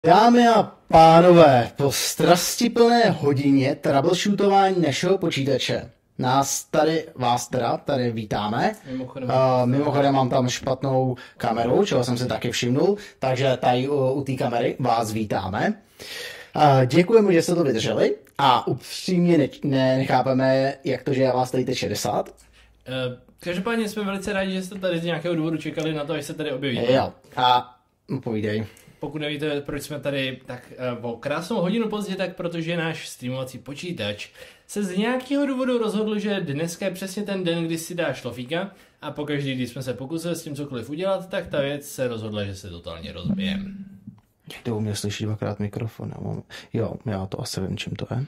Dámy a pánové, po strastiplné hodině troubleshootování našeho počítače vás tady vítáme. Mimochodem mám tam špatnou kameru, čeho jsem si taky všimnul, takže tady u té kamery vás vítáme. Děkujeme, že jste to vydrželi a upřímně nechápeme, jak to, že já vás tady teď 60. Každopádně jsme velice rádi, že jste tady z nějakého důvodu čekali na to, až se tady objevíte. Jo, a povídej. Pokud nevíte, proč jsme tady tak o krásnou hodinu pozdě, tak protože náš streamovací počítač se z nějakého důvodu rozhodl, že dneska je přesně ten den, kdy si dá šlofíka a pokaždý, když jsme se pokusili s tím cokoliv udělat, tak ta věc se rozhodla, že se totálně rozbije. To u mě slyší dvakrát mikrofon. Jo, já to asi vím, čím to je.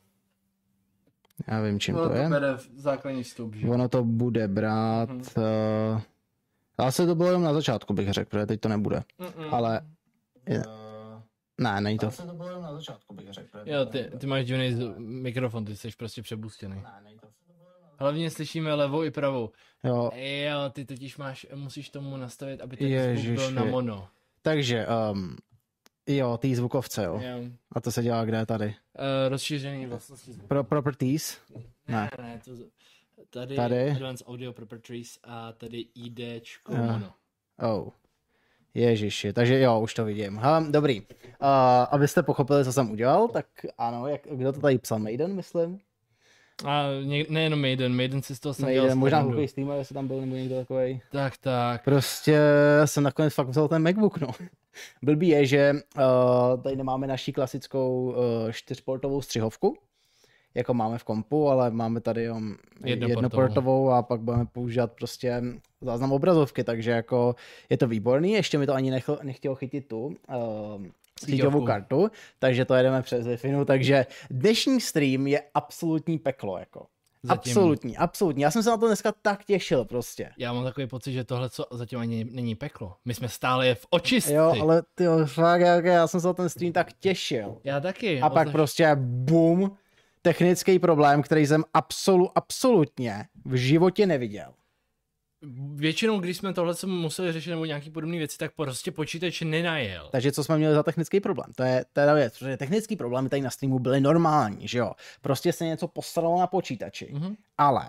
Já vím, čím to je. Bere základní vstup, že? Ono to bude brát... Asi to bylo jenom na začátku, bych řekl, protože teď to nebude. Ale... Ne, není to. Asi to bylo jenom na začátku, bych řekl. Jo, ty máš divný mikrofon, ty jsi prostě přebustěný. Hlavně slyšíme levou i pravou. Jo, ty totiž musíš tomu nastavit, aby ten zvuk byl na mono. Takže, jo, ty zvukovce, jo. A to se dělá kde tady? Rozšířený vlastnosti zvuku. Properties? Ne, tady Advanced Audio Properties a tady IDčko mono. Oh. Ježiši, takže jo, už to vidím. Dobrý. Abyste pochopili, co jsem udělal, tak ano, kdo to tady psal? Maiden, myslím? A nejenom Maiden si z toho jsem dělal možná hokej streamer, jestli tam byl nebo někdo takovej. Tak. Prostě jsem nakonec fakt vzal ten MacBook, no. Blbý je, že tady nemáme naši klasickou 4portovou střihovku, jako máme v kompu, ale máme tady jednoportovou a pak budeme používat prostě záznam obrazovky, takže jako je to výborný, ještě mi to ani nechtělo chytit tu síťovou kartu, takže to jedeme přes Wi-Fi, takže dnešní stream je absolutní peklo, jako. Absolutní. Já jsem se na to dneska tak těšil prostě. Já mám takový pocit, že tohle co zatím ani není peklo. My jsme stále je v očistci. Jo, ale tyjo, fakt, já jsem se na ten stream tak těšil. Já taky. A pak prostě boom, technický problém, který jsem absolutně v životě neviděl. Většinou, když jsme tohle museli řešit nebo nějaký podobné věci, tak prostě počítač nenajel. Takže co jsme měli za technický problém? To je teda věc, protože technický problémy tady na streamu byly normální, že jo? Prostě se něco posralo na počítači. Ale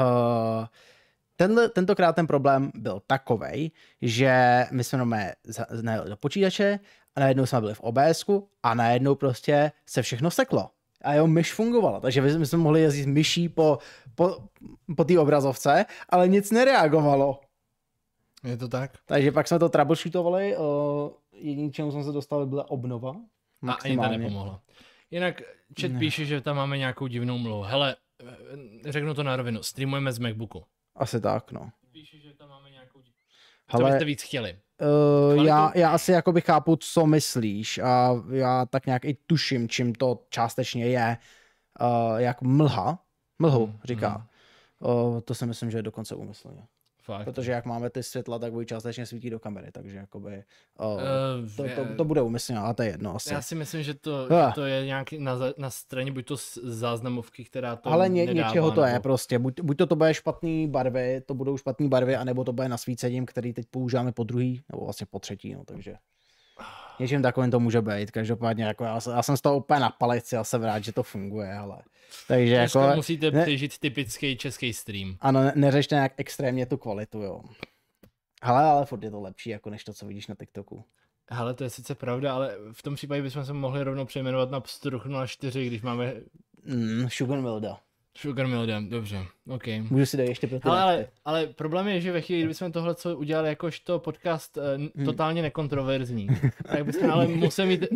tentokrát ten problém byl takovej, že my jsme najeli do počítače a najednou jsme byli v OBSku a najednou prostě se všechno seklo. A jeho myš fungovala, takže my jsme mohli jezdit myší po té obrazovce, ale nic nereagovalo. Je to tak? Takže pak jsme to troubleshootovali, jediný, čemu jsme se dostali, byla obnova. A ani ta nepomohla. Jinak chat píše, že tam máme nějakou divnou mluvu. Hele, řeknu to na rovinu, streamujeme z MacBooku. Asi tak, no. Píše, že tam máme nějakou divnou mluvu. Co byste víc chtěli? Já asi jakoby chápu, co myslíš a já tak nějak i tuším, čím to částečně je, jak mlhu říká. To si myslím, že je dokonce úmyslně. Fakt. Protože jak máme ty světla, tak bude částečně svítí do kamery, takže jakoby to bude úmyslně, ale to je jedno asi. Já si myslím, že to je nějaký na straně buď to záznamovky, která to ale nedává, něčeho to nebo... je prostě, buď to bude špatný barvy, to budou špatný barvy, anebo to bude nasvícením, který teď používáme po druhý, nebo vlastně po třetí, no takže něčím takovým to může být, každopádně jako já jsem z toho úplně na palici a jsem rád, že to funguje, ale takže dneska jako... musíte přežít typický český stream. Ano, neřešte nějak extrémně tu kvalitu, jo. Ale furt je to lepší, jako než to, co vidíš na TikToku. Hele, to je sice pravda, ale v tom případě bychom se mohli rovnou přejmenovat na Pstruh 04, když máme... Sugar Milda. Sugar Milda, dobře, OK. Můžu si dát ještě pro ty ale problém je, že ve chvíli, kdybychom tohle co udělali jakožto podcast totálně nekontroverzní, tak bychom ale museli mít...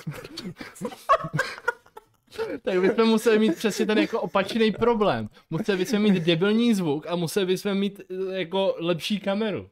Tak bychom museli mít přesně ten jako opačný problém. Museli bychom mít debilní zvuk a museli bychom mít jako lepší kameru.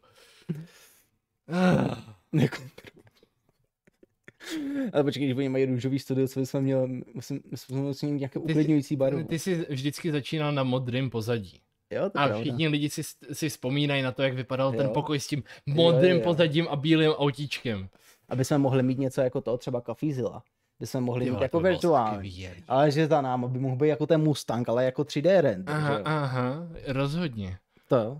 Ale počkej, když oni mají růžový studio, co bychom měli, musím mít nějaké uklidňující barvu. Ty jsi vždycky začínal na modrým pozadí. Jo, to a všichni lidi si vzpomínají na to, jak vypadal ten pokoj s tím modrým pozadím a bílým autíčkem. Aby jsme mohli mít něco jako to, třeba Kafizila. By jsme mohli mít jako virtuální. Ale že za náma by mohl být jako ten Mustang, ale jako 3D render. Aha, rozhodně. To jo.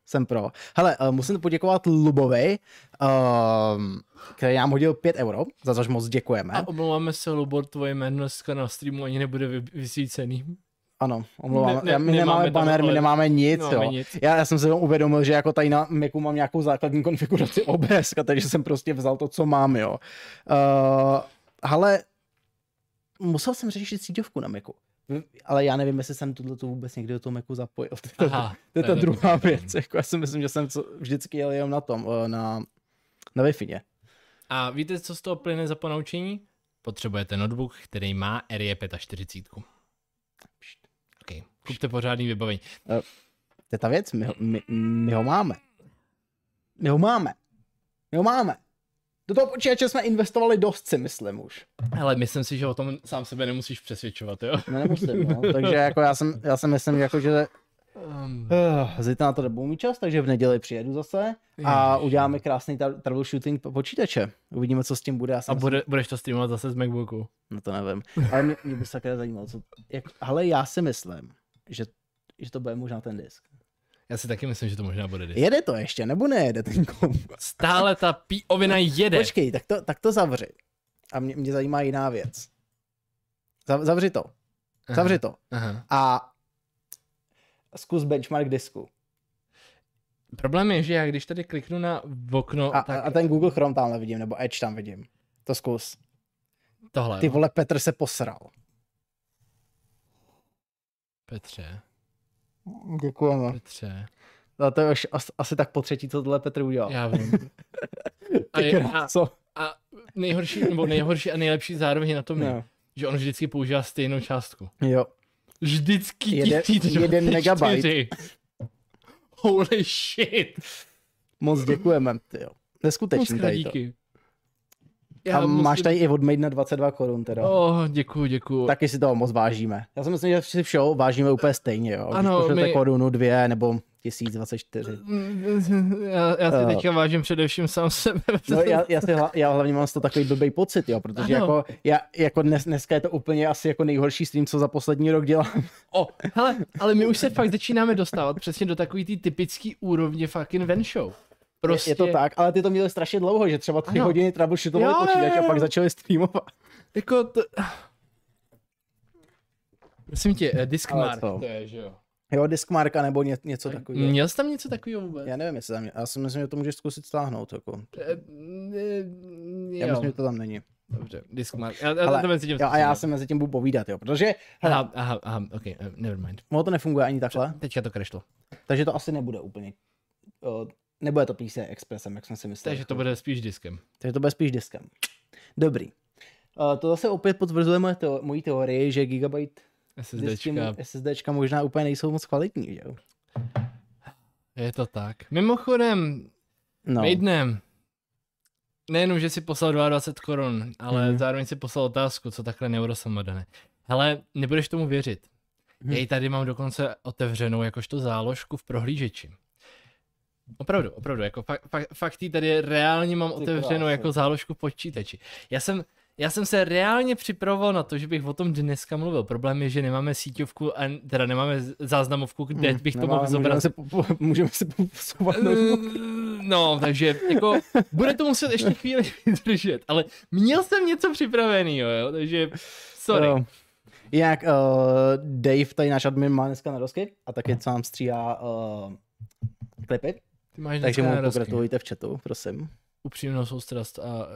Jsem pro. Hele, musím poděkovat Lubovi, který nám hodil 5 euro, za což moc děkujeme. A omlouváme se, Lubor, tvoje jméno dneska na streamu ani nebude vysvícený. Ano, omlouvám. My nemáme nemáme banner, tam, my nemáme nic, nemáme jo. nic. Já jsem si uvědomil, že jako tady na Macu mám nějakou základní konfiguraci OBS, takže jsem prostě vzal to, co mám, jo. Ale musel jsem řešit síťovku na Macu. Ale já nevím, jestli jsem tuto vůbec někdy do toho Macu zapojil. To je ta druhá věc. Jako já si myslím, že jsem vždycky jel jenom na tom, na Wi-Fi. A víte, co z toho plyne za ponaučení? Potřebujete notebook, který má RE 45. Okay. Kupte pořádný vybavení. To je ta věc, my ho máme. My ho máme. Do toho počítače jsme investovali dost, si myslím už. Ale myslím si, že o tom sám sebe nemusíš přesvědčovat, jo? Nemusím, no. Takže jako já si myslím, jako, že zítra na to nebudu mít čas, takže v neděli přijedu zase a uděláme krásný troubleshooting počítače. Uvidíme, co s tím bude. A budeš to streamovat zase z MacBooku? No to nevím. Ale mě by se také zajímalo, ale já si myslím, že to bude možná ten disk. Já si taky myslím, že to možná bude disk. Jede to ještě, nebo nejede ten komp? Stále ta píovina jede. Počkej, tak to zavři. A mě zajímá jiná věc. Zavři to. Zavři to. Aha. A zkus benchmark disku. Problém je, že já když tady kliknu na okno, a ten Google Chrome tam vidím, nebo Edge tam vidím. To zkus. Tohle. Ty vole, Petr se posral. Petře. Děkujeme. Petře. No, to je už asi tak po třetí, co tohle Petr udělal. Já vím. A nejhorší a nejlepší zároveň na tom je, že on vždycky používá stejnou částku. Jo. Vždycky 1 megabyte. Holy shit. Moc děkujeme, tyjo. Neskutečný tady to. Díky. A máš tady i od Made na 22 korun teda. Děkuju. Taky si toho moc vážíme. Já si myslím, že si všeho vážíme úplně stejně, jo. Ano, když pošlete korunu 2 nebo 1024. Já si teďka vážím především sám sebe. No, já hlavně mám z toho takový blbý pocit, jo, protože jako dneska je to úplně asi jako nejhorší stream, co za poslední rok dělám. Hele, ale my už se fakt začínáme dostávat přesně do takový ty typický úrovně fucking ven show. Prostě... Je to tak, ale ty to měli strašně dlouho, že třeba 3 hodiny troubleshootovali počítač a pak začali streamovat. Jako to... Prosím tě, Diskmark to je, že jo? Jo, Diskmark nebo něco takového. Měl jsi tam něco takového vůbec? Já nevím, jestli tam já si myslím, že to můžeš zkusit stáhnout. Jako. Já myslím, že to tam není. Dobře, Diskmark. Já se mezi tím budu povídat, jo, protože... Aha, ok, never mind. To nefunguje ani takhle. Teďka to crashlo. Takže to asi nebude úplně... Nebude to PCI Expressem, jak jsme si mysleli. Takže to bude spíš diskem. Takže to bude spíš diskem. Dobrý. To zase opět potvrzuje moji teorii, že Gigabyte SSDčka možná úplně nejsou moc kvalitní, jo? Je to tak. Mimochodem, Maidnem, nejenom, že si poslal 22 korun, ale zároveň si poslal otázku, co takhle neurosamadane. Hele, nebudeš tomu věřit. Já ji tady mám dokonce otevřenou jakožto záložku v prohlížeči. Opravdu, jako fakt ji tady reálně mám otevřenou jako záložku v počítači. Já jsem se reálně připravoval na to, že bych o tom dneska mluvil. Problém je, že nemáme síťovku, teda nemáme záznamovku, kde bych to mohl zobrazit. Můžeme se posouvat. No, takže jako bude to muset ještě chvíli vydržet, ale měl jsem něco připraveného, jo, takže sorry. Jinak Dave, tady náš admin, má dneska narozky a taky co nám stříhá klipy. Takže mu pogratulujte v chatu, prosím. Upřímnou soustrast a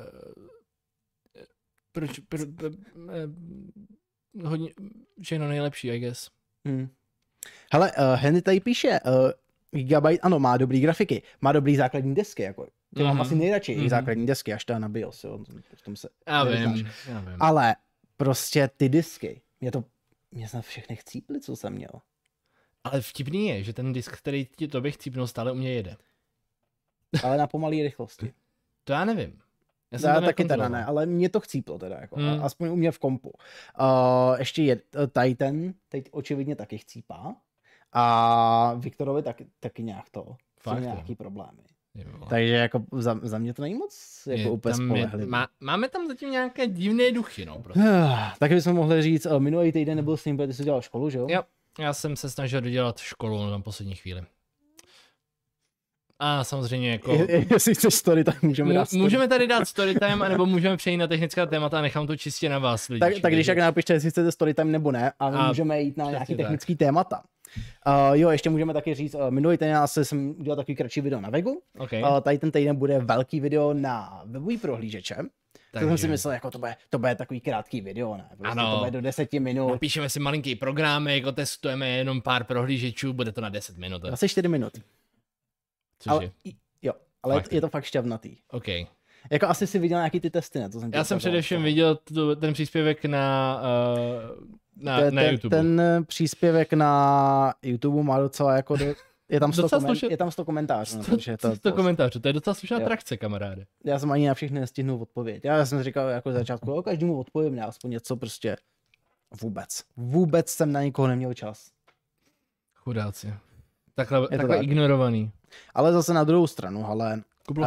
hodně všechno nejlepší, I guess. Hele, Henry tady píše, Gigabyte, ano, má dobrý grafiky, má dobrý základní desky, jako. Ty mám asi nejradši i základní desky, až ta na BIOS, jo. V tom se já vím. Ale prostě ty disky, mě snad všechny chcíply, co jsem měl. Ale vtipný je, že ten disk, který ti tobě chcípnul, stále u mě jede. Ale na pomalý rychlosti. To já nevím. Já taky teda ne, ale mě to chcíplo teda, jako, aspoň u mě v kompu. Ještě je Titan, teď očividně taky chcípá. A Viktorovi taky nějak to. Fakt, nějaký problémy. Takže jako za mě to není moc jako úplně spolehlivé. Máme tam zatím nějaké divné duchy, no. Prostě. Taky bychom mohli říct, minulý týden nebyl s ním, protože ty jsi dělal školu, že jo? Jo, já jsem se snažil dodělat školu na poslední chvíli. A samozřejmě jako... Jestli chceš story, tak můžeme dát story. Můžeme tady dát storytime, anebo můžeme přejít na technická témata a nechám to čistě na vás, lidi. Tak když jak napište, jestli chcete storytime nebo ne, a můžeme jít na nějaký technický témata. Jo, ještě můžeme taky říct, minulý týden jsem udělal takový kratší video na Vegu. Okay. Tady ten týden bude velký video na webový prohlížeče. Tak jsem si myslel, jako to bude takový krátký video, ne? Prostě ano. To bude do 10 minut. Napíšeme si malinký program, otestujeme jenom pár prohlížečů, bude to na 10 minut. Asi 4 minuty. Cože? Ale fakt. Je to fakt šťavnatý. OK. Jako asi si viděl nějaký ty testy, ne? Já jsem především viděl ten příspěvek na YouTube. Ten příspěvek na YouTube má docela jako... Je tam 100 komentářů. 100 komentářů, to je docela slušná trakce, kamaráde. Já jsem ani na všechny nestihnul odpovědět. Já jsem říkal jako začátku, každému odpovím, ne, aspoň něco prostě Vůbec jsem na nikoho neměl čas. Chudáci. Takhle ignorovaný. Ale zase na druhou stranu, ale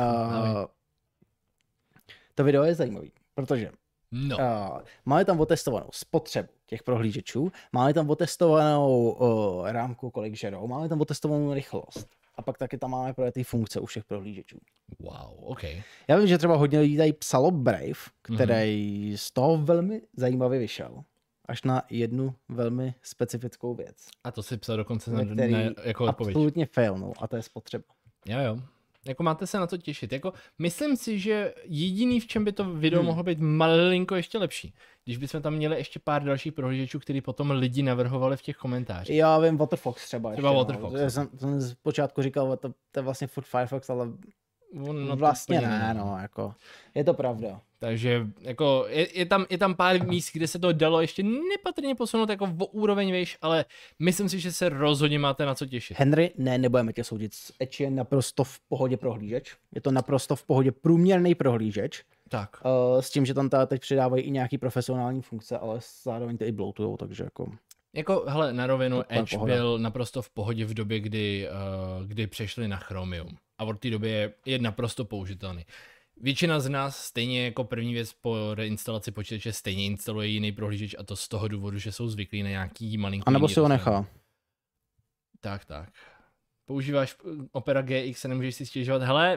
to video je zajímavý, protože máme tam otestovanou spotřebu těch prohlížečů, máme tam otestovanou rámku, kolik žerou, máme tam otestovanou rychlost. A pak taky tam máme ty funkce u všech prohlížečů. Wow, OK. Já vím, že třeba hodně lidí tady psalo Brave, který z toho velmi zajímavě vyšel. Až na jednu velmi specifickou věc. A to si psal dokonce jako odpověď. Absolutně failnul, a to je spotřeba. Jo. Jako máte se na to těšit. Jako, myslím si, že jediný, v čem by to video mohlo být malinko ještě lepší. Když bychom tam měli ještě pár dalších prohlížečů, který potom lidi navrhovali v těch komentářích. Já vím, Waterfox třeba. Waterfox. Já jsem z počátku říkal, to je vlastně furt Firefox, ale vlastně ne, jako, je to pravda. Takže jako je tam pár míst, kde se to dalo ještě nepatrně posunout jako o úroveň výš, ale myslím si, že se rozhodně máte na co těšit. Henry, nebudeme tě soudit. Edge je naprosto v pohodě prohlížeč. Je to naprosto v pohodě průměrný prohlížeč. Tak. S tím, že tam teď přidávají i nějaký profesionální funkce, ale zároveň to i bloatujou, takže jako... Jako, hele, na rovinu Edge byl naprosto v pohodě v době, kdy přešli na Chromium. A od té doby je naprosto použitelný. Většina z nás stejně jako první věc po reinstalaci počítače stejně instaluje jiný prohlížeč, a to z toho důvodu, že jsou zvyklí na nějaký malinký... A nebo si ho nechá. Tak. Používáš Opera GX a nemůžeš si stěžovat, hele...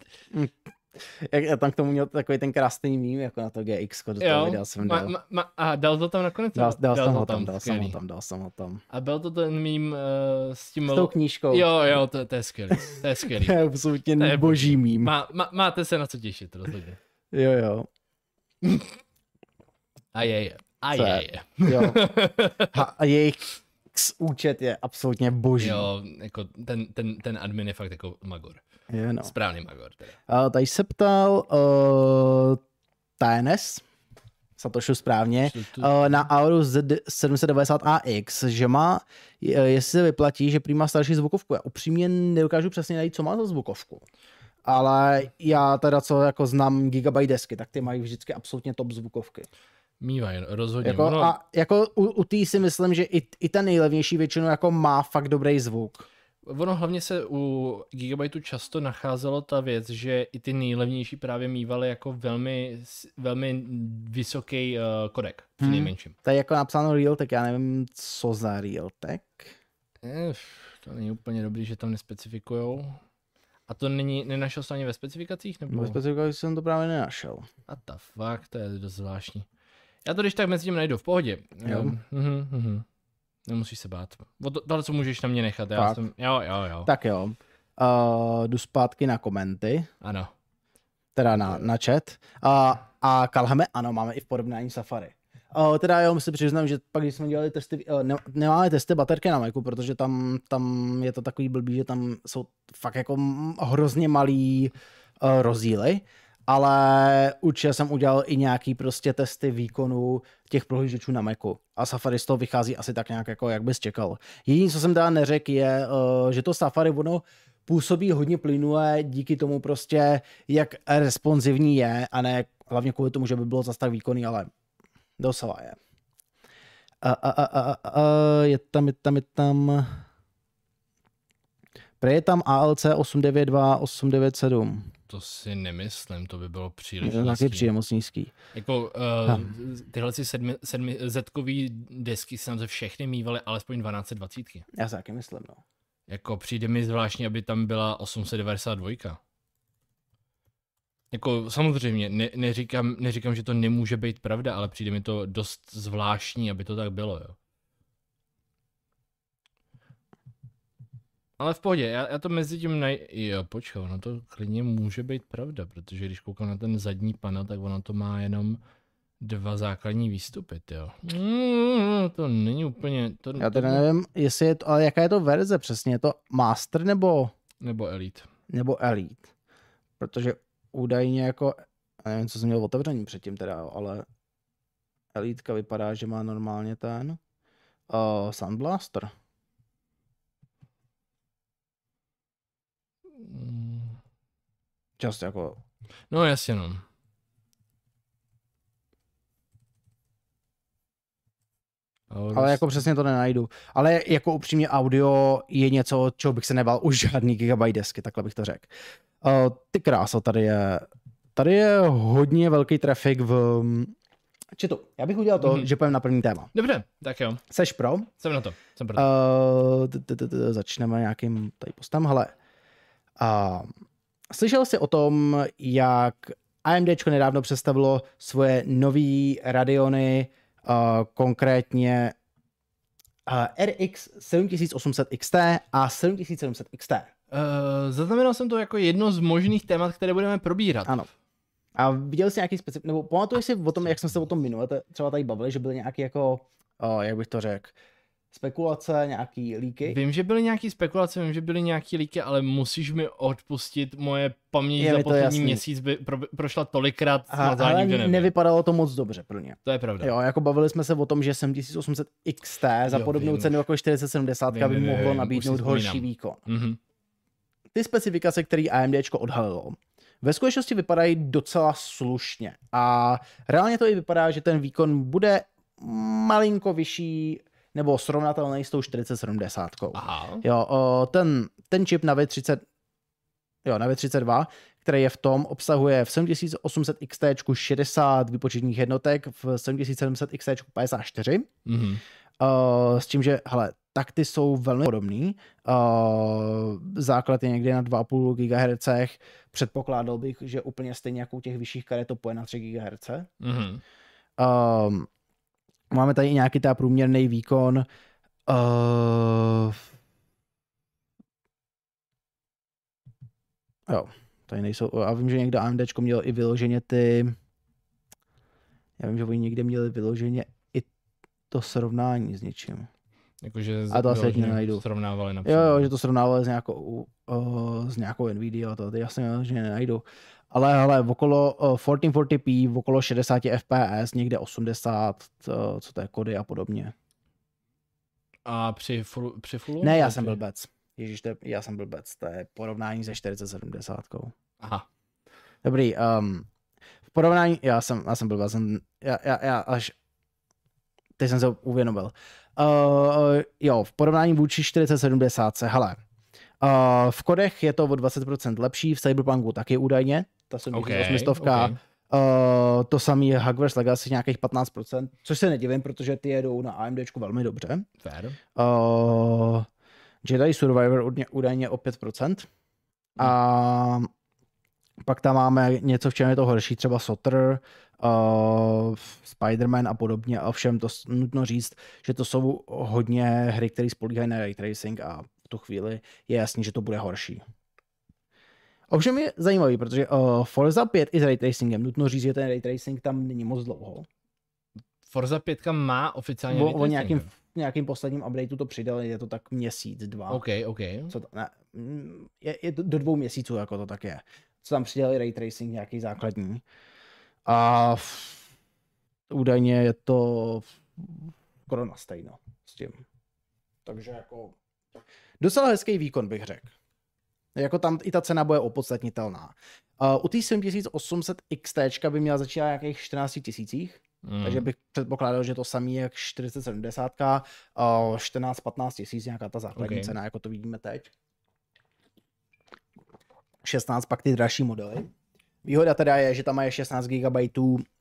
Já tam k tomu měl takový ten krásný mím, jako na to GX, do toho videa jsem dal. A dal to tam nakonec? Dal jsem ho tam. A byl to ten mím s tím... S tou knížkou. Jo, to je skvělý. To je skvělý. To je absolutně boží mím. Máte se na co těšit, rozhodně. Jo. A je. Jo. A jejich účet je absolutně boží. Jo, jako ten admin je fakt jako magor. Správný magor. Teda. Tady se ptal TNS, Satoshi správně, na Aorus Z790AX, že jestli se vyplatí, že prý má starší zvukovku. Já upřímně nedokážu přesně najít, co má za zvukovku. Ale já teda, co jako znám Gigabyte desky, tak ty mají vždycky absolutně top zvukovky. Mývají, rozhodně. A jako u tý si myslím, že i ten nejlevnější většinou jako má fakt dobrý zvuk. Ono hlavně se u Gigabyteu často nacházelo ta věc, že i ty nejlevnější právě mývaly jako velmi, velmi vysoký kodek, při nejmenším. To je jako napsáno Realtek, já nevím, co za Realtek. To není úplně dobrý, že tam nespecifikujou. A to nenašel jsi ani ve specifikacích? Nebo? Ve specifikacích jsem to právě nenašel. A ta fakt, to je dost zvláštní. Já to když tak mezi tím najdu v pohodě. Jo. Nemusíš se bát. Tohle, co můžeš na mě nechat. Jo. Tak jo. Jdu zpátky na komenty. Ano. Teda na chat. A Kalhame, ano, máme i v porovnání Safari. Teda jo, si přiznám, že pak, když jsme dělali testy, nemáme testy baterky na Macu, protože tam je to takový blbý, že tam jsou fakt jako hrozně malý rozdíly. Ale určitě jsem udělal i nějaký prostě testy výkonu těch prohlížečů na Macu. A Safari z toho vychází asi tak nějak, jako jak bys čekal. Jediné, co jsem teda neřekl, je, že to Safari ono působí hodně plynule díky tomu prostě, jak responsivní je, a ne hlavně kvůli tomu, že by bylo zase tak výkonný, ale docela je. Je tam. Je tam ALC 892, 897. To si nemyslím, to by bylo příliš nízký. Taky přijde moc nízký. Jako tyhle zetkový desky se nám ze všechny mývaly alespoň 1220. Já si taky myslím, no. Jako přijde mi zvláštní, aby tam byla 892. Jako samozřejmě, neříkám, že to nemůže být pravda, ale přijde mi to dost zvláštní, aby to tak bylo, jo. Ale v pohodě, já to mezi tím Jo, počkej, ono to klidně může být pravda, protože když koukám na ten zadní panel, tak ono to má jenom 2 základní výstupy, jo. To není úplně... Já teda nevím, jestli je to, ale jaká je to verze přesně, je to Master nebo... Nebo Elite. Nebo Elite, protože údajně jako, já nevím, co jsem měl otevřený předtím teda, ale Elitka vypadá, že má normálně ten Sound Blaster. Čas jako... No jasně, no. Ale jako přesně to nenajdu. Ale jako upřímně audio je něco, čeho bych se nebál už žádný gigabyte desky, takhle bych to řekl. Ty kráso, tady je hodně velký trafik v chatu. Já bych udělal to, že půjdeme na první téma. Dobře, tak jo. Seš pro? Jsem na to, jsem pro to. Začneme nějakým tady postem. Hele, slyšel jsi o tom, jak AMDčko nedávno představilo svoje nový Radeony, konkrétně RX 7800 XT a 7700 XT. Zaznamenal jsem to jako jedno z možných témat, které budeme probírat. Ano. A viděl jsi nějaký specifický, nebo pamatuješ si o tom, jak jsme se o tom minule třeba tady bavili, že byly nějaký jako, jak bych to řekl, spekulace, nějaký líky? Vím, že byly nějaký spekulace, vím, že byly nějaký líky, ale musíš mi odpustit, moje paměť za poslední měsíc by prošla tolikrát smazáním, že nevím. Nevypadalo to moc dobře pro ně. To je pravda. Jo, jako bavili jsme se o tom, že 7800 XT za podobnou cenu jako 4070 by mohlo nabídnout horší výkon. Mm-hmm. Ty specifikace, které AMDčko odhalilo, ve skutečnosti vypadají docela slušně a reálně to i vypadá, že ten výkon bude malinko vyšší nebo srovnatelný s tou 4070. Aha. Jo, ten čip na V32, který je v tom, obsahuje v 7800 XT 60 výpočetních jednotek, v 7700 XT 54. Mm-hmm. S tím, že hele, takty jsou velmi podobný. Základ je někde na 2,5 GHz. Předpokládal bych, že úplně stejně jako u těch vyšších karet to půjde na 3 GHz. Mm-hmm. Máme tady nějaký ta průměrný výkon. Jo, tady nejsou. A vím, že někde AMDčko mělo i vyloženě já vím, že oni někde měli vyloženě i to srovnání s něčím. Jakože a to asi nenajdu. Srovnávali například. Jo, že to srovnávali s nějakou Nvidia a to jasně že nenajdu. Ale okolo 1440p, okolo 60 fps, někde 80, co to je, kody a podobně. A při fullu? Ne, já jsem blbec. Ježíš, já jsem blbec. To je porovnání se 4070. Aha. Dobrý. V porovnání, já jsem blbec. Já až teď jsem se uvědomil. Jo, v porovnání vůči 4070, hele, v kodech je to o 20% lepší, v Cyberpunku taky údajně, ta 7800. Okay. To samý je Hogwarts Legacy nějakých 15%, což se nedivím, protože ty jedou na AMDčku velmi dobře. Fair. Jedi Survivor údajně o 5%. A pak tam máme něco, v čem je to horší, třeba Sotter, Spider-Man a podobně. A ovšem to nutno říct, že to jsou hodně hry, které spolíhají na ray tracing a v tu chvíli je jasný, že to bude horší. Ovšem je zajímavý, protože Forza 5 i s ray tracingem, nutno říct, že ten ray tracing tam není moc dlouho. Forza 5 má oficiálně ray tracing. Nějakým posledním updateu to přidali, je to tak měsíc, 2. OK. Co to, ne, je do 2 měsíců, jako to tak je. Co tam přidali ray tracing nějaký základní. A údajně je to skoro na stejno s tím. Takže jako docela hezký výkon, bych řekl. Jako tam i ta cena bude opodstatnitelná. U té 7800 XT by měla začínat nějakých 14 000. Takže bych předpokládal, že to samý jak 4070, 14-15 tisíc, nějaká ta základní cena, jako to vidíme teď. 16 pak ty dražší modely. Výhoda teda je, že tam má 16 GB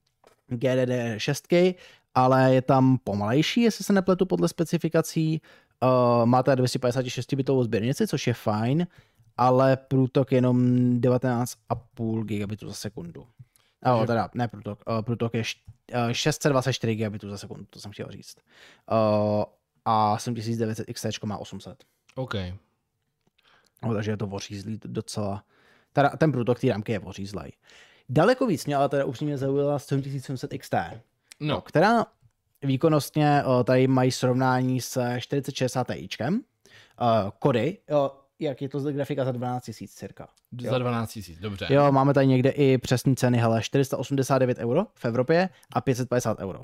GDDR6, ale je tam pomalejší, jestli se nepletu podle specifikací. Máte 256-bitovou sběrnici, což je fajn, ale průtok jenom 19,5 gigabitů za sekundu. Teda ne průtok, průtok je 624 gigabitů za sekundu, to jsem chtěl říct. A 7900 XT má 800. OK. Takže je to ořízlý docela. Teda ten průtok té rámky je ořízlej. Daleko víc mě ale teda upřímně zaujala 7700 XT, která výkonnostně tady mají srovnání s 4060 Tičkem. Kody, jak je to z grafika za 12 000 cirka. Za 12 000, dobře. Jo, máme tady někde i přesné ceny, hele, 489 euro v Evropě a 550 euro.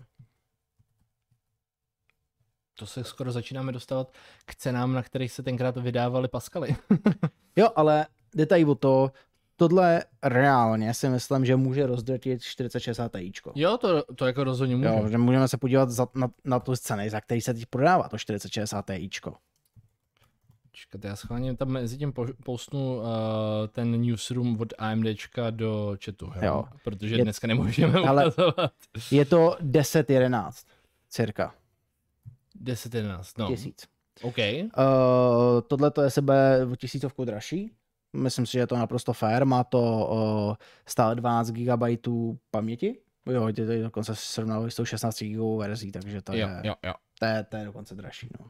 To se skoro začínáme dostávat k cenám, na kterých se tenkrát vydávaly Pascaly. Jo, ale jde tady o to, tohle reálně si myslím, že může rozdrtit 4060 Tičko. Jo, to jako rozhodně může. Jo, že můžeme se podívat na tu ceny, za který se teď prodává to 4060 Tičko. Čekajte, já schválně tam mezi tím postnu ten newsroom od AMDčka do chatu, jo? Protože dneska nemůžeme ukazovat. Je to 10-11 cirka. 10-11, no. 1000. OK. Tohle to je sebe o 1000 dražší. Myslím si, že je to naprosto fair. Má to stále 12 GB paměti. Jo, to je dokonce srovnává s tou 16 GB verzí, takže to je dokonce dražší. No.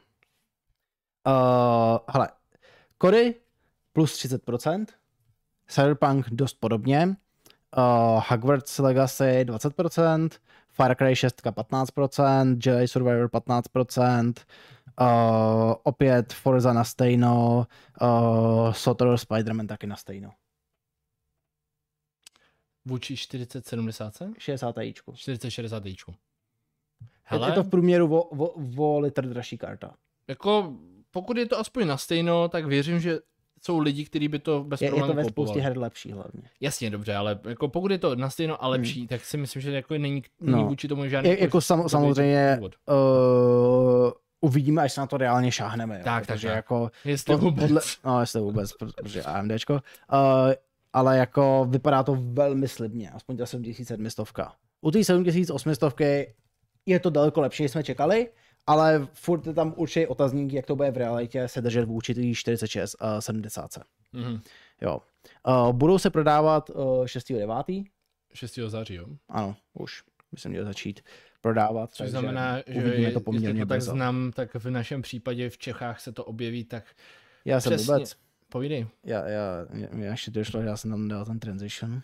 Hele, Kody plus 30%, Cyberpunk dost podobně, Hogwarts Legacy 20%, Far Cry 6 15%, Jedi Survivor 15%, opět Forza na stejno, SWTOR Spider-Man taky na stejno. Vůči 4070? 60 Tičku. 4060 Tičku. Je to v průměru o litr dražší karta. Jako, pokud je to aspoň na stejno, tak věřím, že jsou lidi, kteří by to bez problémů kupovali. Je to ve spoustě kupovali. her lepší hlavně. Jasně, dobře, ale jako pokud je to na stejno a lepší, tak si myslím, že jako není vůči tomu žádný... Jako samozřejmě uvidíme, až se na to reálně šáhneme. Takže jako... Jestli vůbec, protože AMDčko. Ale jako vypadá to velmi slibně, aspoň ta 7700. U té 7800 je to daleko lepší, než jsme čekali, ale furt je tam určitě otazník, jak to bude v realitě se držet vůči 46 70. Mm-hmm. Jo. Budou se prodávat 6.9. 6. září, jo? Ano, už by se měl začít prodávat. Což znamená, že to poměrně tak znám, tak v našem případě v Čechách se to objeví, tak já jsem přesně... vůbec. Povídej. Mě ještě došlo, že já jsem tam dal ten transition.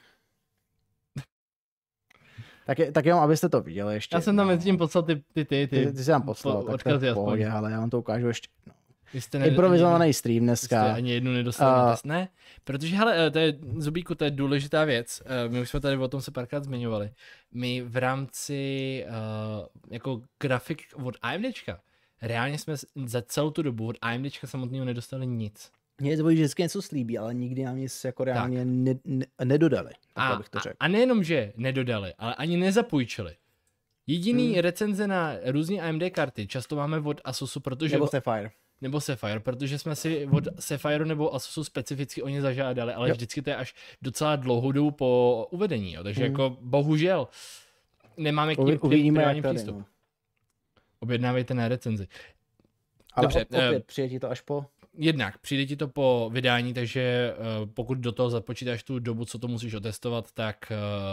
Tak jenom, abyste to viděli ještě. Já jsem tam mezi tím poslal ty jsi tam poslal, tak to je v pohodě, ale já vám to ukážu ještě. No. Improvizovaný stream dneska. Jste ani jednu nedostali test, ne? Protože, hele, to je, Zubíku, to je důležitá věc. My už jsme tady o tom se párkrát zmiňovali. My v rámci jako grafik od AMDčka, reálně jsme za celou tu dobu od AMDčka samotného nedostali nic. Mně to vždycky něco slíbí, ale nikdy nám nic jako reálně nedodali. Bych to řekl. A nejenom, že nedodali, ale ani nezapůjčili. Jediný recenze na různé AMD karty často máme od Asusu, protože... Nebo Sapphire, protože jsme si od Sapphire nebo Asusu specificky o ně zažádali, ale vždycky to je až docela dlouhou dobu po uvedení, jo. Takže jako bohužel nemáme k ním primární přístup. No. Objednávejte na recenzi. Ale dobře, opět přijde ti to až po... Jednak přijde ti to po vydání, takže pokud do toho započítáš tu dobu, co to musíš otestovat, tak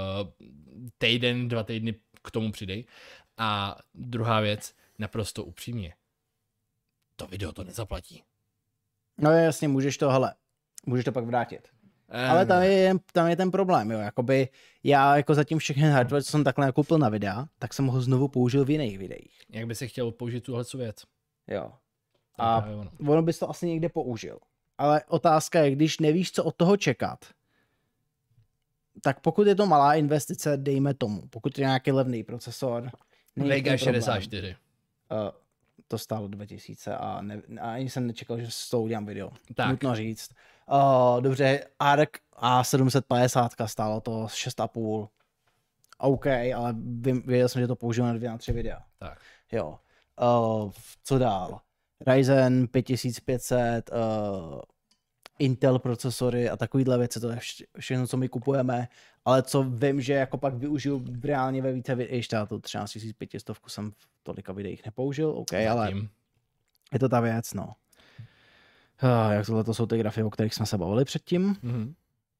týden, 2 týdny k tomu přidej. A druhá věc, naprosto upřímně, to video to nezaplatí. No jasně, můžeš to pak vrátit. Ale tam je ten problém, jo, jakoby já jako zatím všechny hardware, co jsem takhle nakoupil na videa, tak jsem ho znovu použil v jiných videích. Jak by si chtěl použít tuhle věc? Jo. A ono bys to asi někde použil. Ale otázka je, když nevíš, co od toho čekat, tak pokud je to malá investice, dejme tomu. Pokud je nějaký levný procesor. Vega 64. To stálo 2000 a ani jsem nečekal, že s toho udělám video. Tak. Nutno říct. Dobře, ARC A750 stálo to 6,5. OK, ale věděl jsem, že to použiju na 2 na 3 videa. Tak. Jo. Co dál? Ryzen 5500, Intel procesory a takovýhle věci, to je všechno, co my kupujeme, ale co vím, že jako pak využiju reálně ve více videích, tu 13500 jsem v tolika videích nepoužil, OK, ale Je to ta věc, no. Jak tohle to jsou ty grafy, o kterých jsme se bavili předtím. Mhm.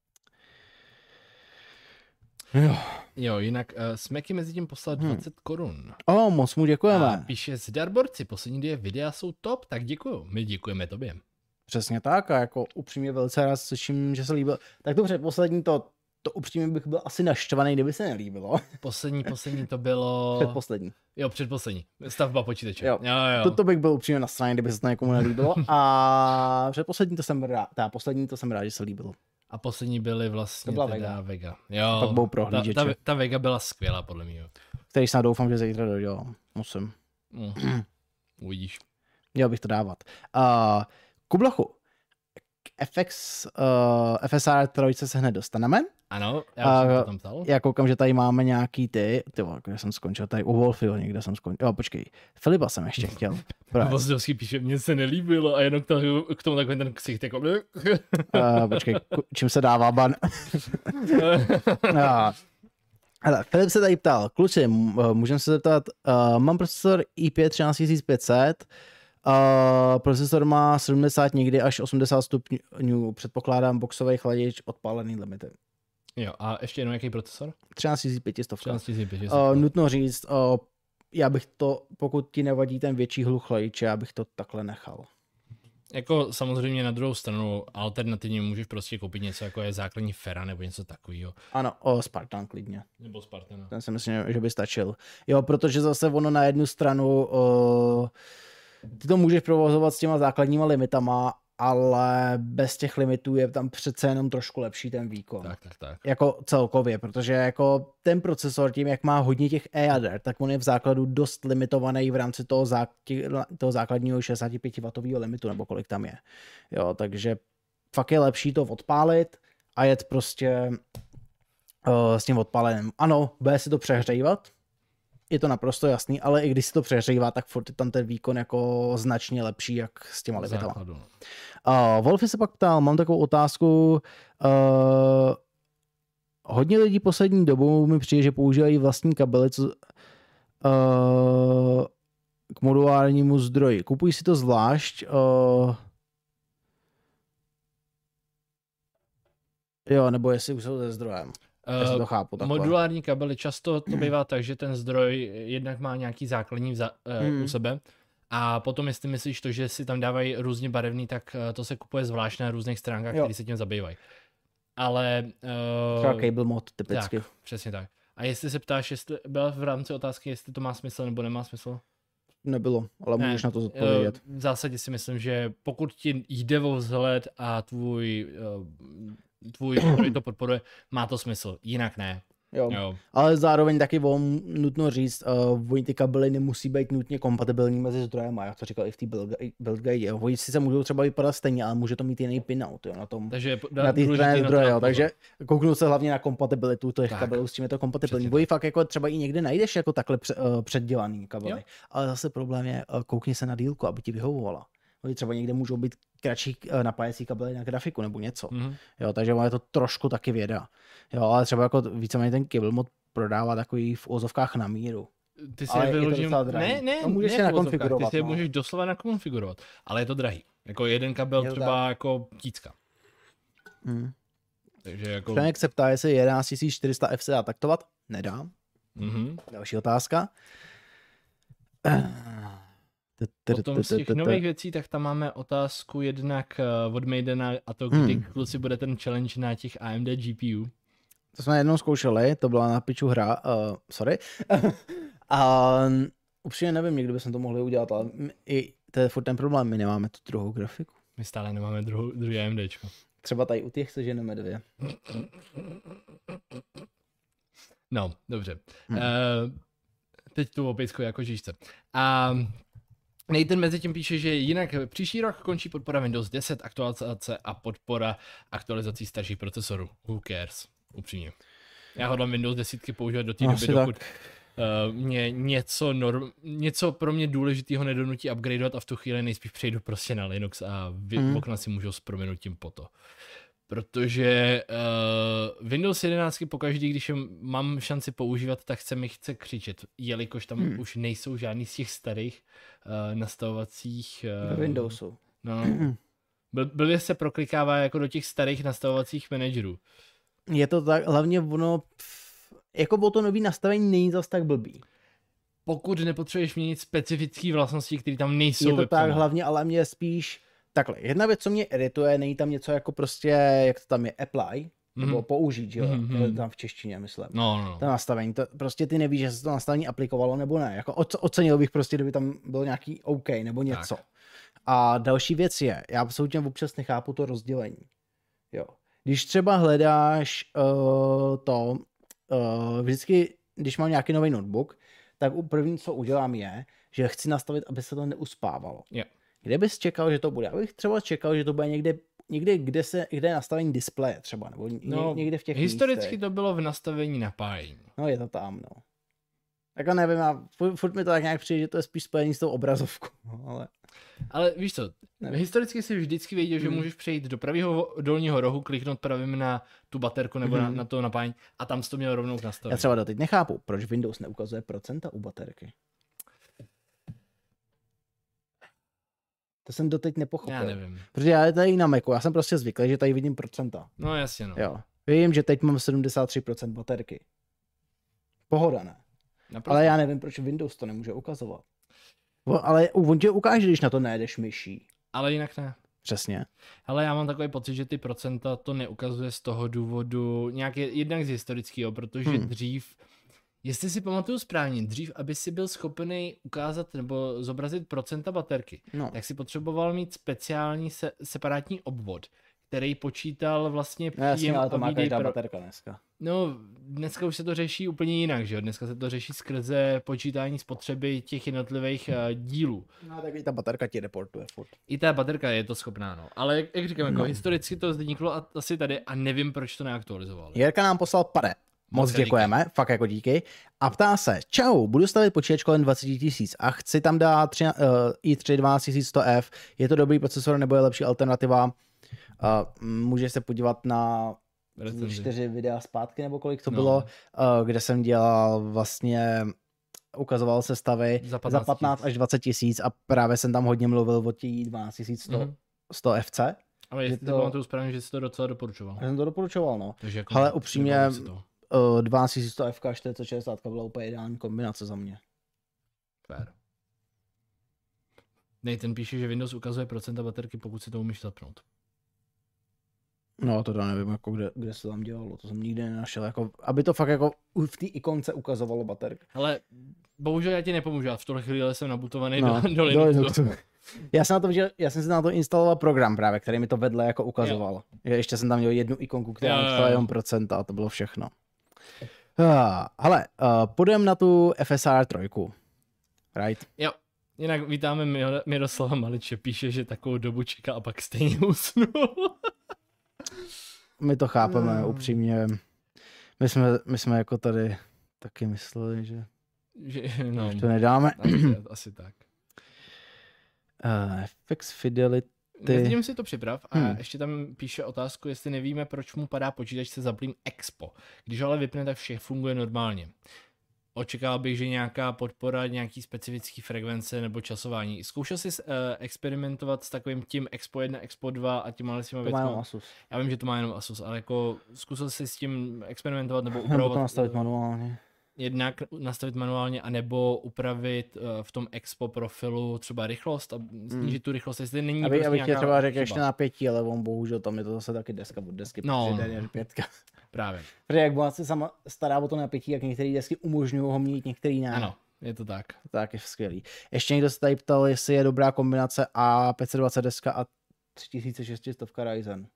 Jo, jinak Smeky mezi tím poslal 20 korun. Moc mu děkujeme. A píše Zdarborci, poslední 2 videa jsou top, tak děkuju. My děkujeme tobě. Přesně tak a jako upřímně velice rád slyším, že se líbilo. Tak dobře, poslední to upřímně bych byl asi naštvaný, kdyby se nelíbilo. Poslední to bylo... Předposlední. Jo, předposlední. Stavba počítače. Jo. To bych byl upřímně nasraný, kdyby se to někomu nelíbilo. A předposlední to jsem rád, poslední to jsem rád, že se líbilo. A poslední byly vlastně to byla teda Vega. Jo, pak byl prohlížeče. Ta Vega byla skvělá podle mě. Který snad doufám, že zítra dodělám. Musím. Uvidíš. Měl bych to dávat. Kublachu, k FSR 3 se hned dostaneme. Ano, já jsem to tam ptal. Já koukám, že tady máme nějaký kde jsem skončil, tady u Wolfyho někde jsem skončil. Počkej, Filipa jsem ještě chtěl. Vozdovský píše, mně se nelíbilo a jenom k tomu takový ten ksicht jako... Počkej, čím se dává ban? Hele, Filip se tady ptal, kluci, můžeme se zeptat, mám procesor i5 13500, procesor má 70 někdy až 80 stupňů, předpokládám boxový chladič odpálený limitem. Jo, a ještě jenom jaký procesor? 13500. 13500. Nutno říct, já bych to, pokud ti nevadí ten větší hluk chladiče, já bych to takhle nechal. Jako samozřejmě na druhou stranu alternativně můžeš prostě koupit něco jako je základní Fera nebo něco takového. Ano, Spartan klidně. Nebo Spartana. Ten si myslím, že by stačil. Jo, protože zase ono na jednu stranu ty to můžeš provozovat s těma základníma limitama, ale bez těch limitů je tam přece jenom trošku lepší ten výkon. Tak. Jako celkově, protože jako ten procesor tím, jak má hodně těch e-jader, tak on je v základu dost limitovaný v rámci toho základního 65W limitu, nebo kolik tam je. Jo, takže fakt je lepší to odpálit a jet prostě s tím odpálením. Ano, bude si to přehřívat, je to naprosto jasný, ale i když si to přehřívá, tak furt je tam ten výkon jako značně lepší, jak s těma limitama. Wolfy se pak ptal, mám takovou otázku. Hodně lidí poslední dobou mi přijde, že používají vlastní kabely k modulárnímu zdroji. Kupují si to zvlášť. Nebo jestli už jsou se zdrojem. To chápu, modulární kabely často to bývá tak, že ten zdroj jednak má nějaký základní u sebe a potom jestli myslíš to, že si tam dávají různě barevný, tak to se kupuje zvlášť na různých stránkách, které se tím zabývají. Ale... třeba cable mod typicky. Tak, přesně tak. A jestli se ptáš, jestli byla v rámci otázky, jestli to má smysl nebo nemá smysl? Nebylo, ale můžeš na to zodpovědět. V zásadě si myslím, že pokud ti jde o vzhled a tvůj stroj to podporuje, má to smysl, jinak ne. Jo. Ale zároveň taky nutno říct, oni ty kabely nemusí být nutně kompatibilní mezi zdrojem, jak to říkal i v té build guide. Oni si se můžou třeba vypadat stejně, ale může to mít jiný pinout na tom. Takže na ty zdroje, takže kouknout se hlavně na kompatibilitu těch kabelů, s čím je to kompatibilní. Oni fakt jako třeba i někde najdeš jako takhle předdělaný kabely. Ale zase problém je, koukni se na dílku, aby ti vyhovovala. Oni třeba někde můžou být kratší napájecí kabely na grafiku nebo něco. Jo, takže je to trošku taky věda. Jo, ale třeba jako víceméně ten cable mod prodává takový v ozovkách na míru. Ty si můžeš se nakonfigurovat. Ty si můžeš doslova nakonfigurovat, ale je to drahý. Jako jeden kabel třeba jako tícka. Takže jako... Členek se ptá, jestli 11400 F se dá taktovat. Nedá. Další otázka. Potom z těch nových věcí, tak tam máme otázku jednak od Maidena a to, kdy kluci bude ten challenge na těch AMD GPU. To jsme jednou zkoušeli, to byla na piču hra, sorry. A upřímně nevím, někdy bychom to mohli udělat, ale to je furt ten problém, my nemáme tu druhou grafiku. My stále nemáme druhý AMDčko. Třeba tady u těch seženeme 2. No, dobře. Teď tu opejskou jako žížce. A Nathan mezi tím píše, že jinak příští rok končí podpora Windows 10 aktualizace a podpora aktualizací starších procesorů. Who cares? Upřímně. Já hodlám Windows 10 používat do té doby, dokud mě něco pro mě důležitého nedonutí upgradeovat a v tu chvíli nejspíš přejdu prostě na Linux a okna si můžou s prominutím po to. Protože Windows 11 pokaždý, když je mám šanci používat, tak se mi chce křičet, jelikož tam už nejsou žádný z těch starých nastavovacích... Windowsu. No, blbě se proklikává jako do těch starých nastavovacích managerů. Je to tak, hlavně ono, jako bylo to nový nastavení, není zas tak blbý. Pokud nepotřebuješ měnit specifické vlastnosti, které tam nejsou. Je to tak hlavně, ale mě spíš takhle. Jedna věc, co mě irituje, není tam něco jako prostě, jak to tam je, apply, nebo použít, že jo, tam v češtině, myslím. No. To nastavení, to prostě ty nevíš, že se to nastavení aplikovalo nebo ne. Jako ocenil bych prostě, kdyby tam byl nějaký OK nebo něco. Tak. A další věc je, já absolutně občas nechápu to rozdělení. Jo. Když třeba hledáš vždycky, když mám nějaký nový notebook, tak první, co udělám je, že chci nastavit, aby se to neuspávalo. Yeah. Kde bys čekal, že to bude? Já bych třeba čekal, že to bude někde kde je nastavení displeje třeba, nebo někde v těch historicky místech. To bylo v nastavení napájení. No je to tam, no. Tak a nevím, furt mi to tak nějak přijde, že to je spíš spojený s tou obrazovkou, no, ale víš co, historicky si vždycky věděl, že můžeš přejít do pravého dolního rohu, kliknout pravým na tu baterku nebo na to napájení a tam jsi to měl rovnou nastavit. Já třeba doteď nechápu, proč Windows neukazuje procenta u baterky. To jsem doteď nepochopil. Já nevím. Protože já tady na Macu, já jsem prostě zvyklý, že tady vidím procenta. No jasně, no. Jo. Vím, že teď mám 73% baterky. Pohoda, ne? Naprosto. Ale já nevím, proč Windows to nemůže ukazovat. Ale on tě ukáže, když na to nejedeš myší. Ale jinak ne. Přesně. Ale já mám takový pocit, že ty procenta to neukazuje z toho důvodu, jednak z historického, protože dřív, jestli si pamatuju správně, dřív, aby si byl schopený ukázat nebo zobrazit procenta baterky, tak si potřeboval mít speciální separátní obvod, který počítal vlastně příjem. No jasně, ale to má každá baterka dneska. No, dneska už se to řeší úplně jinak, že jo? Dneska se to řeší skrze počítání spotřeby těch jednotlivých dílů. No, tak i ta baterka ti reportuje furt. I ta baterka je to schopná, no. Ale jak říkám, jako historicky to vzniklo asi tady a nevím, proč to neaktualizovali. Jirka nám poslal pade. Moc děkujeme, fakt jako díky. A ptá se, čau, budu stavit počítač kolem 20 000 a chci tam dát i3 12100F. Je to dobrý procesor nebo je lepší alternativa? Můžeš se podívat na 4 videa zpátky, nebo kolik to bylo, kde jsem dělal vlastně, ukazoval se stavy za 15 až 20 000 a právě jsem tam hodně mluvil o těch 12100 FC. Ale jestli to pamatuju správně, že jsi to docela doporučoval. Já jsem to doporučoval, no. Jako ale upřímně 12100 FK 460 byla úplně ideální kombinace za mě. Fair. Nathan píše, že Windows ukazuje procenta baterky, pokud si to umíš zapnout. No to nevím, jako kde se tam dělalo, to jsem nikdy nenašel, jako, aby to fakt jako v té ikonce ukazovalo baterku. Ale bohužel já ti nepomůžu, já v tuhle chvíli jsem nabutovaný do Linuxu. Já jsem si na to instaloval program právě, který mi to vedle jako ukazoval. Ještě jsem tam měl jednu ikonku, která měla jenom procenta a to bylo všechno. Hele, půjdeme na tu FSR 3. Right? Jo. Jinak vítáme Miroslava Maliče, píše, že takovou dobu čeká a pak stejně usnul. My to chápeme, upřímně. My jsme jako tady taky mysleli, že už to nedáme. Asi tak. FX Fidelity. Nezdím si to připrav a ještě tam píše otázku, jestli nevíme, proč mu padá počítač se zaplým Expo. Když ho ale vypne, tak vše funguje normálně. Očekával bych, že nějaká podpora, nějaký specifický frekvence nebo časování. Zkoušel jsi experimentovat s takovým tím Expo 1, Expo 2 a těma věcmi? To má jenom Asus. Já vím, že to má jenom Asus, ale jako zkusil jsi s tím experimentovat nebo upravovat? Nebo to nastavit manuálně. Jednak nastavit manuálně, anebo upravit v tom Expo profilu třeba rychlost a snížit tu rychlost, jestli není prostě abych tě třeba řekl ještě napětí, ale on bohužel tam je to zase taky deska od desky, protože je 5. Právě. Protože jak byla se sama stará o to napětí, jak některé desky umožňují ho mít, některý ne. Ano, je to tak. Tak je skvělý. Ještě někdo se tady ptal, jestli je dobrá kombinace A520 deska a 3600 Ryzen.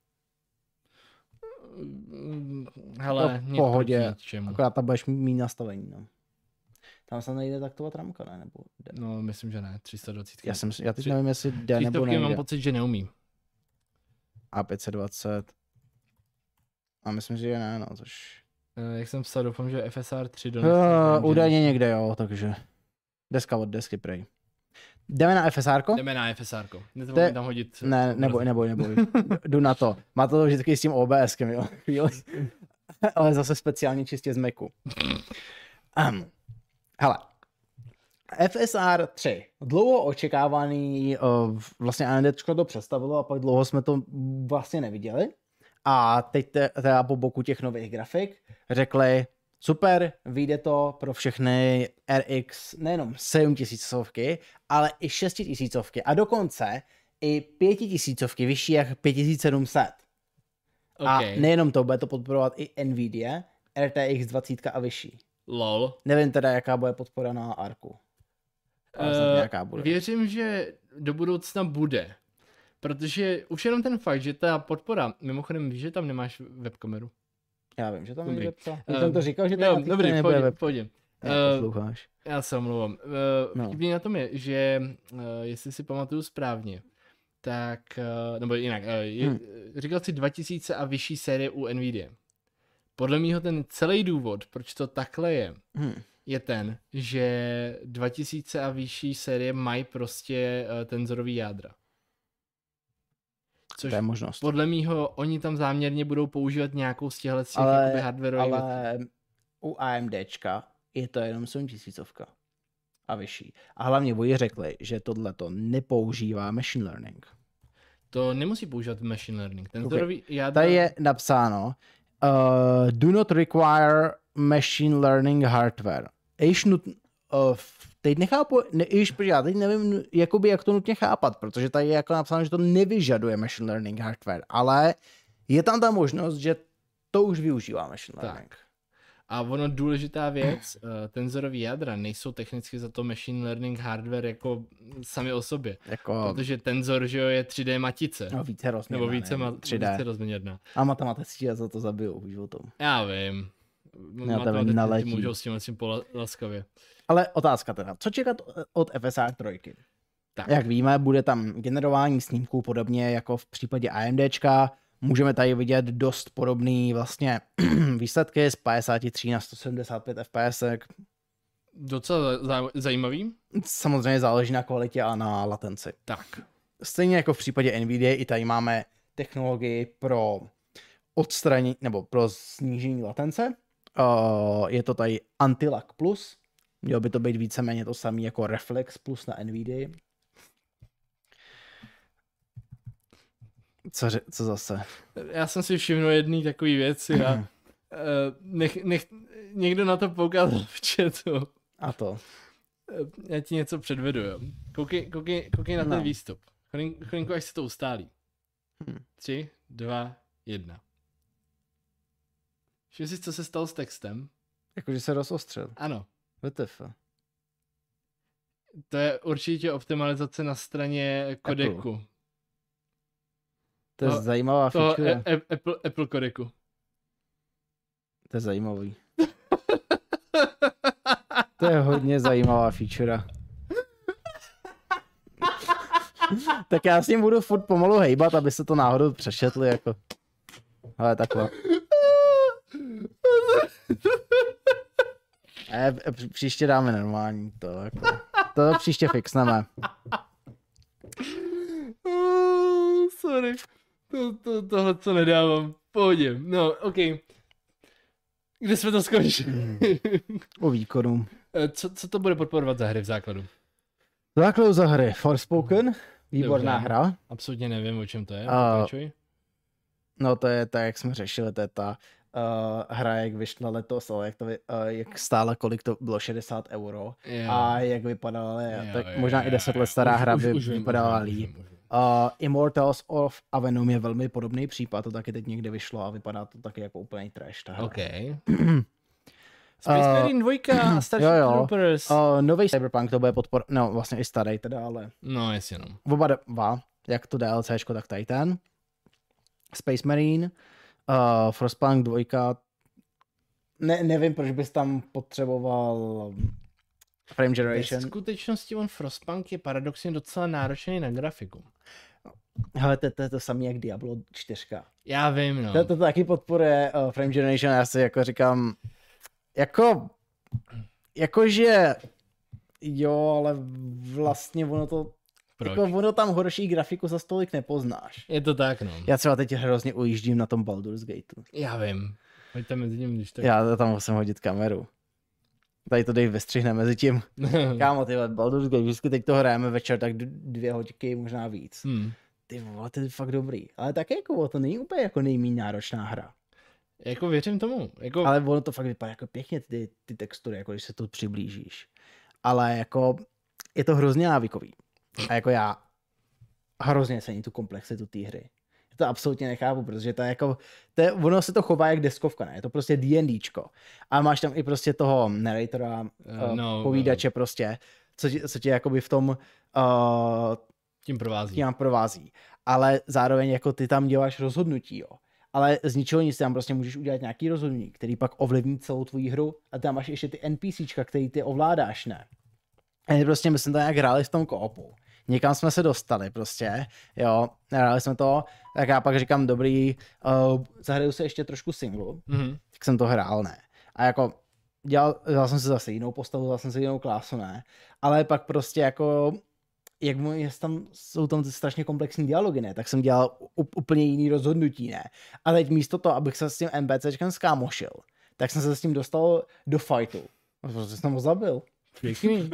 Hele, v pohodě, akorát tam budeš mít nastavení, no. Tam se nejde taktovat ramka, ne? Nebo jde? No, myslím, že ne, 320. Já teď nevím, jestli jde nebo nejde. Mám pocit, že neumí. A520. A myslím, že ne, no, což... Jak jsem psal, doufám, že FSR 3 údajně někde, jo, takže... Deska od desky, prej. Jdeme na FSR-ko? Jdeme na FSR-ko. Nezapomeň tam hodit. Ne, neboj. Jdu na to. Má to vždycky s tím OBSkem, jo. Ale zase speciálně čistě z Macu. Hele. FSR 3. Dlouho očekávaný, vlastně AMDčko to představilo a pak dlouho jsme to vlastně neviděli. A teď teda po boku těch nových grafik řekli, super, vyjde to pro všechny RX nejenom 7000, ale i 6000 a dokonce i 5000 vyšší jak 5700. Okay. A nejenom to, bude to podporovat i Nvidia, RTX 20 a vyšší. Lol. Nevím teda, jaká bude podpora na ARKu. Jaká bude. Věřím, že do budoucna bude. Protože už jenom ten fakt, že ta podpora, mimochodem víš, že tam nemáš webkameru. Já vím, že tam je webka. Já jsem to říkal, že tam nebude webka. Pojď. Já se omlouvám. Vtipný na tom je, že jestli si pamatuju správně, tak, nebo jinak, říkal si 2000 a vyšší série u Nvidia. Podle mýho ten celý důvod, proč to takhle je ten, že 2000 a vyšší série mají prostě tenzorový jádra. Což to je možnost. Podle mýho, oni tam záměrně budou používat nějakou z těchto hardwareových. Ale u AMDčka je to jenom 7000 a vyšší. A hlavně oni řekli, že tohleto nepoužívá machine learning. To nemusí používat machine learning. Tenzorový jádra... Tady je napsáno do not require machine learning hardware. Teď nechápu, já teď nevím, jakoby, jak to nutně chápat, protože tady je jako napsáno, že to nevyžaduje machine learning hardware, ale je tam ta možnost, že to už využívá machine learning. Tak. A ono důležitá věc, tenzorový jádra nejsou technicky za to machine learning hardware jako sami o sobě. Protože tenzor, že jo, je 3D matice. No více rozměrná. Nebo více rozměrná. A matematici za to zabijou, víš o tom. Já vím. Matematici můžou s tím laskavě. Ale otázka teda, co čekat od FSR 3? Tak. Jak víme, bude tam generování snímků podobně jako v případě AMDčka. Můžeme tady vidět dost podobný vlastně výsledky z 53 na 175 fps. Docela zajímavý. Samozřejmě záleží na kvalitě a na latenci. Tak. Stejně jako v případě Nvidia, i tady máme technologii pro odstranění nebo pro snížení latence. Je to tady Anti-Lag Plus. Mělo by to být víceméně to samé jako Reflex Plus na Nvidia. Co zase? Já jsem si všiml jedný takový věci a někdo na to poukázal v chatu. A to? Já ti něco předvedu, jo. Koukej na ten výstup. Chvilinku, až se to ustálí. 3, 2, 1. Všiml jsi, co se stalo s textem? Jakože se rozostřel. Ano. WTF. To je určitě optimalizace na straně kodeku. To je zajímavá feature. Apple kodeku. To je zajímavý. To je hodně zajímavá feature. Tak já s ním budu furt pomalu hejbat, aby se to náhodou přešetli jako. Ale takhle. Příště dáme normální to. Jako. To příště fixneme. Sorry. Tohle co nedávám. Pohodě. No, OK. Kde jsme to skončili? O výkonu. Co to bude podporovat za hry v základu? Základu za hry. Forspoken. Výborná hra. Absolutně nevím, o čem to je. No to je tak, jak jsme řešili, to je ta hra, jak vyšla letos, ale jak stála, kolik to bylo, 60 €. A jak vypadala, tak možná i 10 let stará hra by vypadala líp. Immortals of Aveum je velmi podobný případ, to taky teď někde vyšlo a vypadá to taky jako úplný trash. Ta hra. OK. Space Marine 2 a Starship Troopers. Nový Cyberpunk to bude no vlastně i starý teda, ale... No, jasně no. Oba dva, jak to DLCčko, tak tady ten. Space Marine, Frostpunk 2, nevím, proč bys tam potřeboval frame generation. V skutečnosti on Frostpunk je paradoxně docela náročný na grafiku. Hele, to je to samé jak Diablo 4. Já vím, no. To taky podporuje frame generation, já si jako říkám, jakože Jo, ale vlastně ono to, Proč? jako ono tam horší grafiku za stolik nepoznáš. Je to tak, no. Já třeba teď hrozně ujíždím na tom Baldur's Gateu. Já vím. Pojďte mezi ním, když tak. Já tam musím hodit kameru. Tady to dej vystřihne mezi tím. Kámo, ty vole, Baldur's Gate, vždycky teď to hrajeme večer, tak 2 hodinky, možná víc. Ty vole, to je fakt dobrý. Ale tak jako to není úplně jako nejméně náročná hra. Jako věřím tomu. Jako... Ale ono to fakt vypadá jako pěkně ty textury, jako když se to přiblížíš. Ale jako je to hrozně návykový. A jako já hrozně cením tu komplexitu té hry. To absolutně nechápu, protože to je jako, ono se to chová jak deskovka, ne? Je to prostě D&Dčko. A máš tam i prostě toho narratora, povídače prostě, co tě jakoby v tom tím provází. Ale zároveň jako ty tam děláš rozhodnutí, jo. Ale z ničeho nic tam prostě můžeš udělat nějaký rozhodnutí, který pak ovlivní celou tvoji hru a tam máš ještě ty NPCčka, který ty ovládáš, ne? A prostě my jsme to nějak hráli v tom koopu. Někam jsme se dostali prostě, jo, hráli jsme to, tak já pak říkám, dobrý, zahraju se ještě trošku singlu, tak jsem to hrál, ne. A jako, dělal jsem si zase jinou postavu, dělal jsem si jinou klásu, ne. Ale pak prostě jako, jsou tam strašně komplexní dialogy, ne, tak jsem dělal úplně jiný rozhodnutí, ne. A teď místo toho, abych se s tím NPCčkem skámošil, tak jsem se s tím dostal do fightu. Prostě jsem ho zabil. Pěkný.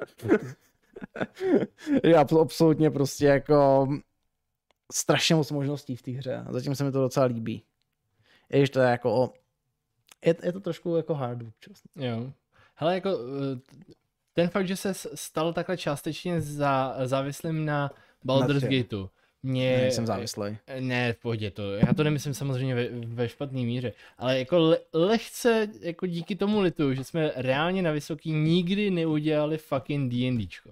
Je absolutně prostě jako strašně moc možností v té hře. A zatím se mi to docela líbí. I když to je jako je to trošku jako hard občas. Jo. Hele, jako ten fakt, že se stal takhle částečně závislým na Baldur's Gateu. Nejsem závislý. Ne, v pohodě to. Já to nemyslím samozřejmě ve špatný míře, ale jako lehce jako díky tomu litu, že jsme reálně na vysoký nikdy neudělali fucking D&Dčko.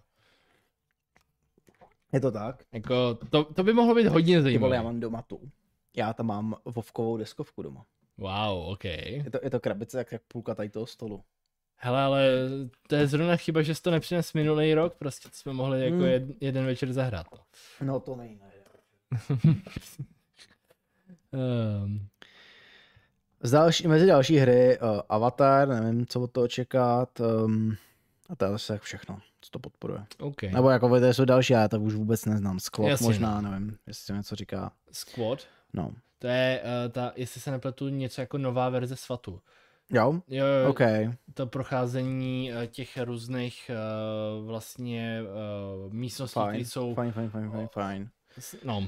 Je to tak? Jako to by mohlo být hodně zajímavé. Já mám doma já tam mám vovkovou deskovku doma. Wow, ok. Je to krabice jak půlka tady toho stolu. Hele, ale to je zrovna chyba, že jsi to nepřines minulý rok, prostě to jsme mohli jako jeden večer zahrát. No to nejde. Mezi další hry Avatar, nevím, co od toho čekat. A to je asi všechno, co to podporuje. Okay. Nebo jako to jsou další, já to už vůbec neznám. Squad jasně, možná, nevím, jestli se něco říká. Squad? No. To je, jestli se nepletu, něco jako nová verze Svatu. Jo? Okay. To procházení těch různých vlastně místností, které jsou... Fajn. No.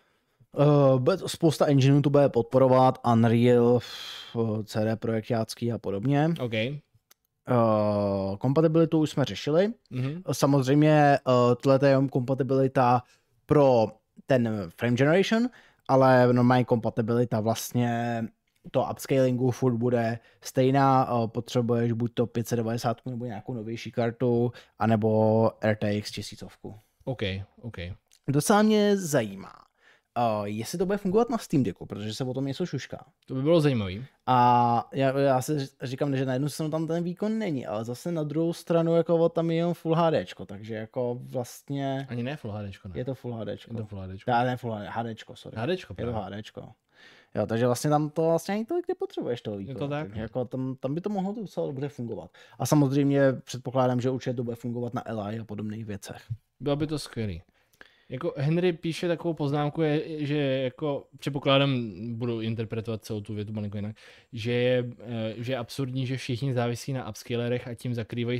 Spousta engineů to bude podporovat, Unreal, CD projektácký a podobně. Okay. Kompatibilitu už jsme řešili. Samozřejmě tohle je kompatibilita pro ten frame generation, ale normální kompatibilita vlastně to upscalingu furt bude stejná, potřebuješ buď to 590 nebo nějakou novější kartu, anebo RTX 1000. OK. Docela mě zajímá, jestli to bude fungovat na Steam Decku, protože se o tom něco šušká. To by bylo zajímavý. A já si říkám, že na jednu stranu tam ten výkon není, ale zase na druhou stranu jako tam je jenom Full HDčko, takže jako vlastně... Ani ne Full HDčko, ne? Je to Full HDčko. Je to Full HDčko. Já ne Full HDčko, sorry. HDčko, je to HDčko. Jo, takže vlastně tam to vlastně ani tolik nepotřebuješ toho výkonu. Je to tak? Jako tam by to mohlo docela dobře fungovat. A samozřejmě předpokládám, že určitě to bude fungovat na LI a podobných věcech. Bylo by to skvělý. Jako Henry píše takovou poznámku, že jako předpokládám, budu interpretovat celou tu větu malinko jinak, že je absurdní, že všichni závisí na upscalerech a tím zakrývají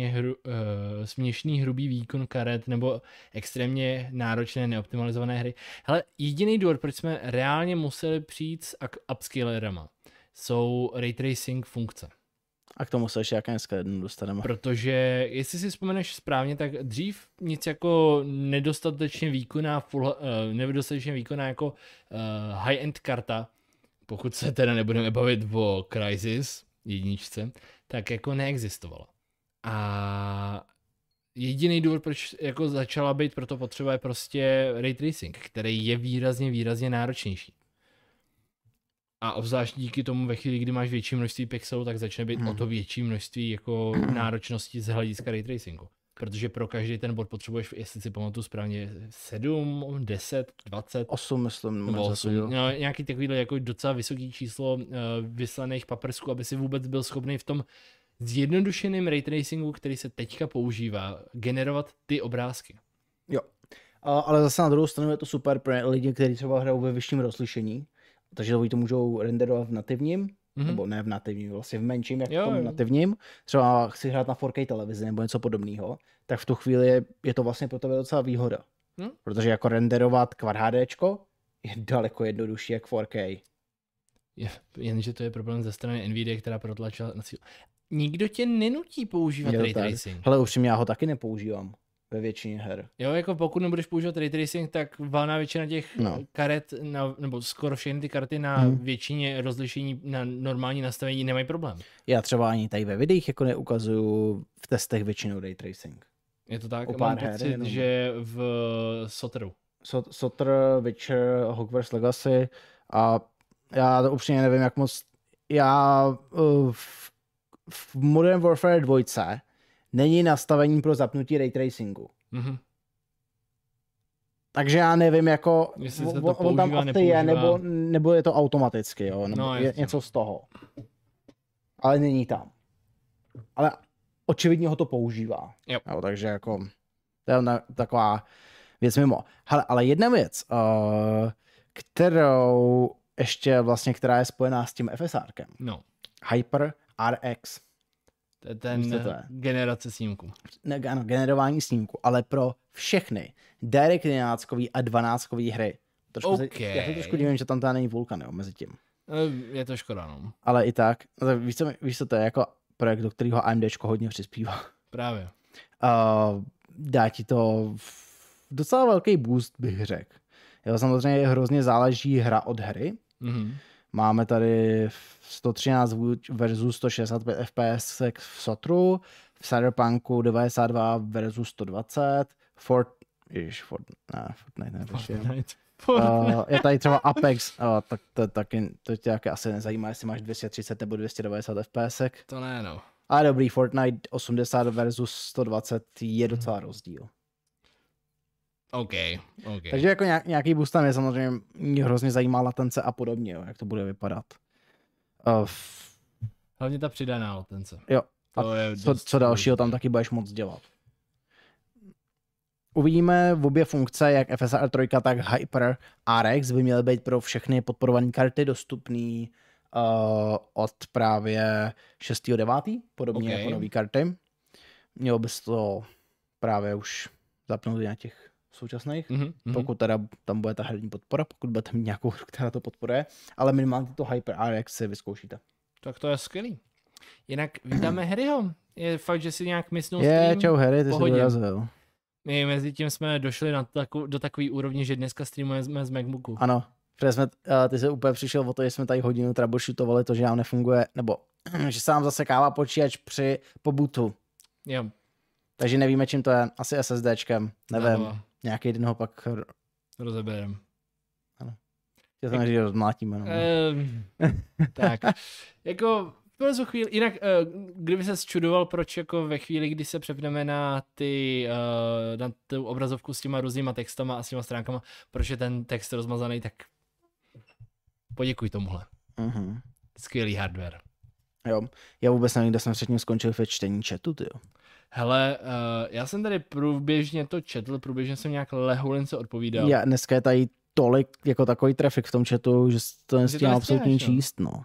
směšný hrubý výkon karet nebo extrémně náročné neoptimalizované hry. Hele, jediný důvod, proč jsme reálně museli přijít s upscalerama, jsou ray tracing funkce. A k tomu se ještě jaké dneska jednou dostaneme. Protože, jestli si vzpomeneš správně, tak dřív nic jako nedostatečně výkonná jako high-end karta, pokud se teda nebudeme bavit o Crysis jedničce, tak jako neexistovala. A jediný důvod, proč jako začala být, proto potřebuje prostě ray tracing, který je výrazně náročnější. A obzvlášť díky tomu ve chvíli, kdy máš větší množství pixelů, tak začne být o to větší množství jako náročnosti z hlediska ray tracingu. Protože pro každý ten bod potřebuješ, jestli si pamatuju správně, 7, 10, 20. 8, myslím. Nebo 8. No, nějaký takovýhle jako docela vysoký číslo vyslaných paprsků, aby si vůbec byl schopný v tom zjednodušeným ray tracingu, který se teďka používá, generovat ty obrázky. Jo. Ale zase na druhou stranu je to super pro lidi, kteří třeba hrajou ve vyšším rozlišení, takže oni to můžou renderovat v nativním, nebo ne v nativním, vlastně v menším, jak v tom nativním. Třeba chci hrát na 4K televizi nebo něco podobného, tak v tu chvíli je to vlastně pro tebe docela výhoda. Protože jako renderovat Quad HDčko je daleko jednodušší jak 4K. Jenže to je problém ze strany Nvidia, která protlačila na sílu. Nikdo tě nenutí používat ray tracing. Hele, upřímně já ho taky nepoužívám ve většině her. Jo, jako pokud nebudeš používat ray tracing, tak valná většina těch karet, nebo skoro všechny ty karty na většině rozlišení na normální nastavení nemají problém. Já třeba ani tady ve videích jako neukazuju v testech většinou ray tracing. Je to tak? Mám pocit, že v Sotteru. Sotter, Witcher, Hogwarts Legacy a já to upřímně nevím, jak moc. Já v Modern Warfare 2 není nastavení pro zapnutí ray tracingu. Takže já nevím, jako on tam asi je, nebo je to automaticky, jo, nebo je něco z toho. Ale není tam. Ale očividně ho to používá. Jo, takže jako to je taková věc mimo. Hele, ale jedna věc, kterou ještě vlastně, která je spojená s tím FSRkem. No. Hyper RX. To je ten generace snímku. Ano, generování snímku, ale pro všechny DirectX a 12kový hry. Já se trošku divím, že tam tady není Vulkan, jo, mezi tím. Je to škoda, no. Ale i tak, víš co, to je jako projekt, do kterého AMDčko hodně přispívá. Právě. Dá ti to docela velký boost, bych řekl. Jo, samozřejmě hrozně záleží hra od hry. Máme tady 113 versus 165 FPS v Sotru, v Cyberpunku 92 versus 120, Fortnite. Je tady třeba Apex, tak to tě asi nezajímá, jestli máš 230 nebo 290 FPS. To ne, no. Ale dobrý, Fortnite 80 versus 120 je docela rozdíl. OK. Takže jako nějaký boost tam je, samozřejmě mě hrozně zajímá latence a podobně, jo, jak to bude vypadat. Hlavně ta přidaná latence. Jo, to je co dalšího tam taky budeš moc dělat. Uvidíme v obě funkce, jak FSR 3, tak Hyper RX by měly být pro všechny podporované karty dostupný od právě 6.9. podobně jako nový karty. Mělo bys to právě už zapnout na těch současných, pokud teda tam bude ta herní podpora, pokud budete mít nějakou hru, která to podporuje, ale minimálně to Hyper RX si vyzkoušíte. Tak to je skvělý. Jinak vítáme Harryho. Je fakt, že si nějak myslnul stream. Čau Harry, ty jsi dorazil. My mezi tím jsme došli do takové úrovně, že dneska streamujeme z MacBooku. Ano, ty jsi úplně přišel o to, že jsme tady hodinu troubleshootovali to, že nám nefunguje, nebo že se nám zasekává počítač při pobootu. Jo. Takže nevíme, čím to je. Asi SSDčkem, nevím. No. Nějaký den ho pak rozebereme. Ano. Já to neříct, rozmlátíme. No. Tak, jako v chvíli, jinak, kdyby se čudoval, proč jako ve chvíli, kdy se přepneme na tu obrazovku s těma různýma textama a s těma stránkama, proč je ten text rozmazaný, tak poděkuj tomuhle. Skvělý hardware. Jo, já vůbec nevím, kde jsem předtím skončil ve čtení chatu, tyjo. Hele, já jsem tady průběžně to četl, průběžně jsem nějak lehoulince odpovídal. Já dneska je tady tolik jako takový trafik v tom chatu, že to nestíhám absolutně číst, no.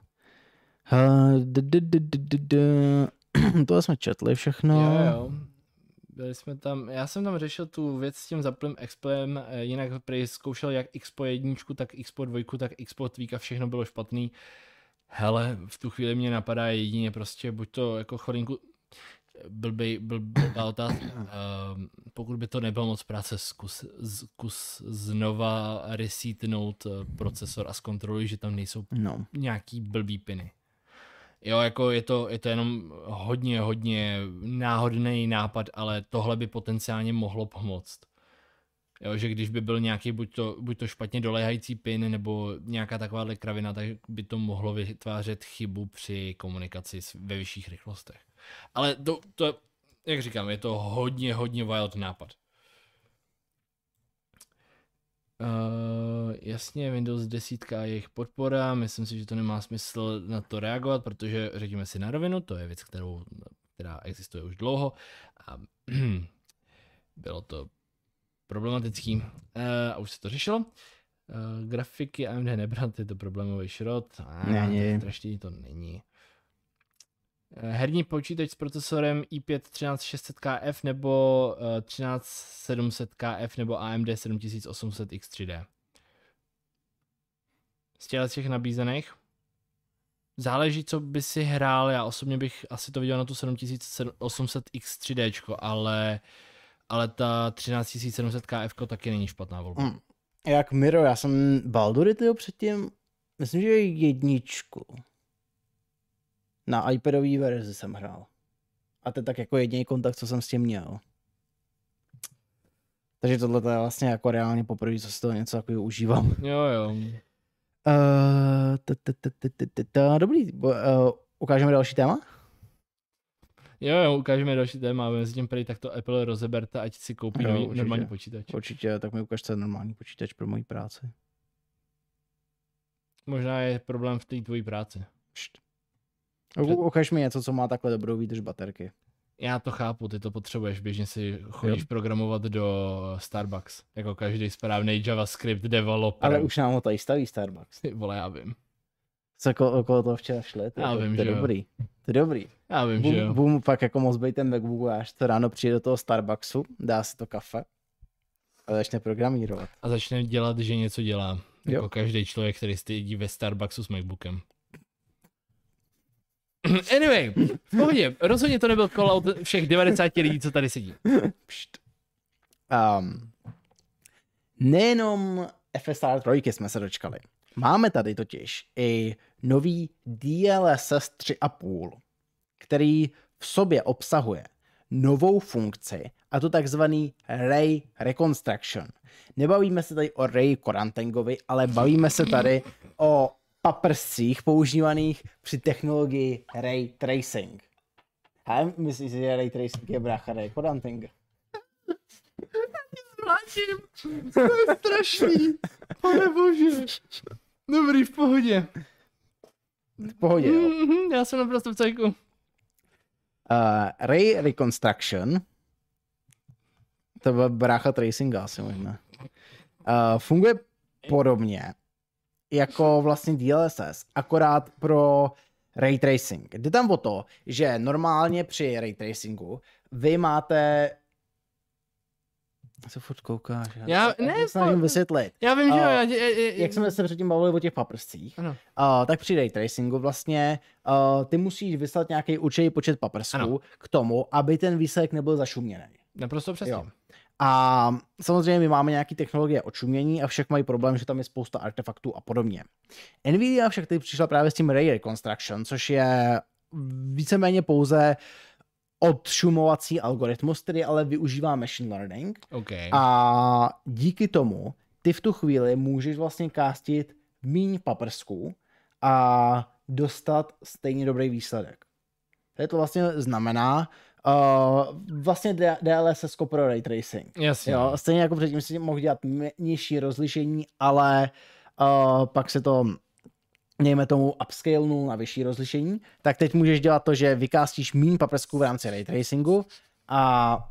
To jsme četli všechno. Jo. Byli jsme tam, já jsem tam řešil tu věc s tím zaplým exploem, jinak zkoušel jak Expo 1, tak Expo 2, tak Expo 3, všechno bylo špatný. Hele, v tu chvíli mě napadá jedině prostě, buď to jako chorinku, blbá otázka. Pokud by to nebylo moc práce, zkus znova resetnout procesor a zkontroluj, že tam nejsou nějaký blbý piny. Jo, jako je to jenom hodně náhodný nápad, ale tohle by potenciálně mohlo pomoct. Jo, že když by byl nějaký buď to špatně doléhající pin nebo nějaká takováhle kravina, tak by to mohlo vytvářet chybu při komunikaci ve vyšších rychlostech. Ale to, jak říkám, je to hodně wild nápad. Jasně, Windows 10 a jejich podpora, myslím si, že to nemá smysl na to reagovat, protože řekněme si na rovinu, to je věc, která existuje už dlouho a bylo to problematický a už se to řešilo. Grafiky AMD nebrat, je to problémový šrot. Strašně to není. Herní počítač s procesorem i5 13600KF nebo 13700KF nebo AMD 7800X3D. Z těch nabízených. Záleží, co by si hrál, já osobně bych asi to viděl na tu 7800X3D, ale ta 13700KF taky není špatná volba. Jak Miro, já jsem Baldury předtím, myslím, že jedničku. Na iPadový verzi jsem hrál. A to je tak jako jediný kontakt, co jsem s tím měl. Takže tohle je vlastně jako reálně poprvé, co si toho něco takového užívám. Jo. Dobrý. Ukážeme další téma? Jo, ukážeme další téma. Mezi tím prý takto Apple rozeberte, ať si koupí normální počítač. Určitě, tak mi ukážte normální počítač pro moji práci. Možná je problém v té tvojí práci. Ukaž mi něco, co má takhle dobrou výdrž baterky. Já to chápu, ty to potřebuješ, běžně si chodíš programovat do Starbucks, jako každý správný JavaScript developer. Ale už nám ho tady staví Starbucks. Ty vole, já vím. Co okolo toho včera šli? Já vím, že dobrý. To je dobrý. Já vím, že jo. Boom, pak jako moc bej ten MacBook, až to ráno přijde do toho Starbucksu, dá si to kafe a začne programírovat. A začne dělat, že něco dělá. Jako každý člověk, který sedí ve Starbucksu s MacBookem. Anyway, v pohodě, rozhodně to nebyl call-out všech 90 lidí, co tady sedí. Nejenom FSR 3 jsme se dočkali. Máme tady totiž i nový DLSS 3.5, který v sobě obsahuje novou funkci, a to takzvaný Ray Reconstruction. Nebavíme se tady o Ray Corantingovi, ale bavíme se tady o paprscích používaných při technologii Ray Tracing. A myslíš si, že Ray Tracing je brácha Ray Corantinga? To je strašný. Pane bože. Dobrý, v pohodě. V pohodě, jo. Já jsem naprosto v cajku. Ray Reconstruction, to byl brácha Tracinga asi možná, funguje podobně jako vlastně DLSS, akorát pro Ray Tracing. Jde tam o to, že normálně při Ray Tracingu vy máte... Se furt koukáš. Já snažím vysvětlit. Já vím, že jak jsme se předtím bavili o těch paprscích, tak při Ray Tracingu vlastně ty musíš vyslat nějaký určitý počet paprsků k tomu, aby ten výsledek nebyl zašuměný. Naprosto přesně. Jo. A samozřejmě my máme nějaké technologie odšumění a však mají problém, že tam je spousta artefaktů a podobně. Nvidia však teď přišla právě s tím Ray Reconstruction, což je víceméně pouze odšumovací algoritmus, který ale využívá machine learning. Okay. A díky tomu ty v tu chvíli můžeš vlastně castit míň paprsků a dostat stejně dobrý výsledek. To vlastně znamená vlastně DLSS pro ray tracing. Jasně. Jo, stejně jako předtím si mohl dělat nižší rozlišení, ale pak se to dejme tomu upscalenu na vyšší rozlišení, tak teď můžeš dělat to, že vykástíš míň paprsků v rámci ray tracingu a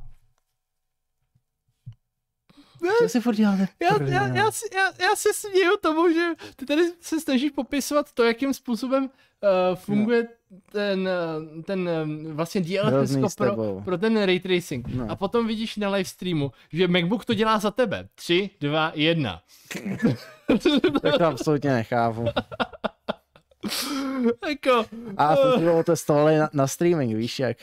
co si furt děláte? Já se směju tomu, že ty tady se snažíš popisovat to, jakým způsobem funguje ten vlastně DLSS pro ten ray tracing. A potom vidíš na live streamu, že MacBook to dělá za tebe. 3, 2, 1. Tak to absolutně nechápu. Jako, a to si ho testovali na streaming, víš jak?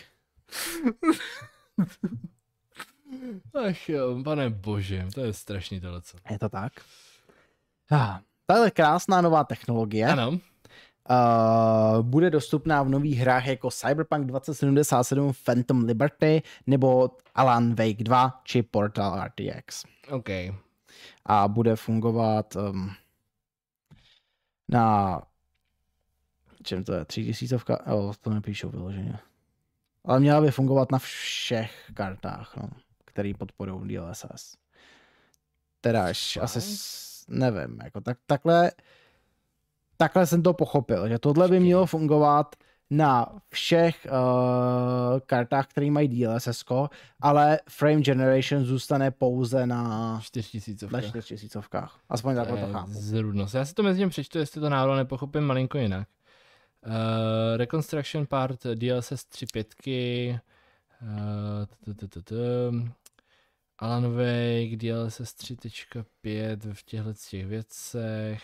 Ach jo, pane bože, to je strašný tohleco. Je to tak? Tahle krásná nová technologie. Ano. Bude dostupná v nových hrách jako Cyberpunk 2077, Phantom Liberty nebo Alan Wake 2 či Portal RTX. OK. A bude fungovat na čem to je, 3000? To nepíšou vyloženě. Ale měla by fungovat na všech kartách, no, který podporují DLSS. teda asi nevím, jako takhle jsem to pochopil, že tohle by mělo fungovat na všech kartách, které mají DLSS, ale frame generation zůstane pouze na 4000. Aspoň takhle to chápu. Zrůdnost. Já si to mezi tím přečtu, jestli to náhodou nepochopím malinko jinak. Reconstruction part DLSS 3.5 Alan Wake DLSS 3.5 v těchto těch věcech.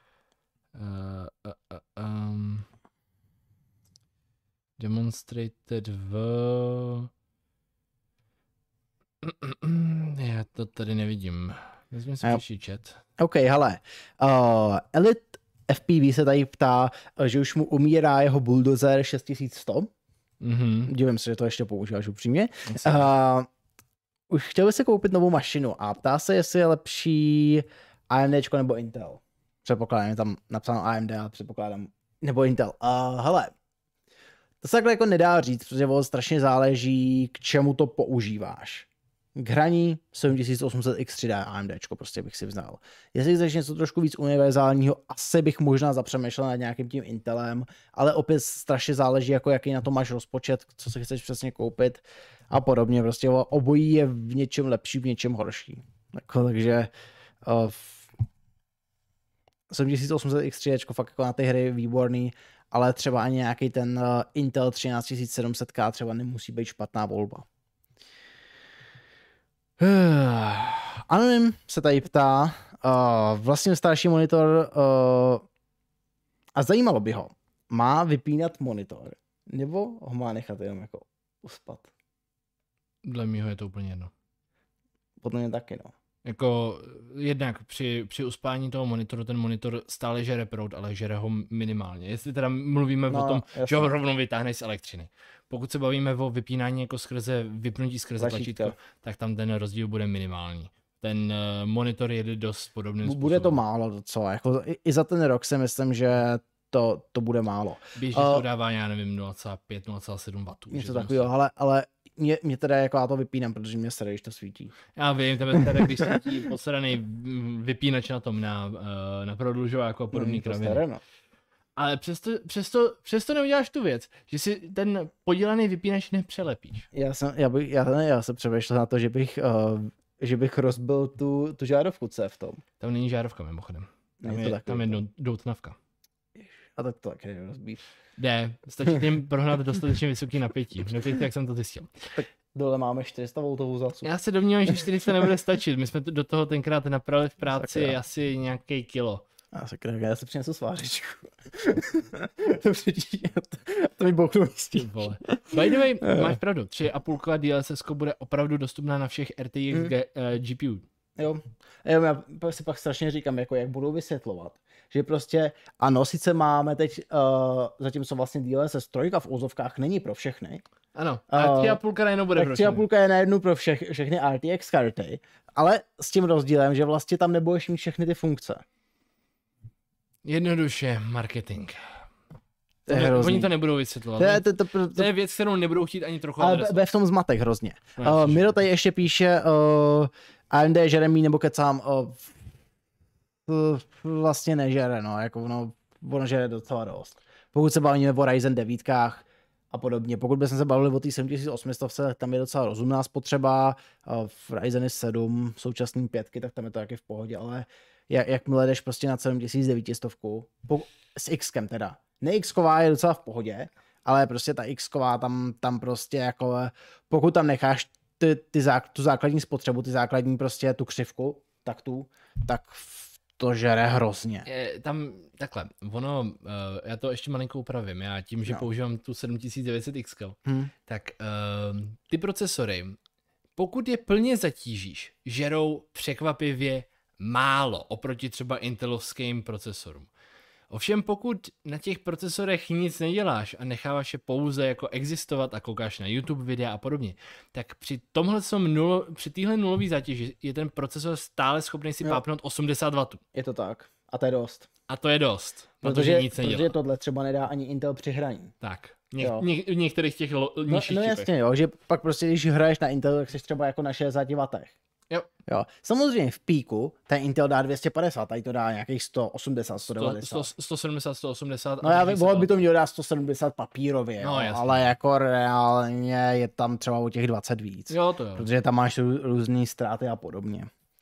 Demonstrated v... Já to tady nevidím. Vezmi si příští chat. OK, hele. Elite FPV se tady ptá, že už mu umírá jeho Bulldozer 6100. Divím se, že to ještě používáš upřímně. Už chtěl by se koupit novou mašinu a ptá se, jestli je lepší AMD nebo Intel. Předpokládám, je tam napsáno AMD a předpokládám, nebo Intel. Hele, to se takhle jako nedá říct, protože strašně záleží, k čemu to používáš. K hraní 7800 X3D AMD, prostě bych si vzal. Jestli chceš něco trošku víc univerzálního, asi bych možná zapřemýšlel nad nějakým tím Intelem, ale opět strašně záleží, jako jaký na to máš rozpočet, co si chceš přesně koupit a podobně. Prostě obojí je v něčem lepší, v něčem horší. Takže 7800 X3D fakt jako na ty hry výborný, ale třeba ani nějaký ten Intel 13700K třeba nemusí být špatná volba. Anonym se tady ptá, vlastně starší monitor a zajímalo by ho, má vypínat monitor, nebo ho má nechat jenom jako uspat? Dle mýho je to úplně jedno. Podle mě taky, no. Jako jednak při uspání toho monitoru, ten monitor stále žere proud, ale žere ho minimálně. Jestli teda mluvíme o tom, jasný, že ho rovnou vytáhneš z elektřiny. Pokud se bavíme o vypínání jako vypnutí skrze tlačítko, tak tam ten rozdíl bude minimální. Ten monitor jede dost podobným způsobem. Bude to málo docela. Jako i za ten rok si myslím, že to bude málo. Běžně to dává, já nevím, 0,5, 0,7 W. Něco takového, ale mě teda jako já to vypínám, protože mě sere, když to svítí. Já vím, tebe sere, když svítí posraný vypínač na tom, na prodlužováku a podobný kraviny. No. Ale přesto neuděláš tu věc, že si ten podělaný vypínač nepřelepíš. Já se přemýšlel na to, že bych rozbil tu žárovku, co je v tom. Tam není žárovka mimochodem. Tam je doutnavka. A tak to taky nerozbít. Jde, stačí tím prohnat dostatečně vysoký napětí. Nepětí, jak jsem to zjistil. Tak dole máme 400 voltovou zásobu. Já se domnívám, že 400 nebude stačit. My jsme do toho tenkrát napravili v práci asi nějaký kilo. Já se přinesu svářičku. to mi bouchnu místí. By the way, máš pravdu. 3,5 DLSS bude opravdu dostupná na všech RTX GPU. Jo, já si pak strašně říkám, jako jak budou vysvětlovat. Že prostě, ano, sice máme teď, zatímco vlastně DLSS 3 v úzovkách není pro všechny. Ano, a 3,5 najednou bude pro všechny. 3,5 je najednou pro všechny RTX karty, ale s tím rozdílem, že vlastně tam nebudeš mít všechny ty funkce. Jednoduše marketing. Oni to nebudou vysvětlovat. To je věc, kterou nebudou chtít ani trochu adresovat. Ale v tom zmatek hrozně. Miro tady ještě píše AMD žeremí nebo kecám vlastně nežere, no, jako ono žere docela dost. Pokud se bavíme o Ryzen 9 a podobně, pokud bychom se bavili o té 7800, tam je docela rozumná spotřeba, v Ryzen 7 současný 5, tak tam je to taky v pohodě, ale jakmile jdeš prostě na 7900, s X-kem teda. Ne X-ková je docela v pohodě, ale prostě ta X-ková tam prostě jako, pokud tam necháš tu základní spotřebu, ty základní prostě tu křivku, tak to žere hrozně. Tam takhle, já to ještě malinko upravím, já tím, že používám tu 7900X, tak ty procesory, pokud je plně zatížíš, žerou překvapivě málo oproti třeba intelovským procesorům. Ovšem pokud na těch procesorech nic neděláš a necháváš je pouze jako existovat a koukáš na YouTube videa a podobně, tak při téhle nulové zátěži je ten procesor stále schopný si pápnout 80 W. Je to tak. A to je dost. A to je dost, protože nic nedělá. Protože tohle třeba nedá ani Intel při hraní. Tak. V některých těch nižších No jasně, jo, že pak prostě, když hraješ na Intel, tak jsi třeba jako na 60 W. Jo. Samozřejmě v píku ten Intel dá 250, tady to dá nějakých 180, 190. 170, 180. No já vím, by to mělo dát 170 papírově, no, jo, ale jako reálně je tam třeba o těch 20 víc. Jo, to jo. Protože tam máš různý ztráty a podobně.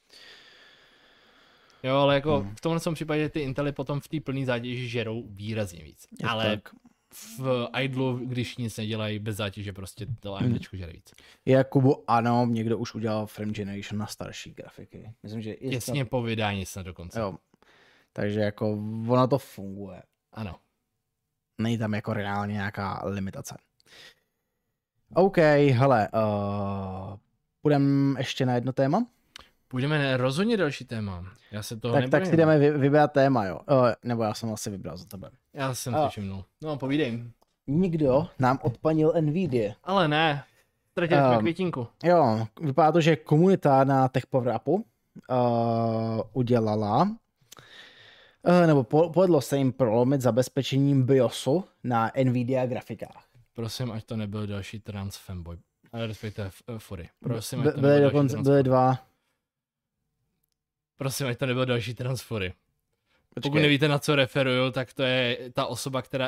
Jo, ale jako v tomhle případě ty Intely potom v té plné zátěži žerou výrazně víc. Je ale tak. v idlu, když nic nedělají bez zátěže, prostě to AMDčko žere víc. Jakubu, ano, někdo už udělal Frame Generation na starší grafiky. Myslím, že Jasně po vydání snad dokonce. Jo. Takže jako ono to funguje. Ano. Není tam jako reálně nějaká limitace. OK, hele, půjdeme ještě na jedno téma? Půjdeme rozhodně další téma. Já se toho Tak si jdeme vybrat téma, jo. Nebo já jsem asi vybral za tebe. Já jsem to všimnul. No, povídej. Nikdo nám odpanil Nvidia. Ale ne. Ztratili jsme květinku. Jo, vypadá to, že komunita na TechPowerUpu udělala, nebo povedlo se jim prolomit zabezpečením BIOSu na Nvidia grafikách. Prosím, ať to nebyl další trans fanboy. Ale respektive Fury. Prosím, ať to byly dva. Prosím, ať to nebyl další transfory. Pokud nevíte, na co referuju, tak to je ta osoba, která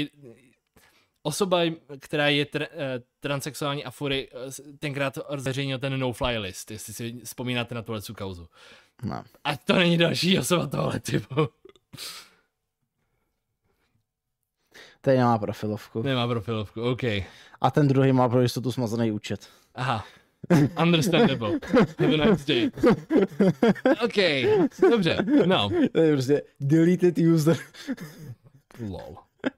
je transsexuální a Fury tenkrát zveřejnil ten no-fly list, jestli si vzpomínáte na tuhle kauzu. No. Ať to není další osoba tohle typu. Tady nemá profilovku. Nemá profilovku, OK. A ten druhý má pro jistotu smazaný účet. Aha. Understandable. Have a nice day. OK, dobře, no. To je prostě deleted user. Lol.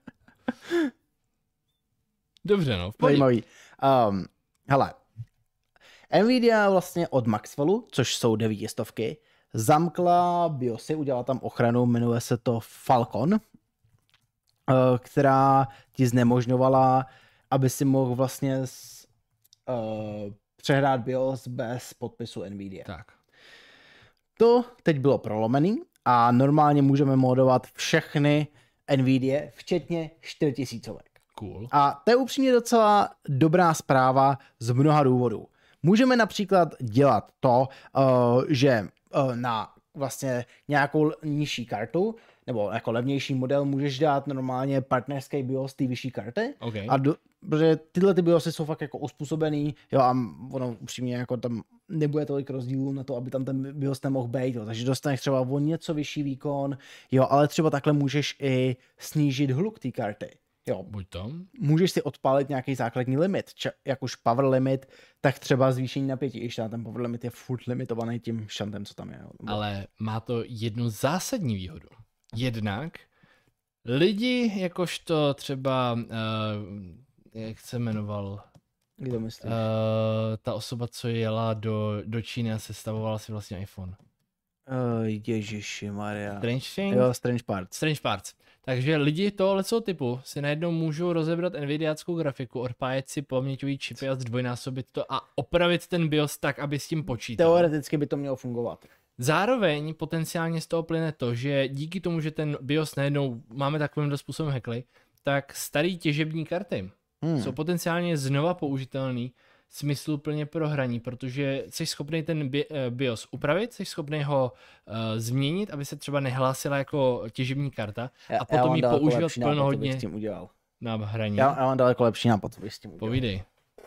Dobře, no. V pohodě. Zajímavý. Hele, Nvidia vlastně od Maxwellu, což jsou 900, zamkla BIOSy, udělala tam ochranu, jmenuje se to Falcon, která ti znemožňovala, aby si mohl vlastně přehrát BIOS bez podpisu Nvidia. Tak. To teď bylo prolomený a normálně můžeme modovat všechny Nvidia, včetně 4000. Cool. A to je upřímně docela dobrá zpráva z mnoha důvodů. Můžeme například dělat to, že na vlastně nějakou nižší kartu, nebo jako levnější model, můžeš dát normálně partnerský BIOS té vyšší karty. Okay. Protože tyhle ty BIOSy jsou fakt jako uspůsobený, jo, a ono upřímně jako tam nebude tolik rozdílů na to, aby tam ten BIOS nemohl být, jo, takže dostaneš třeba o něco vyšší výkon, jo, ale třeba takhle můžeš i snížit hluk té karty. Jo, buď to. Můžeš si odpálit nějaký základní limit, jak už power limit, tak třeba zvýšení napětí, i ten power limit je furt limitovaný tím šantem, co tam je. Jo. Ale má to jednu zásadní výhodu. Jednak lidi, jakožto třeba, jak se jmenoval, Kdy to myslíš? ta osoba, co jela do Číny a sestavovala si vlastně iPhone. Ježišimaria. Strange Things? Jo, Strange Parts. Strange Parts. Takže lidi tohoto typu si najednou můžou rozebrat NVIDIáckou grafiku, odpájet si paměťový čipy a zdvojnásobit to a opravit ten BIOS tak, aby s tím počítal. Teoreticky by to mělo fungovat. Zároveň potenciálně z toho plyne to, že díky tomu, že ten BIOS najednou máme takovýmhle způsobem hackli, tak starý těžební karty jsou potenciálně znova použitelný smysluplně pro hraní, protože jsi schopný ten BIOS upravit, jsi schopný ho změnit, aby se třeba nehlásila jako těžební karta a potom ji používat plnohodně na hraní. Já mám daleko lepší nápad, co bych s tím udělal. Povídej.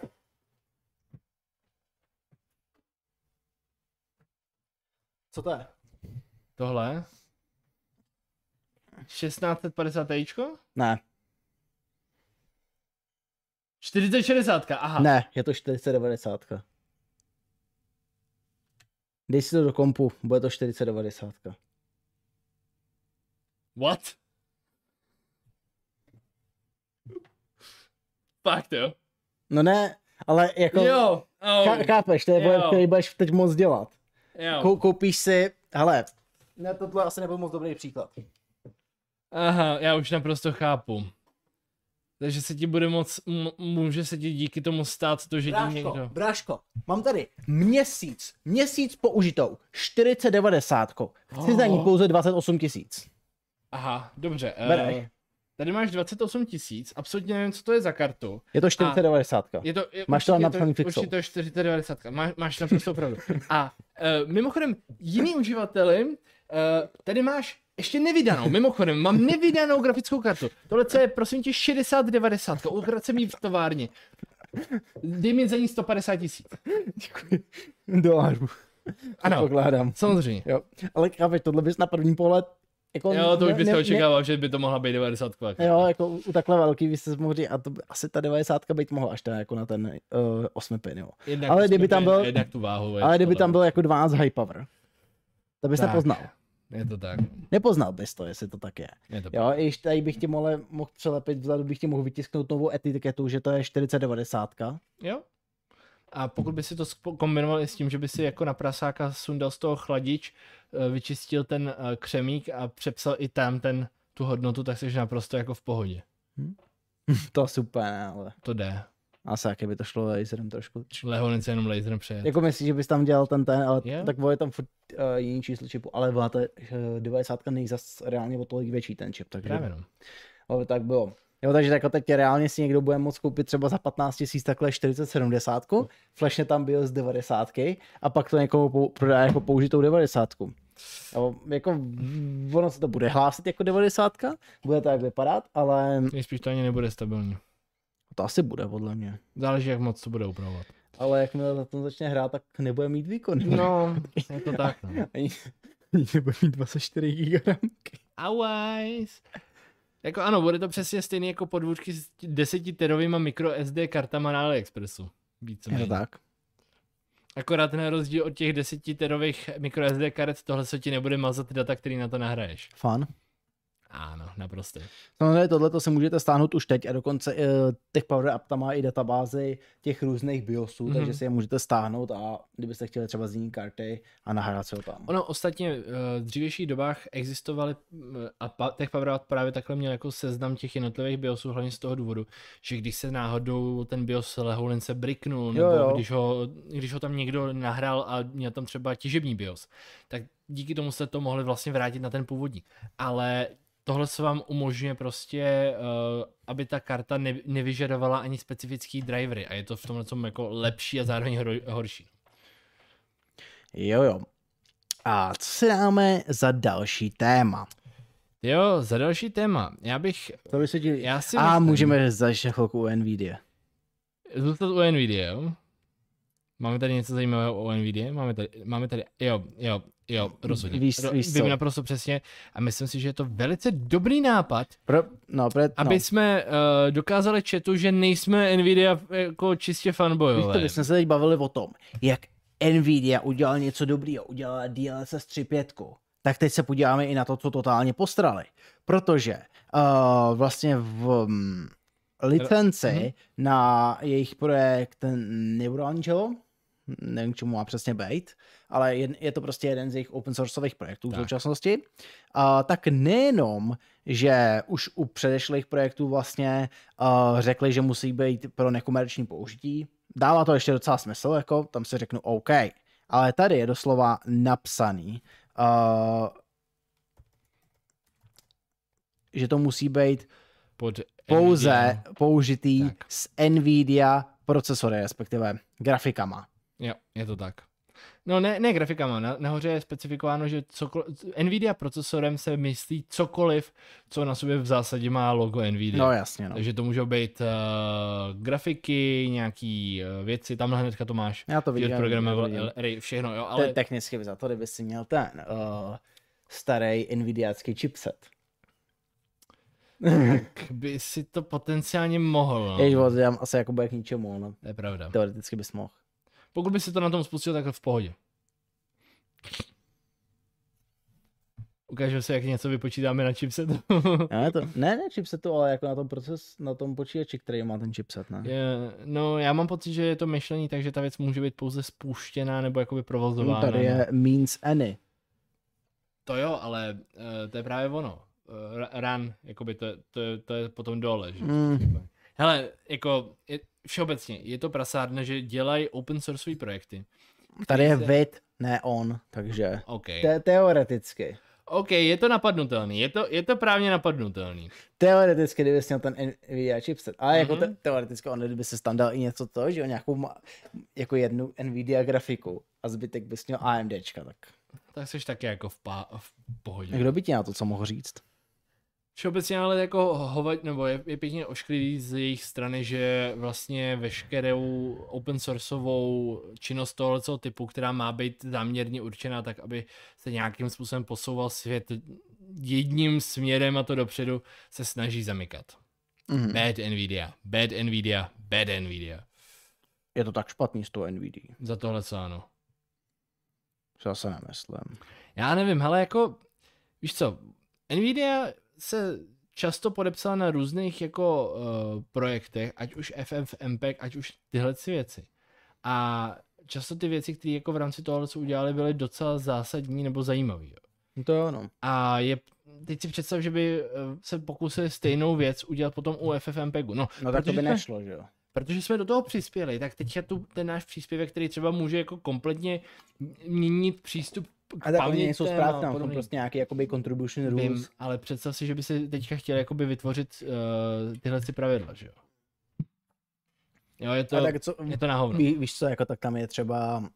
Co to je? Tohle? 1650 Tičko? Ne. 4060, aha. Ne, je to 4090. Dej si to do kompu, bude to 4090. What? Fakt jo? No ne, ale jako... Jo. Chápeš, to je boj, který budeš teď moc dělat. Jo. Koupíš si, hele, ne, tohle asi nebyl moc dobrý příklad. Aha, já už naprosto chápu. Takže se ti bude může se ti díky tomu stát to, že ti někdo... Bráško, mám tady měsíc použitou, 4090. Chci za ní pouze 28 000. Aha, dobře. Bereš. Tady máš 28 000, absolutně nevím, co to je za kartu. Je to 4090. Máš to tam napsaný fixou. Určitě to je 4090, máš naprosto pravdu. A mimochodem, jiný uživateli, tady máš ještě nevydanou, mimochodem, mám nevydanou grafickou kartu. Tohle co je, prosím tě, 6090, ukradl jsem ji v továrně. Dej mi za ní 150 000. Děkuji. $. Ano, pokládám. samozřejmě. Jo. Ale chápeš, tohle bys na první pohled jako Jo, to už byste očekával, že by to mohla být 90. Jo, jako u takhle velký vy jste mohl říct, a to by asi ta 90 být mohla až teda jako na ten 8 pin, jo. Jednak ale kdyby tam byl, jednak tu váhu, ale kdyby tam byl jako 12 high power, to bys tak, nepoznal. Je to tak. Nepoznal bys to, jestli to tak je. Jo, i když tady bych ti mohl přelepit, vzadu bych ti mohl vytisknout novou etiketu, že to je 4090. Jo. A pokud by si to kombinoval i s tím, že by si jako na prasáka sundal z toho chladič, vyčistil ten křemík a přepsal i tam tu hodnotu, tak jsi naprosto jako v pohodě. To super, ne, ale... To jde. Asi jaké by to šlo laserem trošku. Lehonice jenom laserem přejet. Jako myslíš, že bys tam dělal ten, ale yeah. tak je tam furt jiný číslo čipu, ale byla ta 90 není zas reálně o tolik větší ten čip, takže... Právě no. Ale tak bylo. Jo, takže jako teď reálně si někdo bude moct koupit třeba za 15 000 takhle 4070, flashne tam BIOS 90 a pak to někomu prodá jako použitou 90. Jo, jako ono se to bude hlásit jako 90, bude to jak vypadat, ale... Nejspíš to ani nebude stabilní. To asi bude, podle mě. Záleží, jak moc to bude upravovat. Ale jakmile na tom začne hrát, tak nebude mít výkon. No, je to tak. No. Ani nebude mít 24 GB ramky. Awajs. Jako ano, bude to přesně stejný jako podvůdky s 10 terovýma micro SD kartama na AliExpressu. Je to tak. Akorát na rozdíl od těch 10 terových micro SD karet, tohle se ti nebude mazat data, který na to nahraješ. Fun. Ano, naprosto. Samozřejmě tohleto si můžete stáhnout už teď a dokonce těch Power Up tam má i databázy těch různých BIOSů, takže si je můžete stáhnout a kdybyste chtěli třeba z jiný karty a nahrát se ho tam. Ono ostatně v dřívějších dobách existovaly a těch Power Up právě takhle měl jako seznam těch jednotlivých BIOSů, hlavně z toho důvodu, že když se náhodou ten BIOS lehoulince briknul, nebo jo. Když ho tam někdo nahrál a měl tam třeba těžební BIOS, tak díky tomu se to mohli vlastně vrátit na ten původní. Ale tohle se vám umožňuje prostě, aby ta karta nevyžadovala ani specifický drivery a je to v tomhle jako lepší a zároveň horší. Jo. A co si dáme za další téma? Jo, za další téma. Můžeme začít chvilku u NVIDIA. Zůstat u NVIDIA, jo? Máme tady něco zajímavého o NVIDIA? Máme tady, jo, rozhodně. Vím naprosto přesně a myslím si, že je to velice dobrý nápad, aby jsme dokázali chatu, že nejsme NVIDIA jako čistě fanboyové. My jsme se teď bavili o tom, jak NVIDIA udělal něco dobrýho, udělala DLSS 3.5. Tak teď se podíváme i na to, co totálně postrali. Protože vlastně v licenci na jejich projekt Neurální čelo, nevím, k čemu má přesně být, ale je to prostě jeden z jejich open sourceových projektů v současnosti. Tak nejenom, že už u předešlých projektů vlastně řekli, že musí být pro nekomerční použití, dává to ještě docela smysl, jako tam si řeknu OK, ale tady je doslova napsaný, že to musí být pouze použitý s NVIDIA procesory, respektive grafikama. Jo, je to tak. No ne grafikama, nahoře je specifikováno, že NVIDIA procesorem se myslí cokoliv, co na sobě v zásadě má logo NVIDIA. No jasně, no. Takže to můžou být grafiky, nějaký věci, tamhle hnedka to máš. Já to vidím. Všechno, jo, ale... Technicky za to, kdyby si měl ten starý NVIDIácký chipset. Tak by si to potenciálně mohl. No. Jež dám asi jako bude k ničemu, no. To je pravda. Teoreticky bys mohl. Pokud by si to na tom spustil, tak v pohodě. Ukážu se, jak něco vypočítáme na chipsetu. ne chipsetu, ale jako na tom počítači, který má ten chipset, ne? No, já mám pocit, že je to myšlení, takže ta věc může být pouze spuštěná nebo jakoby provozována. Tady je means any. To jo, ale to je právě ono. Run, jakoby to je potom dole, že? Hele, jako všeobecně, je to prasárna, že dělají open sourceové projekty. Tady je vid, ne on, takže okay. Teoreticky. OK, je to napadnutelný, je to právně napadnutelný. Teoreticky, kdyby jsi měl ten Nvidia chipset, ale jako teoreticky on kdyby se tam dal i něco to, že jo, nějakou jako jednu Nvidia grafiku a zbytek bys měl AMDčka, tak. Tak jsi taky jako v pohodě. Kdo by ti na to co mohl říct? Všeobecně ale jako nebo je pěkně ošklivý z jejich strany, že vlastně veškerou open sourceovou činnost tohoto typu, která má být záměrně určená tak, aby se nějakým způsobem posouval svět jedním směrem a to dopředu, se snaží zamykat. Bad Nvidia, bad Nvidia, bad Nvidia. Je to tak špatný s tou Nvidia? Za tohle co ano. Zase nemyslím. Já nevím, hele jako, víš co, Nvidia se často podepsala na různých jako projektech, ať už FFmpeg, ať už tyhle věci. A často ty věci, které jako v rámci tohohle co udělali, byly docela zásadní nebo zajímavé. To jo, no. A teď si představ, že by se pokusili stejnou věc udělat potom u FFmpegu. No tak to by nešlo, že jo. Protože jsme do toho přispěli, tak teď je tu ten náš příspěvek, který třeba může jako kompletně měnit přístup a tak oni nejsou správně, tam prostě nějaký jakoby contribution rules. Vím, ale představ si, že by si teďka chtěli jakoby vytvořit tyhle si pravidla, že jo? Jo, je to na hovno. Víš co, jako tak tam je třeba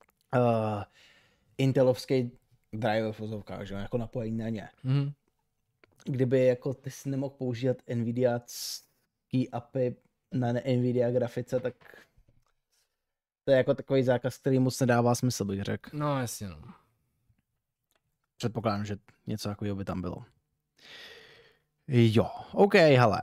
Intelovský drive v vozovkách, že jo, jako napojení na ně. Kdyby jako ty si nemohl používat Nvidia-ský API na Nvidia grafice, tak to je jako takový zákaz, který moc nedává smysl, bych řekl. No jasně, no. Předpokládám, že něco takového by tam bylo. Jo, OK, hele.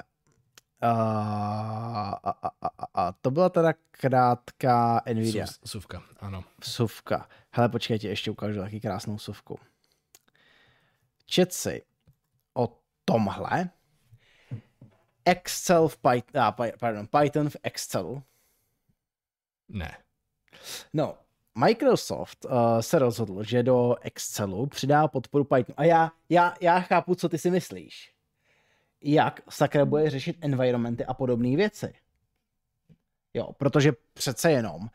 To byla teda krátká Nvidia. Suvka, ano. Suvka. Hele, počkej, ti ještě ukážu taky krásnou suvku. Čet si o tomhle. Excel v Python v Excelu. Ne. No, Microsoft se rozhodl, že do Excelu přidá podporu Pythonu. A já chápu, co ty si myslíš. Jak sakra bude řešit environmenty a podobné věci. Jo, protože přece jenom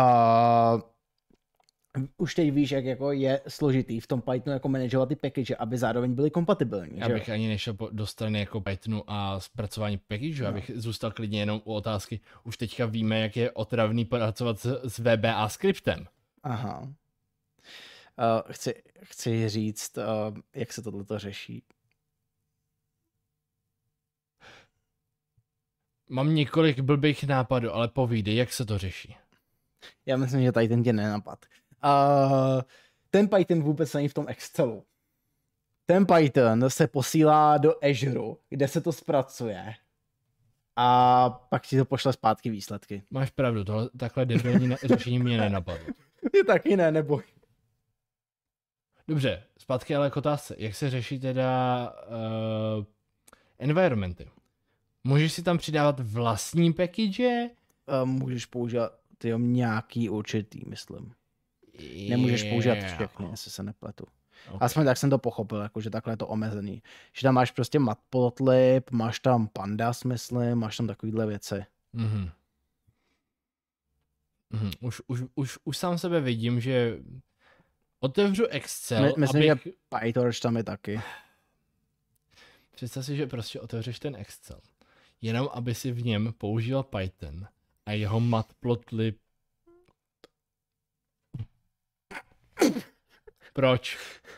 už teď víš, jak jako je složitý v tom Pythonu jako manažovat ty package, aby zároveň byly kompatibilní. Já bych ani nešel do strany jako Pythonu a zpracování package, abych zůstal klidně jenom u otázky. Už teďka víme, jak je otravný pracovat s VBA skriptem. Aha. Chci říct, jak se tohleto řeší. Mám několik blbých nápadů, ale povídej, jak se to řeší. Já myslím, že tady ten tě nenapad. Ten Python vůbec není v tom Excelu. Ten Python se posílá do Azure, kde se to zpracuje a pak ti to pošle zpátky výsledky. Máš pravdu, takhle debilní řešení mě nenapadlo. Je taky ne, neboj. Dobře, zpátky ale k otázce. Jak se řeší teda environmenty? Můžeš si tam přidávat vlastní package? Můžeš používat nějaký určitý, myslím. Nemůžeš používat všechny, jestli se nepletu. Okay. Aspoň tak jsem to pochopil, jako, že takhle je to omezený. Že tam máš prostě matplotlib, máš tam pandas, myslím, máš tam takovýhle věci. Už sám sebe vidím, že otevřu Excel, myslím, že PyTorch tam je taky. Představ si, že prostě otevřeš ten Excel, jenom aby si v něm používal Python a jeho matplotlib. Proč?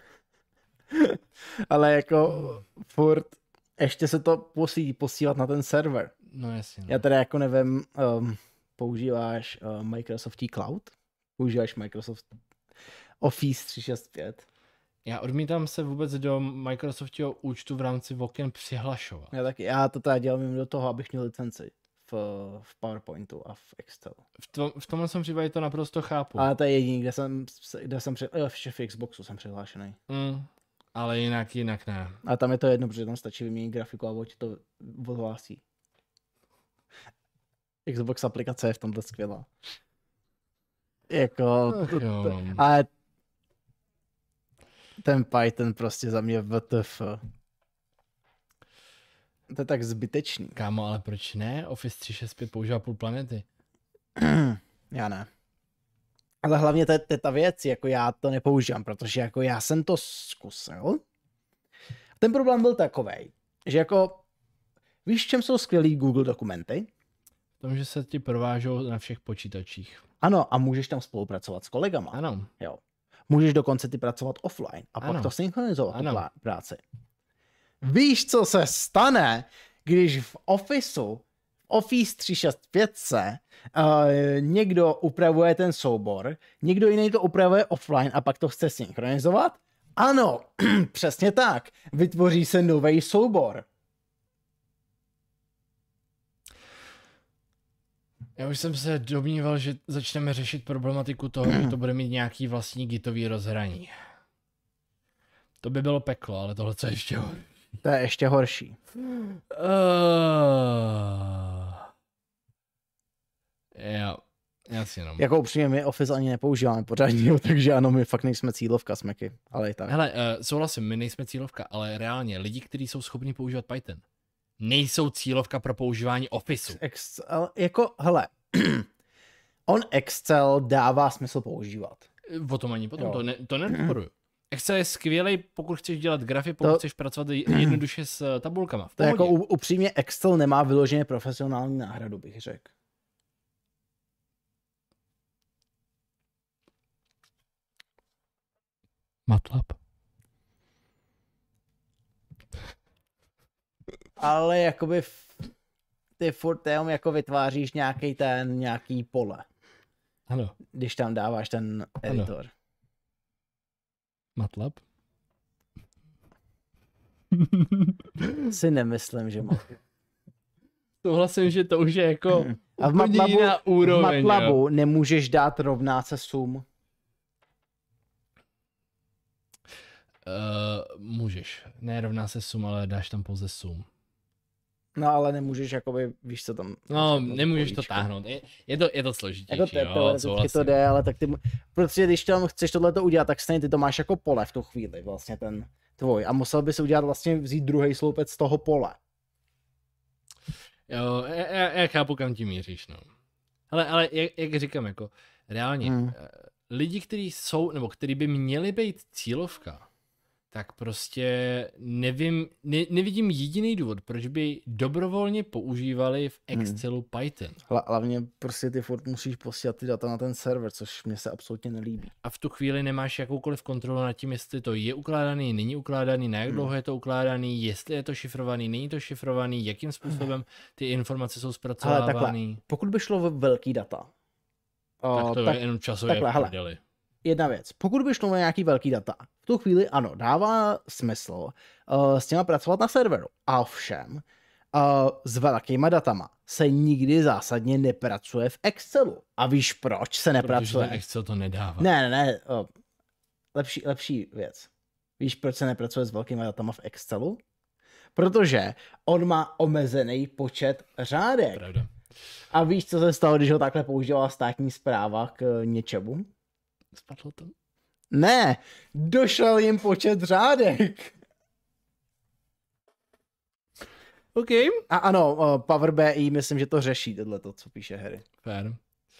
Ale jako furt ještě se to posílat na ten server. No jasně. No. Já teda jako nevím, používáš Microsoft Cloud? Používáš Microsoft Office 365? Já odmítám se vůbec do Microsoftového účtu v rámci Voken přihlašovat. Já to teda dělám do toho, abych měl licenci v PowerPointu a v Excelu. V tomhle jsem případě to naprosto chápu. Ale to je jediný, kde jsem v Xboxu jsem přihlášený. Ale jinak ne. A tam je to jedno, protože tam stačí vyměnit grafiku a on ti to odhlásí. Xbox aplikace je v tomhle skvělá. Jako... Ale ten Python prostě za mě WTF. To je tak zbytečný. Kámo, ale proč ne? Office 365 používá půl planety. Já ne. Ale hlavně to je ta věc, jako já to nepoužívám, protože jako já jsem to zkusil. Ten problém byl takovej, že jako víš, v čem jsou skvělý Google dokumenty? V tom, že se ti provážou na všech počítačích. Ano, a můžeš tam spolupracovat s kolegama. Ano. Jo. Můžeš dokonce ty pracovat offline a Ano. pak to synchronizovat, tu Ano. práci. Víš, co se stane, když v Office 365 někdo upravuje ten soubor, někdo jiný to upravuje offline a pak to chce synchronizovat? Ano, přesně tak. Vytvoří se nový soubor. Já už jsem se domníval, že začneme řešit problematiku toho, že to bude mít nějaký vlastní gitový rozhraní. To by bylo peklo, ale tohle co ještě horší. To je ještě horší. Já si jenom. Jako upřímně, my Office ani nepoužíváme pořádně, takže ano, my fakt nejsme cílovka s Macy, ale i tak. Hele, souhlasím, my nejsme cílovka, ale reálně lidi, kteří jsou schopni používat Python, nejsou cílovka pro používání Officeu. Excel, jako, hele, on Excel dává smysl používat. O tom ani potom, Jo. to nepodporuju. Excel je skvělý, pokud chceš dělat grafy, pokud chceš pracovat jednoduše s tabulkama. V To je jako pohodě. upřímně Excel nemá vyloženě profesionální náhradu, bych řekl. MATLAB. Ale jakoby ty furt jenom jako vytváříš nějaký pole, Ano, když tam dáváš ten editor. MATLAB. Si nemyslím, že má. Souhlasím, že to už je jako A v úplně jiná úroveň. MATLABu nemůžeš dát rovnát se sum. Můžeš. Ne rovná se sum, ale dáš tam pouze sum. No ale nemůžeš, jakoby, víš co tam. No, prostě nemůžeš to políčko. táhnout. Je to složitější, Jako jo, teoreticky souhlasím. to jde, ale tak ty, protože když tam chceš tohleto udělat, tak stejně ty to máš jako pole v tu chvíli, vlastně ten tvoj. A musel bys udělat vlastně vzít druhý sloupec z toho pole. Jo, já chápu, kam tím míříš, no. Ale jak říkám, jako reálně, lidi, kteří jsou, nebo kteří by měli být cílovka, tak prostě nevidím jediný důvod, proč by dobrovolně používali v Excelu Python. Hlavně prostě ty furt musíš posílat ty data na ten server, což mě se absolutně nelíbí. A v tu chvíli nemáš jakoukoliv kontrolu nad tím, jestli to je ukládaný, není ukládaný, na jak dlouho je to ukládaný, jestli je to šifrovaný, není to šifrovaný, jakým způsobem ty informace jsou Ale zpracovávány. takhle, pokud by šlo o velký data, Tak to je jenom časově takhle, v hele. prdeli. Jedna věc, pokud by šlo na nějaký velký data, v tu chvíli ano, dává smysl s těma pracovat na serveru. A ovšem, s velkýma datama se nikdy zásadně nepracuje v Excelu. A víš, proč se nepracuje? Protože Excel to nedává. Ne, lepší věc. Víš, proč se nepracuje s velkýma datama v Excelu? Protože on má omezený počet řádek. Pravda. A víš, co se stalo, když ho takhle používala státní správa k něčemu? Spadlo to? Ne, došel jim počet řádek. OK. A ano, Power BI, myslím, že to řeší, tohleto, co píše Harry. Fair.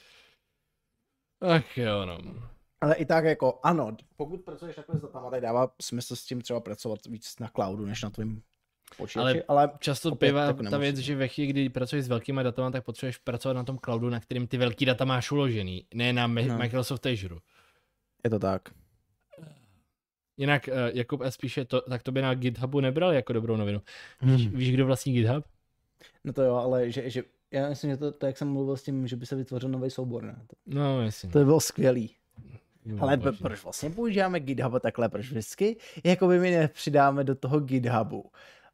Ach jo, no. Ale i tak jako, ano, pokud pracuješ takhle s datama, tak dává smysl s tím třeba pracovat víc na cloudu, než na tvým počítači, ale Často opět bývá tak ta nemusí. věc, že ve chvíli, kdy pracuješ s velkýma datama, tak potřebuješ pracovat na tom cloudu, na kterým ty velký data máš uložený, ne na Microsoft Azure. Je to tak. Jinak Jakub S. píše, tak to by na GitHubu nebral jako dobrou novinu. Víš, kdo vlastní GitHub? No to jo, ale že já myslím, že to jak jsem mluvil s tím, že by se vytvořil nový soubor, ne? No, jasně. To by bylo skvělý. Ale Bože. proč vlastně používáme GitHub takhle, proč vždycky? Jako by my nepřidáme do toho GitHubu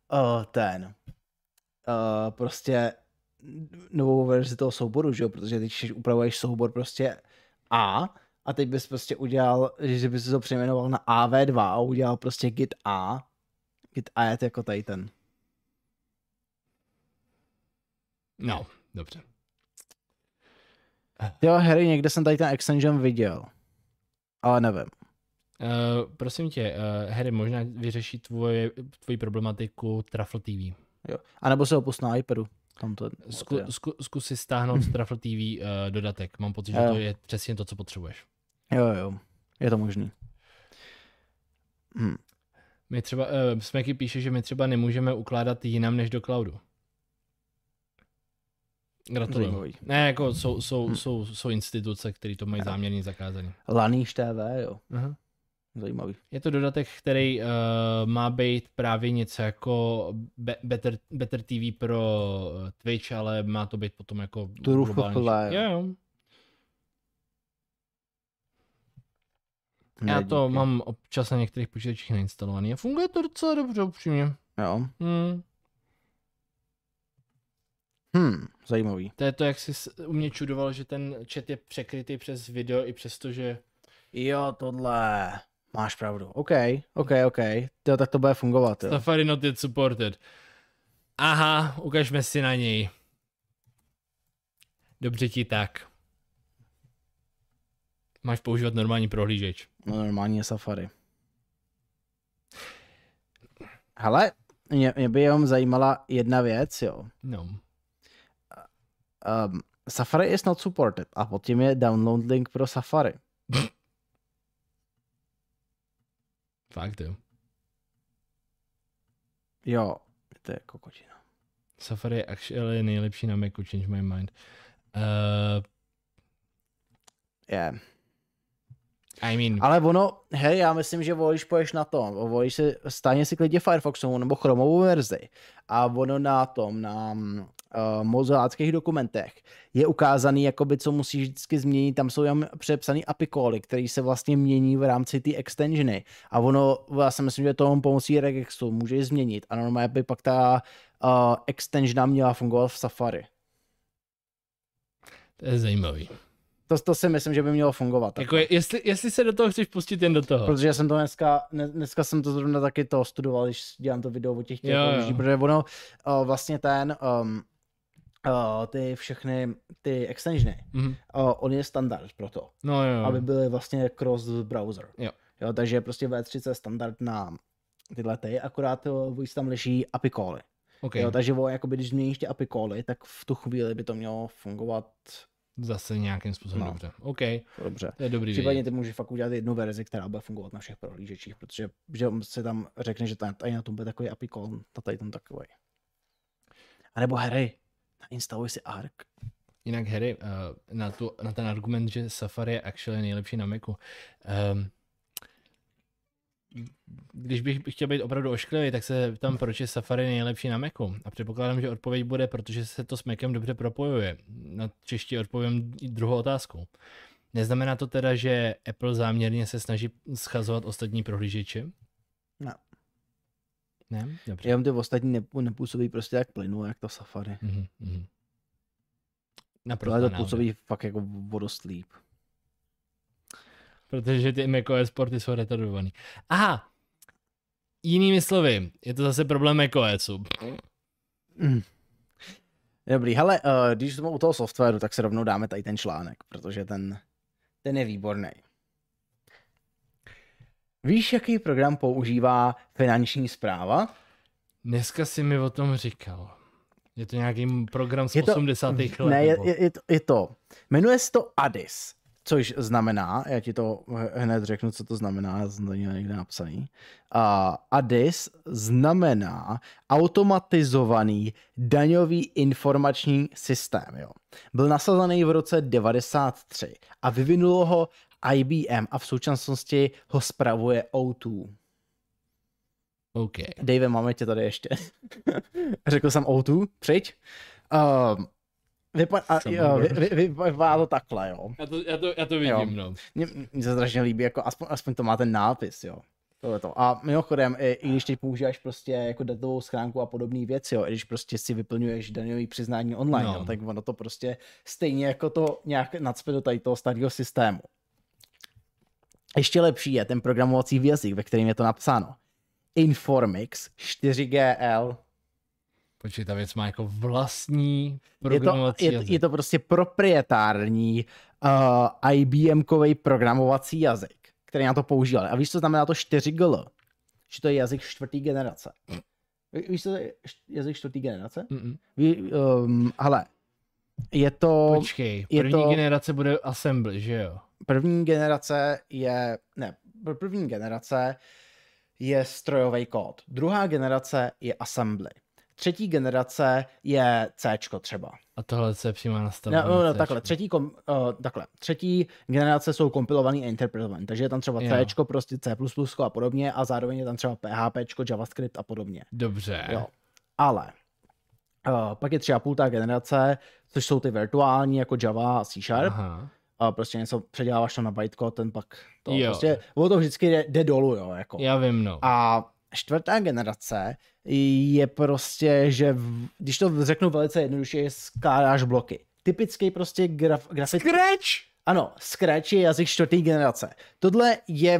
prostě novou verzi toho souboru, že jo? Protože teď upravuješ soubor prostě a teď bys prostě udělal, že bys to přejmenoval na AV2 a udělal prostě Git A. Git A je to jako tady ten. No, dobře. Jo, Harry, někde jsem tady ten extension viděl. Ale nevím. Prosím tě, Harry, možná vyřeší tvoji problematiku Truffle TV. Jo. A nebo se ho pust na iPadu. Tam to, Zkus si stáhnout z Truffle TV dodatek. Mám pocit, že to je přesně to, co potřebuješ. Jo, je to možný. My třeba, Smeky píše, že my třeba nemůžeme ukládat jinam než do cloudu. Gratuluju. Ne, jako jsou instituce, které to mají záměrně zakázané. Laníš TV, jo. Aha. Zajímavý. Je to dodatek, který má být právě něco jako Better TV pro Twitch, ale má to být potom jako globální. Jo. Já to mám občas na některých počítačích nainstalovaný a funguje to docela dobře, upřímně. Jo. Zajímavý. To je to, jak jsi u mě čudoval, že ten chat je překrytý přes video i přesto, že... Jo, tohle. Máš pravdu. OK. To, tak to bude fungovat. Jo. Safari not yet supported. Aha, ukažme si na něj. Dobře ti tak. Máš používat normální prohlížeč. No, normální je Safari. Hele, mě by jenom zajímala jedna věc, jo. No. Safari is not supported a pod tím je download link pro Safari. Fakt jo. Jo, to je kokočina. Safari je actually nejlepší na Macu, change my mind. Yeah. I mean... Ale ono, hej, já myslím, že volíš, poješ na tom, volíš si, stáhni si klidně Firefoxovou nebo Chromovou verzi a ono na tom, na moziláckých dokumentech je ukázaný, jakoby, co musíš vždycky změnit, tam jsou jen přepsaný API cally, které se vlastně mění v rámci té extensiony a ono, já si myslím, že to pomocí regexu můžeš změnit a normálně by pak ta extensiona měla fungovat v Safari. To je zajímavý. To si myslím, že by mělo fungovat. Jako jestli se do toho chceš pustit, jen do toho. Protože jsem to dneska jsem to zrovna taky to studoval, když dělám to video o těch jo. Protože ono vlastně ty všechny ty extensiony, on je standard pro to, aby byly vlastně cross browser. Jo, takže prostě V3 je standard na tyhle akorát tam leží API cally. Okay. Jo, takže jakoby, když změníš ty API cally, tak v tu chvíli by to mělo fungovat zase nějakým způsobem dobře. OK. Dobře. To je dobrý. Případně ty můžeš fakt udělat jednu verzi, která bude fungovat na všech prohlížečích, protože že se tam řekne, že tady na tom bude takový API call, tady tam takový. A nebo Harry, instaluj si Arc. Jinak Harry, na ten argument, že Safari je actually nejlepší na Macu. Když bych chtěl být opravdu ošklivý, tak se tam proč je Safari nejlepší na Macu. A předpokládám, že odpověď bude, protože se to s Macem dobře propojuje. Na čeště odpovím druhou otázkou. Neznamená to teda, že Apple záměrně se snaží schazovat ostatní prohlížeče? No. Ne? Dobře. Jenom ty ostatní nepůsobí prostě jak plynu, jak to Safari. Naprosto to působí fakt jako vodoslíp. Protože ty macOS porty jsou retardovaný. Aha, jinými slovy, je to zase problém macOSu. Dobrý, hele, když jsme u toho softwaru, tak se rovnou dáme tady ten článek, protože ten je výborný. Víš, jaký program používá finanční správa? Dneska jsi mi o tom říkal. Je to nějaký program z 80. let? Ne, je to. Jmenuje se to Addis. Což znamená, já ti to hned řeknu, co to znamená, já jsem to někde napsaný. Addis znamená automatizovaný daňový informační systém. Jo. Byl nasazený v roce 1993 a vyvinulo ho IBM a v současnosti ho spravuje O2. OK. Dave, máme tě tady ještě. Řekl jsem O2, přijď. Vypadá to takhle, jo. Já to vidím, jo. Mně se strašně líbí, jako aspoň to má ten nápis, jo. Tohleto. A mimochodem, i když teď používáš prostě jako datovou schránku a podobné věci, jo, i když prostě si vyplňuješ daňový přiznání online, jo, tak ono to prostě stejně jako to nějak nacpe do tady toho starého systému. Ještě lepší je ten programovací jazyk, ve kterém je to napsáno. Informix 4GL. Počkej, ta věc má jako vlastní programovací jazyk. Je to prostě proprietární IBM-kový programovací jazyk, který na to používali. A víš, co znamená to 4GL? Že to je jazyk čtvrtý generace. Víš, co to je jazyk čtvrtý generace? Hele, Je to... Počkej, první generace bude assembly, že jo? První generace je strojový kód. Druhá generace je assembly. Třetí generace je Cčko třeba. A tohle se přímo nastavuje. No, takhle. Třetí generace jsou kompilovaný a interpretovaný. Takže je tam třeba Cčko, prostě C++ a podobně a zároveň je tam třeba PHPčko, JavaScript a podobně. Dobře. Jo. Ale pak je 3,5. generace, což jsou ty virtuální jako Java a C#. Aha. A prostě něco předěláváš to na bytecode, ten pak to prostě, to vždycky jde dolů, jo, jako. Já vím, no. A 4. generace je prostě, že když to řeknu velice jednoduše, skládáš bloky. Typický prostě grafický... Scratch! Ano, Scratch je jazyk 4. generace. Tohle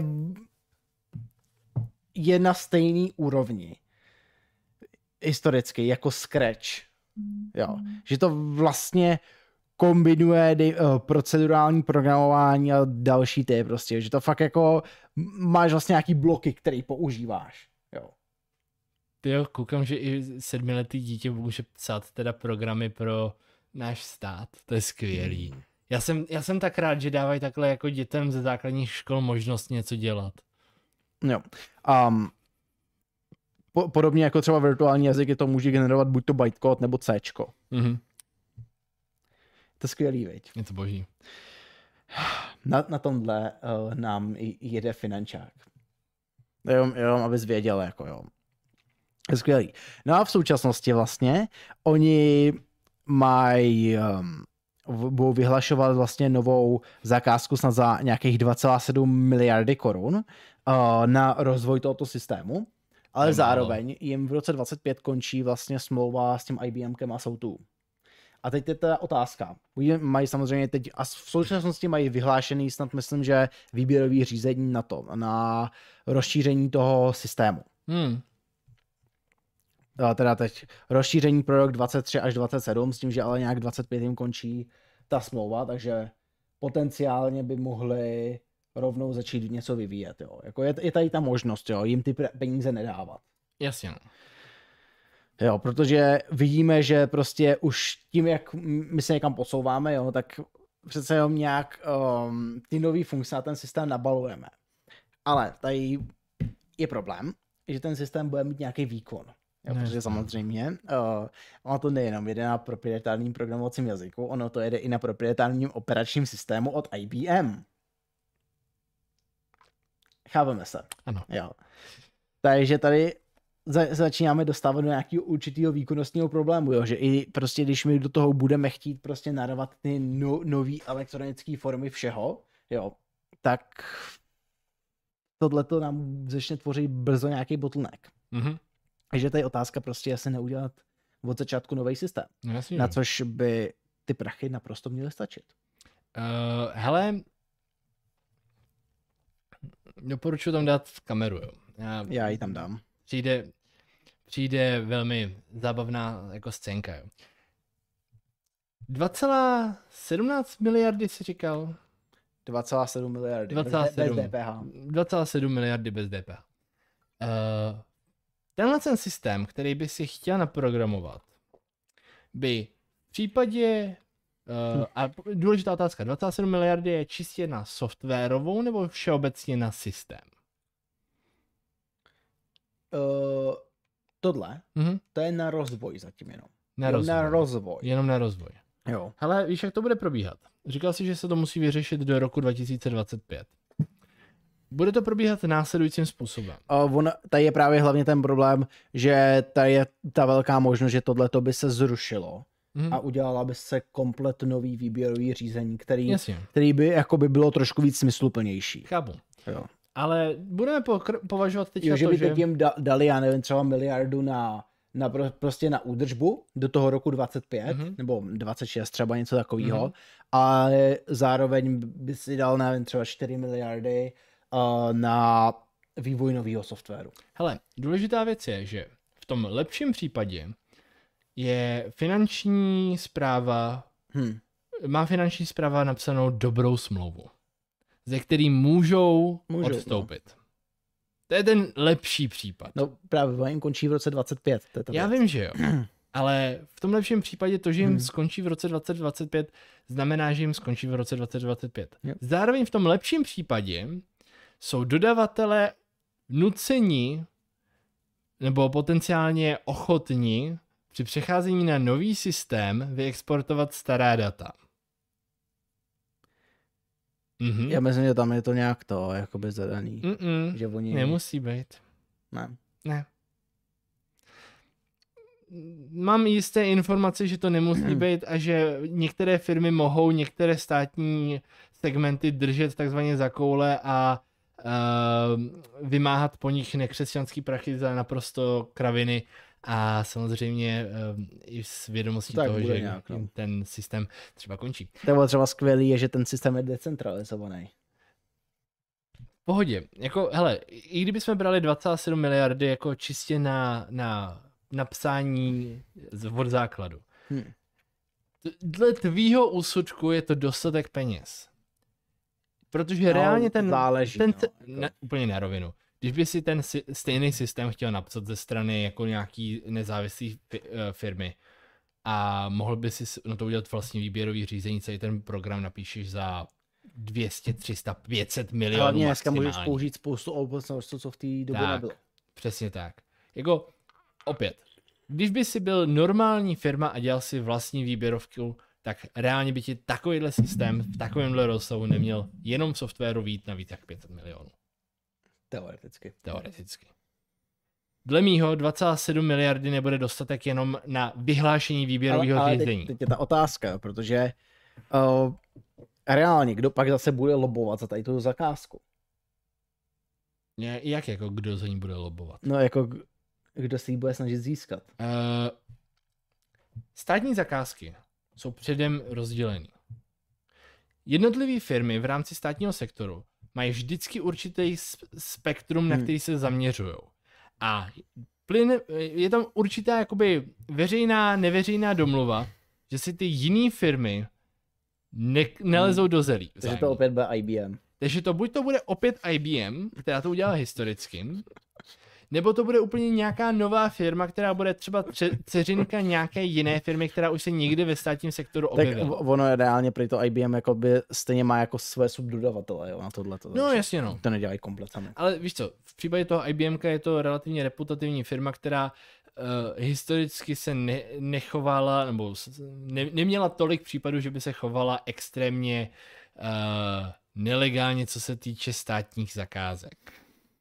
je na stejný úrovni historicky jako Scratch. Jo. Že to vlastně kombinuje procedurální programování a další ty prostě, že to fakt jako máš vlastně nějaký bloky, který používáš. Jo. Ty jo, koukám, že i 7letý dítě může psát teda programy pro náš stát, to je skvělý. Já jsem tak rád, že dávají takhle jako dětem ze základních škol možnost něco dělat. Jo. Podobně jako třeba virtuální jazyky to může generovat buď to bytecode nebo Cčko. To je skvělý, viď? Je to boží. Na tomhle nám jede finančák. Jo, abys věděl, jako jo. Je skvělý. No a v současnosti vlastně oni budou vyhlašovat vlastně novou zakázku snad za nějakých 2,7 miliardy korun na rozvoj tohoto systému, ale zároveň jim v roce 2025 končí vlastně smlouva s tím IBMkem a Soutu. A teď je ta otázka. Mají samozřejmě teď, a v současnosti mají vyhlášený snad myslím, že výběrový řízení na rozšíření toho systému. Teda teď rozšíření pro rok 23 až 27, s tím, že ale nějak 25 jim končí ta smlouva, takže potenciálně by mohli rovnou začít něco vyvíjet. Jo. Jako je tady ta možnost, jo, jim ty peníze nedávat. Jasně. Jo, protože vidíme, že prostě už tím, jak my se někam posouváme, jo, tak přece jenom nějak ty nový funkce na ten systém nabalujeme. Ale tady je problém, že ten systém bude mít nějaký výkon. Jo, protože samozřejmě ono to nejenom jede na proprietárním programovacím jazyku, ono to jede i na proprietárním operačním systému od IBM. Chápeme se. Ano. Jo. Takže tady začínáme dostávat do nějakého určitého výkonnostního problému, jo? Že i prostě, když my do toho budeme chtít prostě nadávat ty nové elektronické formy všeho, jo, tak tohleto nám začne tvořit brzo nějaký bottleneck. Takže tady je otázka prostě, jestli neudělat od začátku nový systém. Jasně, na což by ty prachy naprosto měly stačit. Hele, doporučuji tam dát kameru, jo. Já ji tam dám. Přijde velmi zábavná jako scénka, jo. 2,17 miliardy si říkal? 2,7 miliardy 2,7. bez DPH. 2,7 miliardy bez DPH. Tenhle ten systém, který by si chtěl naprogramovat, by v případě a důležitá otázka, 2,7 miliardy je čistě na softwarovou nebo všeobecně na systém? Tohle, to je na rozvoj zatím jenom. Jenom na rozvoj. Jo. Hele, víš, jak to bude probíhat? Říkal jsi, že se to musí vyřešit do roku 2025. Bude to probíhat následujícím způsobem. Tady je právě hlavně ten problém, že tady je ta velká možnost, že tohleto by se zrušilo a udělala by se komplet nový výběrový řízení, který by jakoby bylo trošku víc smysluplnější. Chápu. Jo. Ale budeme považovat teď že by teď jim dali, já nevím, třeba miliardu prostě na údržbu do toho roku 25, nebo 26 třeba něco takového, a zároveň by si dal, nevím, třeba 4 miliardy na vývoj nového softwaru. Hele, důležitá věc je, že v tom lepším případě je finanční správa, má finanční správa napsanou dobrou smlouvu, ze který můžou odstoupit. No. To je ten lepší případ. No právě, jim končí v roce 25. Já vím, že jo. Ale v tom lepším případě to, že jim skončí v roce 2025, znamená, že jim skončí v roce 2025. Jo. Zároveň v tom lepším případě jsou dodavatelé nuceni nebo potenciálně ochotní při přecházení na nový systém vyexportovat stará data. Já myslím, že tam je to nějak to, jakoby zadaný. Že oni... Nemusí být. Ne. Mám jisté informace, že to nemusí být a že některé firmy mohou některé státní segmenty držet takzvaně za koule a vymáhat po nich nekřesťanský prachy za naprosto kraviny a samozřejmě i s vědomostí tak toho, že nějak, no. ten systém třeba končí. To třeba skvělý je, že ten systém je decentralizovaný. V pohodě. Jako, hele, i kdybychom brali 27 miliardy jako čistě na napsání od základu. Dle tvýho úsudku je to dostatek peněz. Protože reálně ten... Záleží, úplně na rovinu. Když by si ten stejný systém chtěl napsat ze strany jako nějaký nezávislý firmy a mohl by si to udělat vlastně výběrový řízení, celý ten program napíšeš za 200, 300, 500 milionů hlavně dneska maximálně. můžeš použít spoustu open source, co v té době nebylo. Přesně tak. Jako, opět, když by si byl normální firma a dělal si vlastní výběrovku, tak reálně by ti takovýhle systém v takovémhle rozsahu neměl jenom v softwaru vít na víc jak 500 milionů. Teoreticky. Dle mýho 27 miliardy nebude dostatek jenom na vyhlášení výběrového řízení. Teď je ta otázka, protože reálně, kdo pak zase bude lobovat za tady tu zakázku? Jak jako kdo za ní bude lobovat? No jako kdo si ji bude snažit získat? Státní zakázky jsou předem rozdělený. Jednotlivé firmy v rámci státního sektoru mají vždycky určitý spektrum, na který se zaměřují. A je tam určitá jakoby veřejná, neveřejná domluva, že si ty jiné firmy nelezou do zelí. Takže to opět bude IBM. Takže buď to bude opět IBM, která to udělala historicky, nebo to bude úplně nějaká nová firma, která bude třeba dceřinka nějaké jiné firmy, která už se někdy ve státním sektoru objevila. Tak ono je reálně, prý to IBM jakoby stejně má jako své subdodavatele, jo, na tohleto. No jasně, no. To nedělají komplet sami. Ale víš co, v případě toho IBM je to relativně reputativní firma, která historicky se nechovala, nebo neměla tolik případů, že by se chovala extrémně nelegálně, co se týče státních zakázek.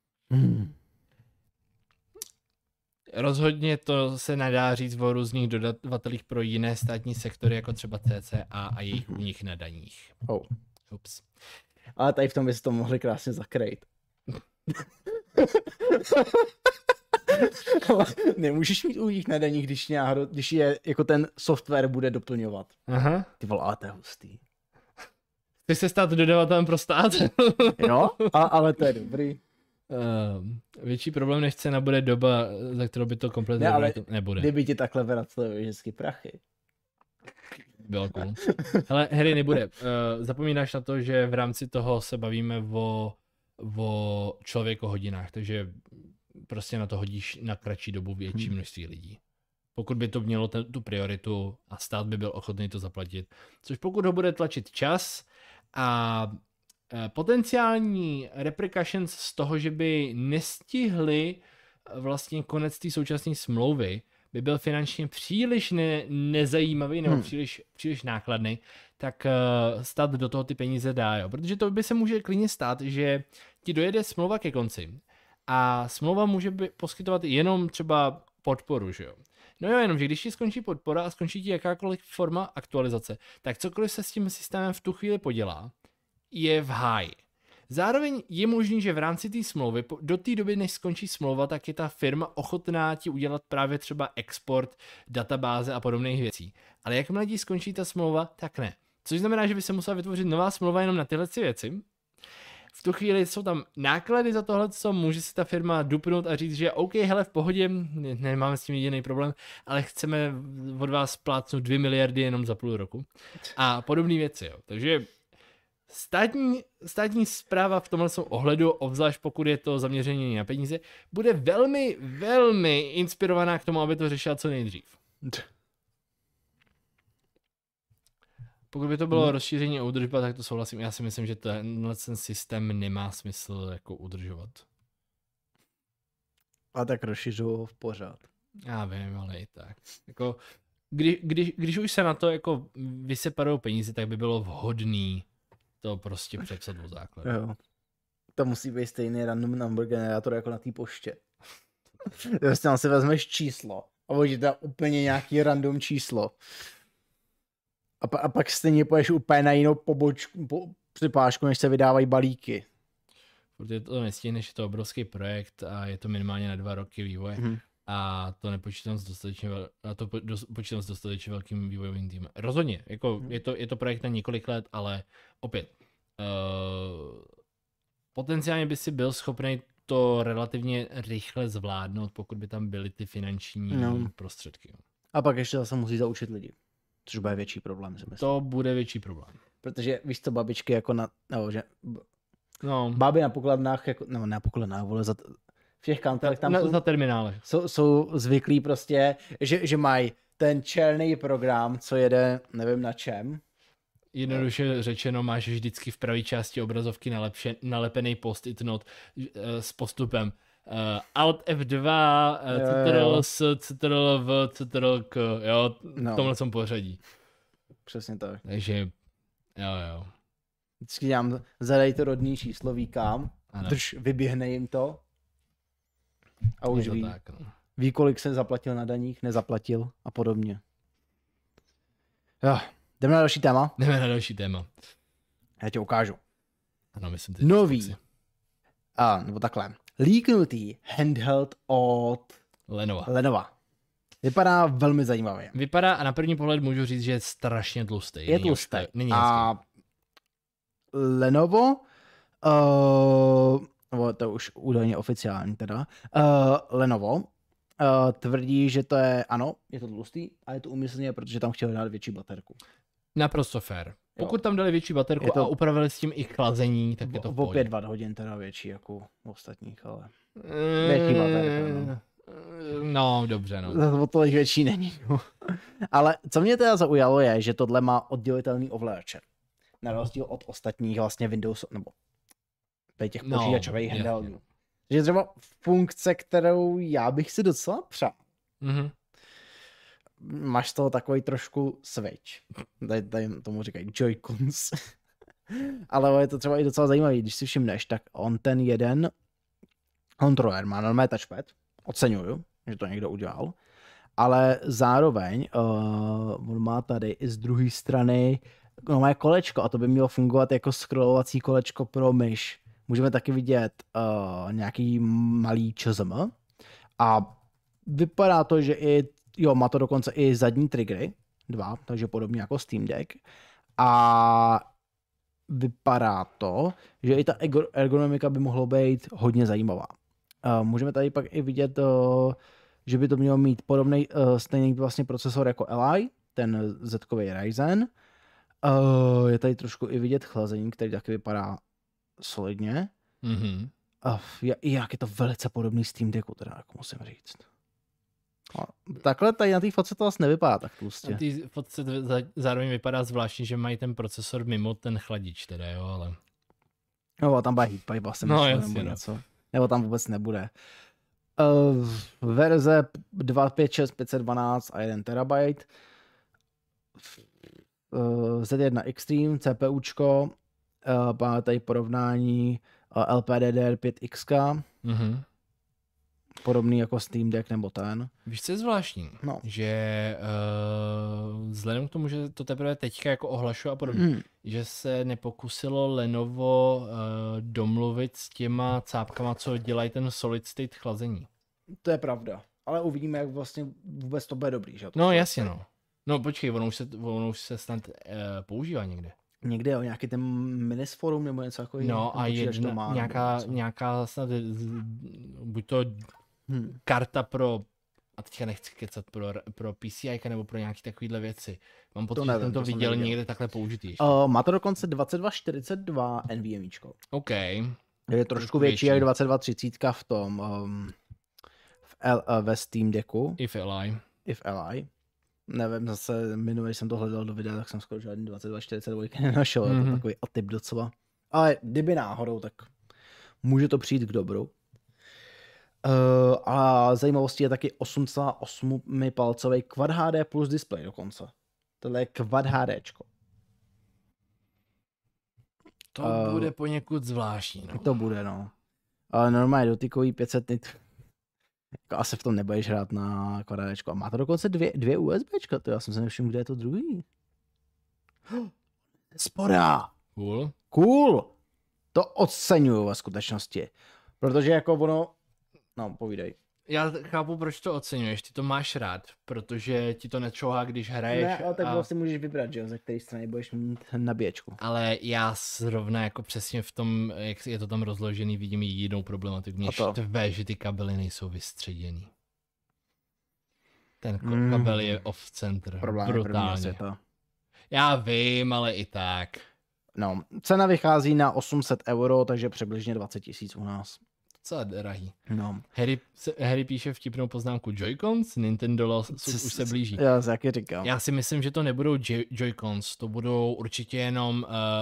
Rozhodně to se nedá říct o různých dodavatelích pro jiné státní sektory, jako třeba CCA a jejich únik na daních. Ups. Ale tady v tom by si to mohli krásně zakrýt. Nemůžeš mít únik na daních, když je jako ten software bude doplňovat. Aha. Ty vole, to je hustý. Chceš se stát dodavatelem pro stát? Jo, ale to je dobrý. Větší problém než cena bude doba, za kterou by to kompletně nebude. Kdyby ti takhle vraceli vždycky prachy. Bylo cool. Hele, hry nebude. Zapomínáš na to, že v rámci toho se bavíme o člověkohodinách, takže prostě na to hodíš na kratší dobu větší množství lidí. Pokud by to mělo tu prioritu a stát by byl ochotný to zaplatit. Což pokud ho bude tlačit čas a potenciální repercussions z toho, že by nestihli vlastně konec té současné smlouvy, by byl finančně příliš nezajímavý nebo příliš nákladný, tak stát do toho ty peníze dá. Jo. Protože to by se může klidně stát, že ti dojede smlouva ke konci a smlouva může poskytovat jenom třeba podporu, že jo. No jo, jenom, že když ti skončí podpora a skončí ti jakákoliv forma aktualizace, tak cokoliv se s tím systémem v tu chvíli podělá, je v háji. Zároveň je možný, že v rámci té smlouvy, do té doby, než skončí smlouva, tak je ta firma ochotná ti udělat právě třeba export, databáze a podobných věcí. Ale jakmile ti skončí ta smlouva, tak ne. Což znamená, že by se musela vytvořit nová smlouva jenom na tyhle věci. V tu chvíli jsou tam náklady za tohle, co může si ta firma dupnout a říct, že OK, hele, v pohodě, nemáme s tím jediný problém, ale chceme od vás plácnout 2 miliardy jenom za půl roku. A podobné věci, jo. Takže státní správa v tomhle ohledu, obzvlášť pokud je to zaměření na peníze, bude velmi, velmi inspirovaná k tomu, aby to řešila co nejdřív. Pokud by to bylo rozšíření a údržba, tak to souhlasím. Já si myslím, že ten systém nemá smysl jako udržovat. A tak rozšiřuju v pořád. Já vím, ale i tak. Jako, když už se na to jako vyseparují peníze, tak by bylo vhodný to prostě přepsat od základu. Jo. To musí být stejný random number generátor jako na té poště. Vlastně tam si vezmeš číslo a hodíš tam úplně nějaký random číslo. A pak stejně půjdeš úplně na jinou připážku, než se vydávají balíky. Protože to nestihneš, je to obrovský projekt a je to minimálně na 2 roky vývoje. A to nepočítám počítám s dostatečně velkým vývojovým týmem. Rozhodně, jako je to projekt na několik let, ale opět potenciálně by si byl schopný to relativně rychle zvládnout, pokud by tam byly ty finanční prostředky. A pak ještě zase musí zaučit lidi, což bude větší problém, si myslím. To bude větší problém. Protože víš co, babičky jako báby na pokladnách, jako, nebo na pokladnách, vole, v těch kantorech tam za terminále. Jsou zvyklí prostě, že mají ten černý program, co jede, nevím na čem. Jednoduše řečeno, máš vždycky v pravé části obrazovky nalepený post-it note s postupem Alt F2, Ctrl S, Ctrl V, Ctrl K, jo, v tomhle jsem pořadí. Přesně tak. Takže, jo. Vždycky dělám, zadej to rodný číslo, víkám, vyběhne jim to a už ví, tak, no. Ví, kolik se zaplatil na daních, nezaplatil a podobně. Jo, jdeme na další téma? Jdeme na další téma. Já ti ukážu. Ano, myslím ty. Nový. Nebo takhle. Líknutý handheld od Lenova. Vypadá velmi zajímavě. Vypadá a na první pohled můžu říct, že je strašně tlustý. Je tlustý. Není a Lenovo, to už údajně oficiální teda, Lenovo tvrdí, že to je, ano, je to tlustý, a je to úmyslně, protože tam chtěli dát větší baterku. Naprosto fair. Pokud tam dali větší baterku a upravili s tím i chlazení, tak je to v pohodě. O 5 hodin teda větší jako u ostatních, ale větší baterka, no. No, dobře, no. O tolik větší není, no. Ale co mě teda zaujalo je, že tohle má oddělitelný ovladače. Na rozdíl od ostatních vlastně Windows, nebo těch počítačových handheldů. Takže třeba funkce, kterou já bych si docela přál. Mm-hmm. Máš z toho takový trošku switch. Tady tomu říkají Joy-Cons. Ale je to třeba i docela zajímavý, když si všimneš, tak on ten jeden kontroler má normální touchpad. Oceňuju, že to někdo udělal. Ale zároveň on má tady i z druhé strany nové kolečko a to by mělo fungovat jako scrollovací kolečko pro myš. Můžeme taky vidět nějaký malý ČSM a vypadá to, že má to dokonce i zadní triggery, 2, takže podobně jako Steam Deck. A vypadá to, že i ta ergonomika by mohla být hodně zajímavá. Můžeme tady pak i vidět, že by to mělo mít podobný stejný vlastně procesor jako Li, ten Z-kový Ryzen. Je tady trošku i vidět chlazení, který taky vypadá solidně. Mm-hmm. Jak je to velice podobný Steam Decku, teda, jako musím říct. Takhle tady na té fotce to vlastně nevypadá tak tlustě. Na té fotce zároveň vypadá zvláštně, že mají ten procesor mimo ten chladič, teda jo, ale... No, tam bude heatpipe asi, nebo něco. Nebo tam vůbec nebude. Verze 256, 512 a 1 TB. Z1 Extreme, CPUčko, tady porovnání LPDDR5X, podobný jako Steam Deck nebo ten. Víš, co je zvláštní? No. Že vzhledem k tomu, že to teprve teďka jako ohlašuje a podobně, že se nepokusilo Lenovo domluvit s těma cápkama, co dělají ten solid state chlazení. To je pravda, ale uvidíme, jak vlastně vůbec to bude dobrý, že? No jasně, no. No počkej, ono už se snad používá někde. Někde jo, nějaký ten Minisforum nebo něco jako no a nějaká snad, buď to karta pro, a teďka nechci kecat, pro PCI nebo pro nějaké takovéhle věci. Mám pocit, že jsem to viděl někde takhle použitý. Má to dokonce 2242 NVMEčko. OK. Je trošku větší jak 2230 v tom ve Steam Decku. If Li. Nevím, zase minulý jsem to hledal do videa, tak jsem skoro žádný 2242 nenašel, je to takový atyp docela. Ale kdyby náhodou, tak může to přijít k dobru. A zajímavostí je taky 8,8 palcový Quad HD plus display dokonce. Tohle je Quad HDčko. To bude poněkud zvláštní, no. To bude, no. Ale normálně dotykový 500 nit. Asi v tom nebudeš hrát na Quad HDčko. A má to dokonce dvě USBčka, to já jsem se nevšiml, kde je to druhý. Spoda. Cool. To oceňuju ve skutečnosti. Protože jako ono... No, povídej. Já chápu, proč to oceňuješ, ty to máš rád, protože ti to nečouhá, když hraješ. Ne, ale tak vlastně můžeš vybrat, že jo, ze které strany budeš mít nabíječku. Ale já zrovna jako přesně v tom, jak je to tam rozložený, vidím jedinou problematiku. Mě štve, že ty kabely nejsou vystředěný. Ten kabel je off-center, brutálně. Já vím, ale i tak. No, cena vychází na 800 €, takže přibližně 20 000 u nás. Docela drahý. No. Harry píše vtipnou poznámku Joy-Cons, Nintendo už se blíží. Já taky říkám. Já si myslím, že to nebudou Joy-Cons, to budou určitě jenom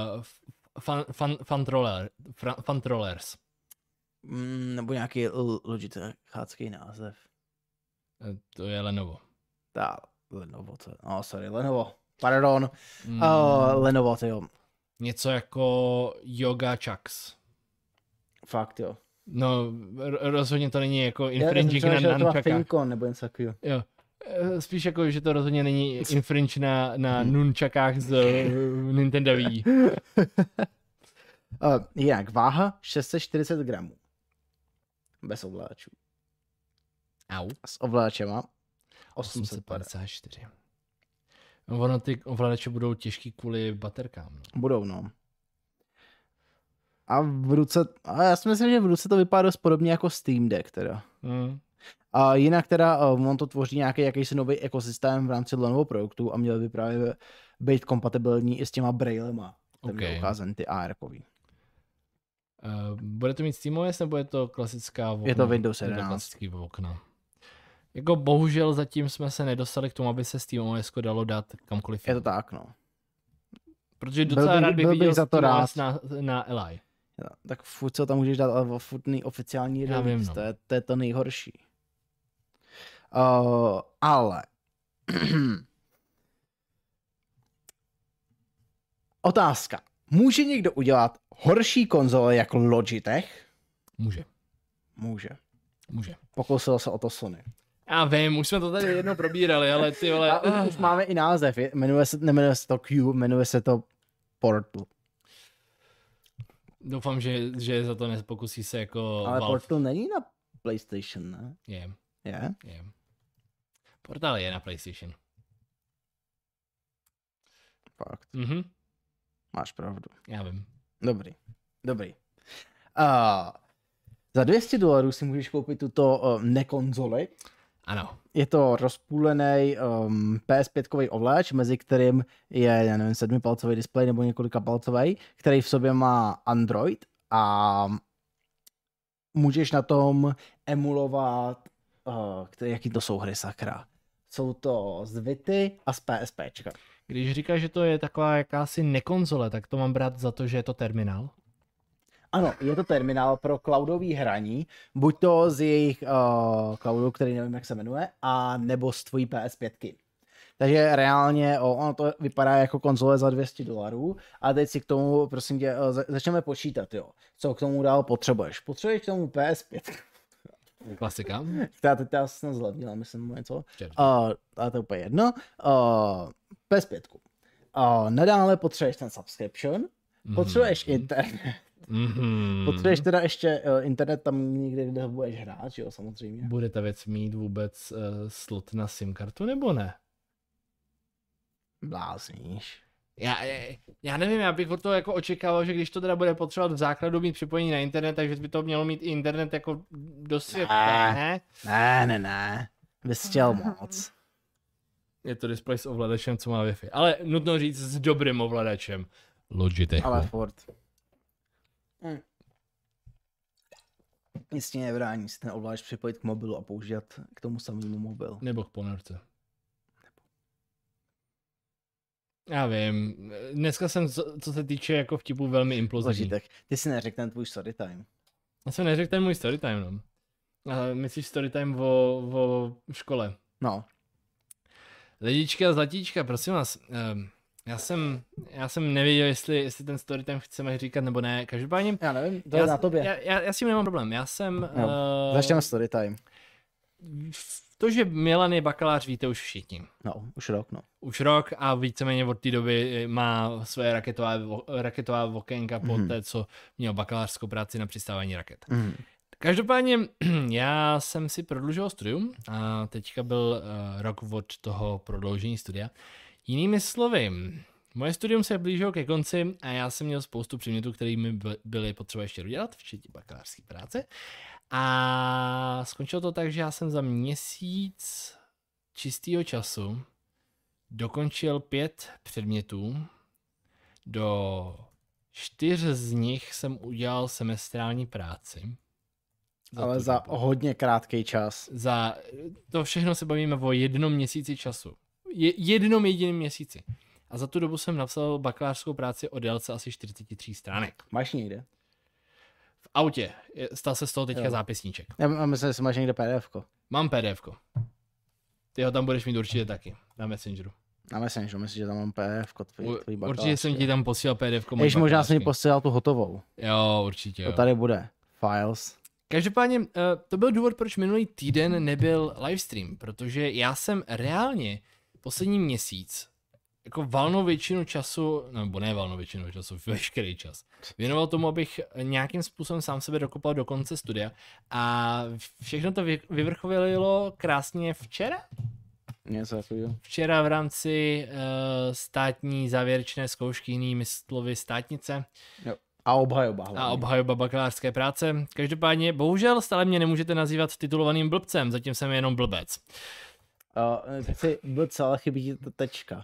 Funtrollers. Nebo nějaký logitechácký název. To je Lenovo. Lenovo, Lenovo. Pardon. Lenovo, to jo. Něco jako Yoga Chucks. Fakt, jo. No, rozhodně to není jako infringing na nunčakách. Nebo něco takového. Jo. Spíš jako, že to rozhodně není infringe na nunčakách z Nintendo Wii. Jinak, váha 640 gramů. Bez ovladačů. Au. S ovladačema 854. Ono ty ovladače budou těžký kvůli baterkám. No. Budou, no. A já si myslím, že v ruce to vypadá dost podobně jako Steam Deck teda. A jinak teda on to tvoří nějaký jakýsi nový ekosystém v rámci Lenovo produktu a měl by právě být kompatibilní i s těma braillema, které ukázaný ty AR-kový. Bude to mít SteamOS nebo je to klasická okna? Je to Windows 11. Klasický okna. Jako bohužel zatím jsme se nedostali k tomu, aby se SteamOS dalo dát kamkoliv. Je to tak, no. Protože docela rád bych viděl SteamOS na Eli. Ja, tak furt co tam můžeš dát, ale furt oficiální release, no. To je to nejhorší. Ale otázka. Může někdo udělat horší konzole jako Logitech? Může. Pokusil se o to Sony. Já vím, už jsme to tady jednou probírali, ale ty vole... A už máme i název, nemenuje se to Cube, jmenuje se to Portal. Doufám, že za to nepokusí se jako ale Valve. Portal není na PlayStation, ne? Je. Je? Portal je na PlayStation. Fakt. Máš pravdu. Já vím. Dobrý. Za $200 si můžeš koupit tuto nekonzoli. Ano. Je to rozpůlený PS5-kový ovladač, mezi kterým je, já nevím, 7palcový displej nebo několika palcový, který v sobě má Android a můžeš na tom emulovat, jaký to jsou hry, sakra. Jsou to z Vity a z PSPčka. Když říkáš, že to je taková jakási nekonzole, tak to mám brát za to, že je to terminál? Ano, je to terminál pro cloudový hraní, buď to z jejich cloudu, který nevím, jak se jmenuje, a nebo z tvojí PS5. Takže reálně ono to vypadá jako konzole za $200 a teď si k tomu, prosím tě, začneme počítat, jo. Co k tomu dál potřebuješ? Potřebuješ k tomu PS5. Klasika. Která teď snad zlevnila, myslím, něco. A to je úplně jedno. PS5. Nadále potřebuješ ten subscription, potřebuješ internet. Potřebuješ teda ještě internet tam někde, kde budeš hrát, jo, samozřejmě. Bude ta věc mít vůbec slot na SIM kartu, nebo ne? Blázníš. Já nevím, já bych od toho jako očekával, že když to teda bude potřebovat v základu mít připojení na internet, takže by to mělo mít i internet jako do světa, ne? Ne. Bys chtěl moc. Je to displej s ovladačem, co má Wi-Fi. Ale nutno říct s dobrým ovladačem. Logitech. Ale furt. Jistě nevrání si ten ovladač připojit k mobilu a používat k tomu samému mobil. Nebo k ponorce. Já vím, dneska jsem, co se týče jako vtipů, velmi implozivní. Tak ty si neřekl ten tvůj storytime. Já jsem neřekl ten můj storytime, no. Ale myslíš storytime o škole? No. Lidička a zlatíčka, prosím vás, já jsem nevěděl, jestli ten storytime chceme říkat nebo ne, každopádně... Já nevím, to je na tobě. Já s tím nemám problém, já jsem... Začneme storytime. To, že Milan je bakalář, víte už všichni. No, už rok, no. Už rok a víceméně od té doby má své raketová okénka po té, co měl bakalářskou práci na přistávání raket. Každopádně já jsem si prodlužoval studium a teďka byl rok od toho prodloužení studia. Jinými slovy, moje studium se blížilo ke konci a já jsem měl spoustu předmětů, které mi byly potřeba ještě dodělat, včetně bakalářské práce. A skončilo to tak, že já jsem za měsíc čistého času dokončil 5 předmětů. Do 4 z nich jsem udělal semestrální práci. Ale za hodně krátký čas. Za to všechno se bavíme o 1 měsíci času. Jednom jediném měsíci. A za tu dobu jsem napsal bakalářskou práci o délce asi 43 stránek. Máš někde? V autě. Stal se z toho teďka zápisníček. Já myslím, že máš někde PDF-ko. Mám PDF-ko. Ty ho tam budeš mít určitě taky. Na Messengeru. Na Messengeru, myslím, že tam mám PDF-ko tvůj bakalářský. Určitě jsem ti tam posílal PDF-ko. Ještě možná jsem mi posílal tu hotovou. Jo, určitě. Jo. To tady bude. Files. Každopádně to byl důvod, proč minulý týden nebyl livestream, protože já jsem reálně poslední měsíc jako valnou většinu času, nebo ne valnou většinu času, veškerý čas, věnoval tomu, abych nějakým způsobem sám sebe dokopal do konce studia a všechno to vyvrcholilo krásně včera? Něco takového. Včera v rámci státní závěrečné zkoušky, jinými slovy státnice. Jo. A obhajoba. A obhajoba bakalářské práce. Každopádně, bohužel stále mě nemůžete nazývat titulovaným blbcem, zatím jsem jenom blbec. Chci blbce, ale chybí ti to tečka.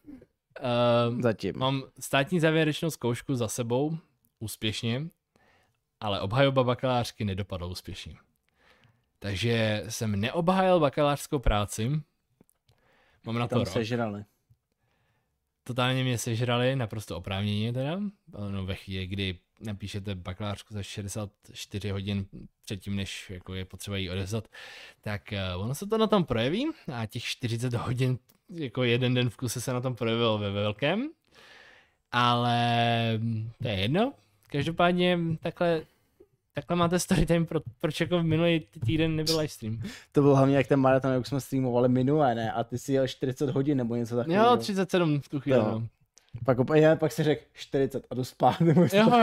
Zatím. Mám státní závěrečnou zkoušku za sebou, úspěšně, ale obhajoba bakalářky nedopadla úspěšně. Takže jsem neobhájil bakalářskou práci. Mám na to rok. Sežrali. Totálně mě sežrali, naprosto oprávněně teda. No, ve chvíli, kdy napíšete bakalářku za 64 hodin předtím, než jako je potřeba jí odevzat, tak ono se to na tom projeví a těch 40 hodin jako jeden den v kuse se na tom projevilo ve velkém. Ale to je jedno. Každopádně takhle máte storytime, proč jako minulý týden nebyl livestream. To bylo hlavně jak ten maraton, jak jsme streamovali minulé, ne? A ty si jel 40 hodin nebo něco takového. Jo, 37 v tu chvíli, no. Pak si řekl 40 a jdu spát nebo něco jo.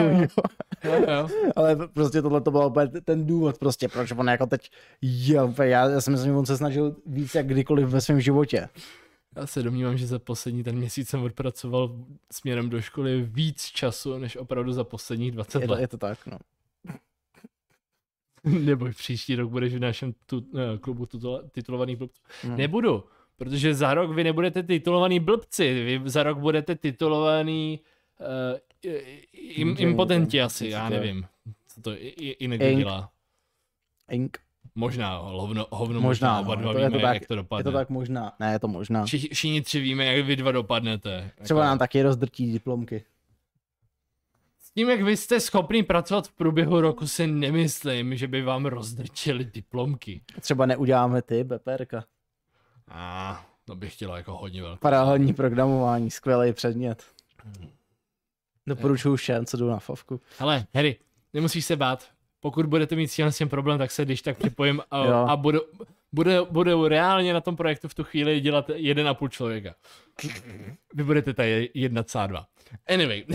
Ale prostě tohle to byl úplně ten důvod prostě, proč on jako teď, já si myslím, že on se snažil víc jak kdykoliv ve svém životě. Já se domnívám, že za poslední ten měsíc jsem odpracoval směrem do školy víc času, než opravdu za posledních 20 let. Je to tak, no. Nebo příští rok budeš v našem klubu titulovaných blbců. Nebudu, protože za rok vy nebudete titulovaný blbci, vy za rok budete titulovaný impotenti asi, já nevím, co to jinak dělá. Ink. Možná, hovno možná, oba dva víme, jak to dopadne. Je to tak možná, ne, je to možná. Všichni 3 víme, jak vy 2 dopadnete. Třeba nám taky rozdrtí diplomky. S tím, jak vy jste schopný pracovat v průběhu roku, si nemyslím, že by vám rozdrčili diplomky. Třeba neuděláme ty, BPRka. To bych chtěla jako hodně velké. Paralelní programování, skvělý předmět. Doporučuju všem, co jdu na favku. Hele, Harry, nemusíš se bát. Pokud budete mít s tím problém, tak se když tak připojím a budu reálně na tom projektu v tu chvíli dělat 1,5 člověka. Vy budete tady 1,2. Anyway.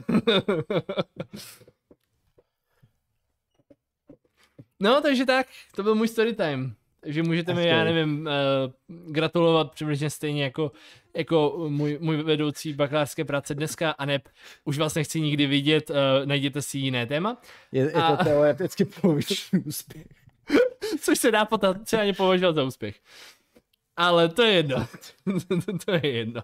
No, takže tak, to byl můj storytime. Takže můžete mi, já nevím, gratulovat přibližně stejně jako můj vedoucí bakalářské práce dneska, a ne, už vás nechci nikdy vidět, najděte si jiné téma. Je to teoreticky poloviční úspěch. Což se dá potenciálně považovat za úspěch. Ale to je jedno. To je jedno.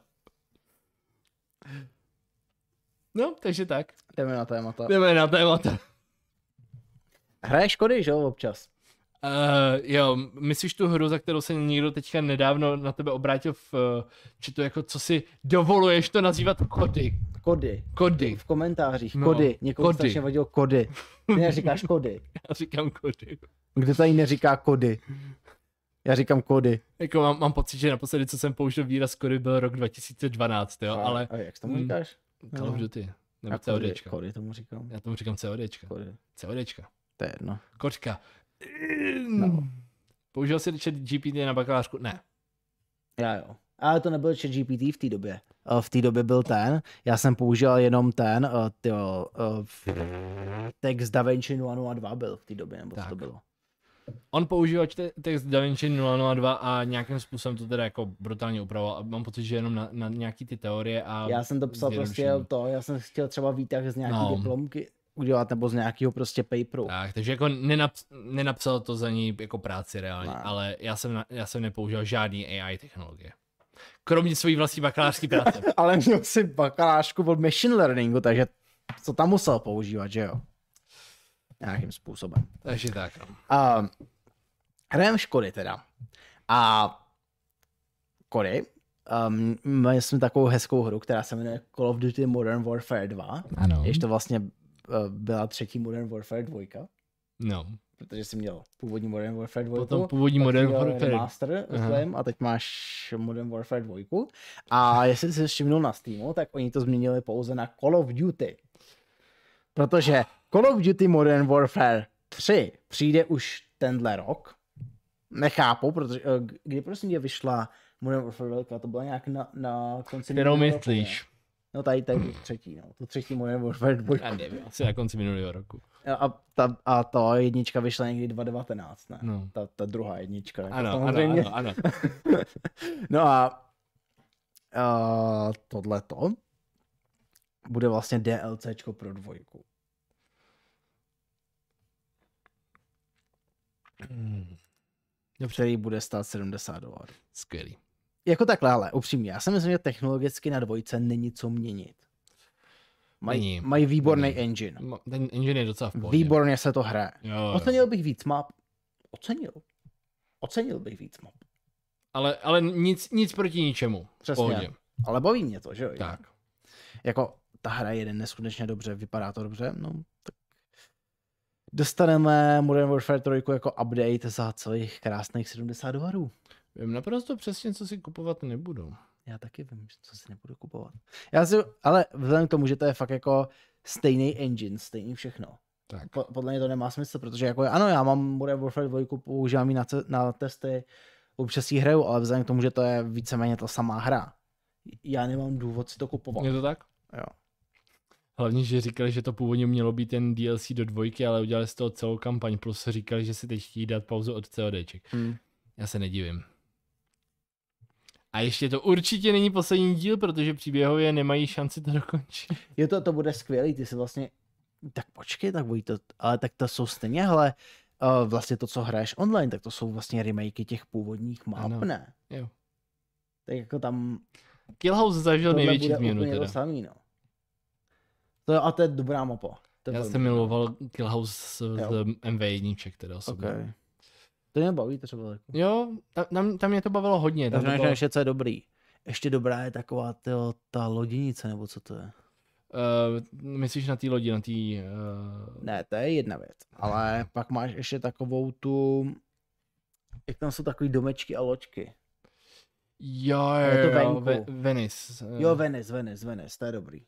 No, takže tak. Jdeme na témata. Hraješ kody, že jo, občas? Jo, myslíš tu hru, za kterou se někdo teďka nedávno na tebe obrátil či to jako, co si dovoluješ to nazývat kody? Kody. V komentářích. No, Kody. Někomu kody. strašně vadilo kody. Ty neříkáš kody. Já říkám kody. Kdo tady neříká kody? Já říkám kody. Jako mám pocit, že naposledy, co jsem použil výraz kody, byl rok 2012, jo, ale... A jak tomu říkáš? Call of Duty. Nebo Já CODčka. Kody tomu říkám. Já tomu říkám CODčka. Kody. CODčka. To je jedno. Kočka. No. Použil jsi chat GPT na bakalářku? Ne. Já jo. Ale to nebyl chat GPT v té době. V té době byl ten. Já jsem použil jenom ten. Text DaVinci 002 byl v té době, nebo co to bylo. On používal text DaVinci 002 a nějakým způsobem to teda jako brutálně upravoval. A mám pocit, že jenom na nějaký ty teorie a... Já jsem to psal prostě to, já jsem chtěl třeba výtah z nějaký diplomky udělat, nebo z nějakého prostě paperu. Tak, takže jako nenapsal to za ní jako práci reálně, ale já jsem nepoužil žádný AI technologie. Kromě své vlastní bakalářské práce. Ale měl si bakalářku od machine learningu, takže co tam musel používat, že jo? Nějakým způsobem. Takže tak, no. Hrajeme Škody teda. A Kody, měli jsme takovou hezkou hru, která se jmenuje Call of Duty Modern Warfare 2. Ano. Ještě to vlastně byla třetí Modern Warfare 2. No. Protože jsi měl původní Modern Warfare 2. Potom původní Modern Warfare. Remaster, a teď máš Modern Warfare 2. A jestli jsi všimnul na Steamu, tak oni to změnili pouze na Call of Duty. Protože Call of Duty Modern Warfare 3 přijde už tenhle rok. Nechápu, protože kdy prosím tě vyšla Modern Warfare 2, to byla nějak na konci kterou myslíš? No tady třetí, no. Tu třetí Modern Warfare 2. Já nevím, asi na konci minulého roku. A ta jednička vyšla někdy 2019, ne? No. Ta druhá jednička. Ano. No a tohleto bude vlastně DLCčko pro 2. Který bude stát $70. Skvělý. Jako takhle, upřímně, já si myslím, že technologicky na 2 není co měnit. Mají výborný engine. Ten engine je docela v pohodě. Výborně se to hraje. Jo. Ocenil bych víc map. Ocenil bych víc map. Ale nic proti ničemu. Přesně. Ale baví mě to, že jo? Tak. Jako ta hra jede neskutečně dobře, vypadá to dobře, no tak dostaneme Modern Warfare 3 jako update za celých krásných $70. Vím naprosto přesně, co si kupovat nebudu. Já taky vím, co si nebudu kupovat. Ale vzhledem k tomu, že to je fakt jako stejný engine, stejný všechno. Tak. Podle mě to nemá smysl, protože jako ano, já mám Modern Warfare 2, používám ji na testy, občas ji hraju, ale vzhledem k tomu, že to je víceméně ta samá hra, já nemám důvod si to kupovat. Je to tak? Jo. Hlavně, že říkali, že to původně mělo být ten DLC do 2, ale udělali z toho celou kampaň, plus říkali, že si teď chtějí dát pauzu od CODček. Já se nedivím. A ještě to určitě není poslední díl, protože příběhově nemají šanci to dokončit. Jo, to bude skvělý, ty si vlastně, tak počkej, tak bude to, ale tak to jsou stejně, hele, vlastně to, co hraješ online, tak to jsou vlastně remakey těch původních map, ne? Jo. Tak jako tam... Killhouse zažil největší změnu teda. To samý, no. To je dobrá mapa. Já jsem miloval Killhouse z MV1 teda osobně. Okay. To mě baví třeba. Jako. Jo, tam mě to bavilo hodně. Takže bylo... ještě co je dobrý. Ještě dobrá je taková ta loděnice, nebo co to je? Myslíš na té lodi, na té... Ne, to je jedna věc. Ale pak máš ještě takovou tu... Jak tam jsou takový domečky a loďky. Jo, Venice. Jo, Venice, to je dobrý.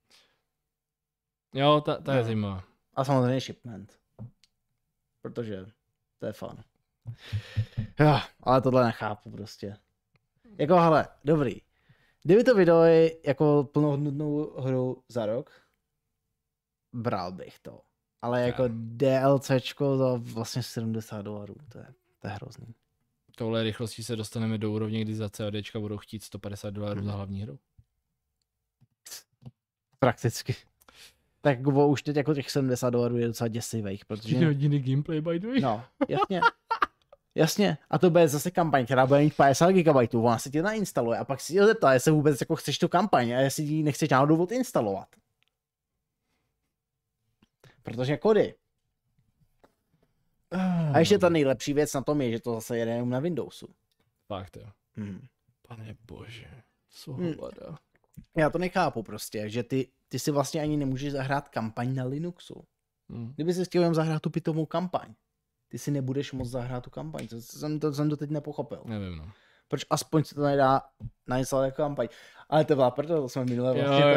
Jo, ta je zajímavá. A samozřejmě Shipment. Protože to je fun. Jo, ale tohle nechápu prostě. Jako, hele, dobrý. Kdyby to vydali jako plnohodnotnou hru za rok, bral bych to. Ale jako DLCčko za vlastně $70, to je hrozný. Touhle rychlostí se dostaneme do úrovně, kdy za CODčka budou chtít $150 za hlavní hru. Prakticky. Tak už teď jako těch $70 je docela děsivých, protože... 4 hodiny gameplay by the way. No, jasně. Jasně. A to bude zase kampaň, která bude mít 50 GB. Ona se ti nainstaluje a pak si tě zeptá, jestli vůbec jako chceš tu kampaň a jestli ji nechceš náhodou odinstalovat. Protože kody. A ještě ta nejlepší věc na tom je, že to zase jede jenom na Windowsu. Fakt jo. Hmm. Pane bože, co hovada. Já to nechápu prostě, že ty si vlastně ani nemůžeš zahrát kampaň na Linuxu. Kdyby si chtěl jenom zahrát tu pitomou kampaň, ty si nebudeš moct zahrát tu kampaň. To jsem to teď nepochopil. Nevím, no. Proč aspoň se to nedá nainstalovat jako kampaň. Ale to byla proto, to jsme minule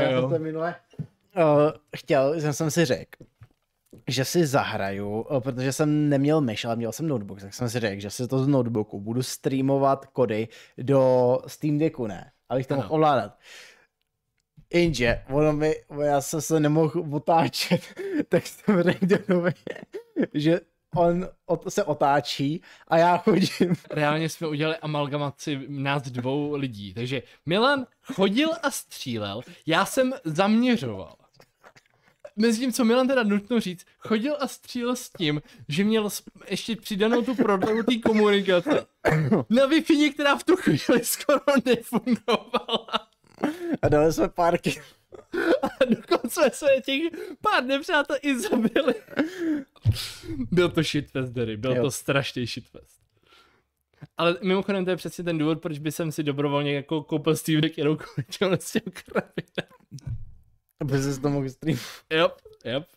chtěl, jsem si řekl, že si zahraju, protože jsem neměl myš, ale měl jsem notebook, tak jsem si řekl, že si to z notebooku budu streamovat kody do Steam Decku, ne? Abych to mohl ovládat. Jenže, já jsem se nemohl otáčet, tak jsem řekl Danovi, že on se otáčí a já chodím. Reálně jsme udělali amalgamaci nás dvou lidí, takže Milan chodil a střílel, já jsem zaměřoval. Mezi tím, co Milan teda nutno říct, chodil a střílel s tím, že měl ještě přidanou tu prodlevu té komunikace na Wi-Fi, která v tu chvíli skoro nefungovala. A dali jsme párky. A dokonce jsme těch pár nepřátel i zabili. Byl to shitfest, Derry, byl to strašný shitfest. Ale mimochodem to je přesně ten důvod, proč by jsem si dobrovolně jako koupil Steam Deck jenom kvůli těmhle s těm krabinem. Aby jsi to mohl streamovat. Yep.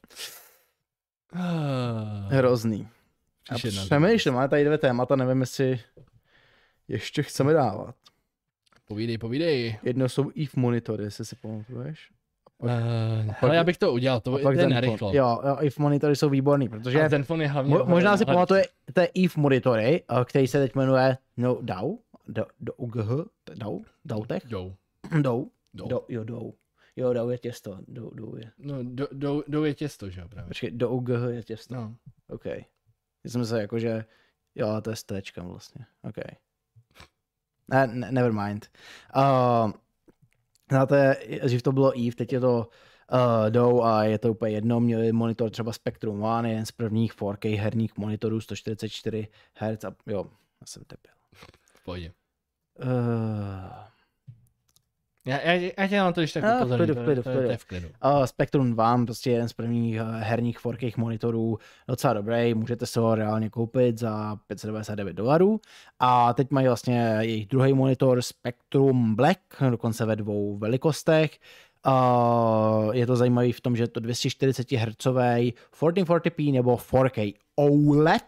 Hrozný. Přemýšlím, máme tady 2 témata, nevím, jestli ještě chceme dávat. Povídej. Jedno jsou EVE monitory, jestli si pamatuješ. Ale já bych to udělal, to je narychlo. Jo, EVE monitory jsou výborný, protože a Zenfone je hlavně možná si pamatuje té EVE monitory, který se teď jmenuje DAW, DAW je těsto, DAW je. No, DAW je těsto, že jo, právě. Počkej, DAW je těsto. No. OK. Já jsem se jako, že jo, to je s téčkem vlastně. OK. Never mind. Znáte, že to bylo EVE, teď je to DAW a je to úplně jedno. Měli monitor třeba Spectrum One, jeden z prvních 4K herních monitorů, 144 Hz a jo, já jsem tepil. V pohodě. Já tě na to ještě tak upozorním, to je v klidu. Spectrum One, prostě jeden z prvních herních 4K monitorů, docela dobrý, můžete se ho reálně koupit za $599. A teď mají vlastně jejich druhý monitor Spectrum Black, dokonce ve 2 velikostech. Je to zajímavý v tom, že je to 240 Hz 1440p nebo 4K OLED.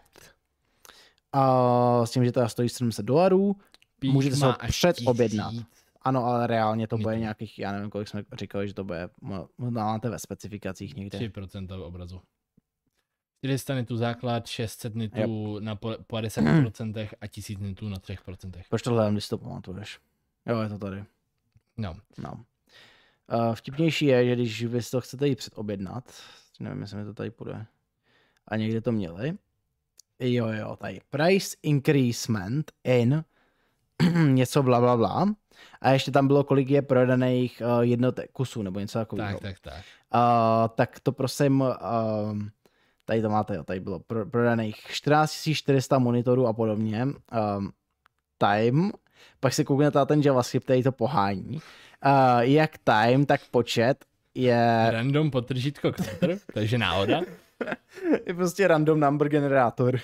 S tím, že to stojí $700. Můžete se ho předobjednat. Ano, ale reálně to bude nějakých, já nevím, kolik jsme říkali, že to bude, máte ve specifikacích někde. 3% obrazu. 400 nitů základ, 600 nitů na 50% a 1000 nitů na 3%. Proč to hledám, když to pamatuješ? Jo, je to tady. No. Vtipnější je, že když vy to chcete jí předobjednat, nevím, jestli mi to tady půjde, a někde to měli, jo, tady price increasement in něco blablabla. A ještě tam bylo, kolik je prodaných jednotek kusů, nebo něco takového. Tak. Tak to prosím, tady to máte, jo, tady bylo prodaných 14 400 monitorů a podobně. Time, pak si kouknete na ten JavaScript, který to pohání. Jak time, tak počet je... Random podtržítko counter, takže náhoda. Je prostě random number generátor.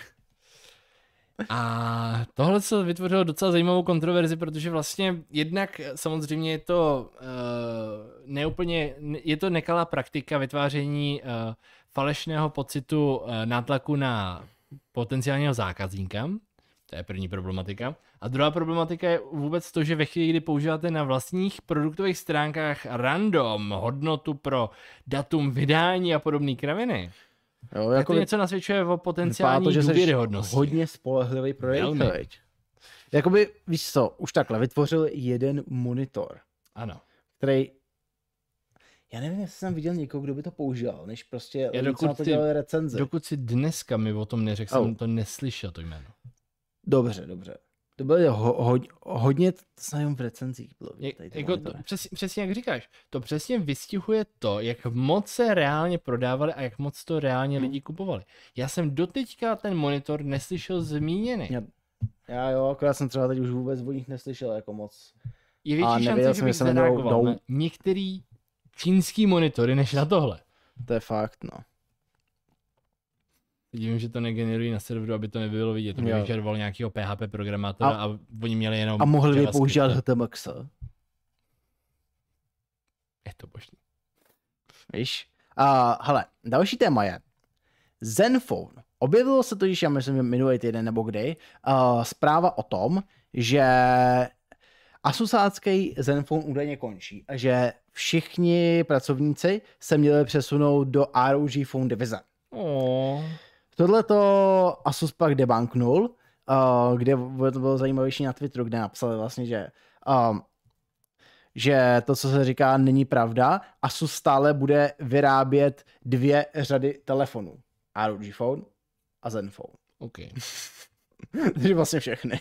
A tohle se vytvořilo docela zajímavou kontroverzi, protože vlastně jednak samozřejmě je to neúplně, je to nekalá praktika vytváření falešného pocitu nátlaku na potenciálního zákazníka. To je první problematika. A druhá problematika je vůbec to, že ve chvíli, kdy používáte na vlastních produktových stránkách random hodnotu pro datum vydání a podobné kraviny, jo, jako to něco nasvědčuje o potenciální důvěryhodnosti. Hodně spolehlivý projekt. Jakoby, víš co, už takhle, vytvořil jeden monitor. Ano. Který, já nevím, jestli jsem viděl někoho, kdo by to používal, než prostě lidi, co na to dělali recenze. Dokud si dneska mi o tom neřekl, jsem to neslyšel, to jméno. Dobře. To bylo hodně snajím v recenzích. Přesně jak říkáš, to přesně vystihuje to, jak moc se reálně prodávali a jak moc to reálně lidi kupovali. Já jsem doteďka ten monitor neslyšel zmíněný. Já jo, akorát jsem třeba teď už vůbec o nich neslyšel jako moc. Je větší šance, že bych zareagoval na některý čínský monitory, než na tohle. To je fakt, no. Vidím, že to negenerují na serveru, aby to nebylo vidět. To by Jo. vyžadoval nějakého PHP programátora a oni měli jenom A mohli by JavaScript. používat HTMX. Je to možný. Víš? Hele, další téma je Zenfone. Objevilo se totiž, já myslím, minulý týden nebo kdy, zpráva o tom, že Asusácký Zenfone údajně končí a že všichni pracovníci se měli přesunout do ROG Phone divize. Tohleto Asus pak debunknul, kde to bylo zajímavější na Twitteru, kde napsali vlastně, že to, co se říká, není pravda. Asus stále bude vyrábět 2 řady telefonů. ROG Phone a Zenfone. OK. Takže vlastně všechny.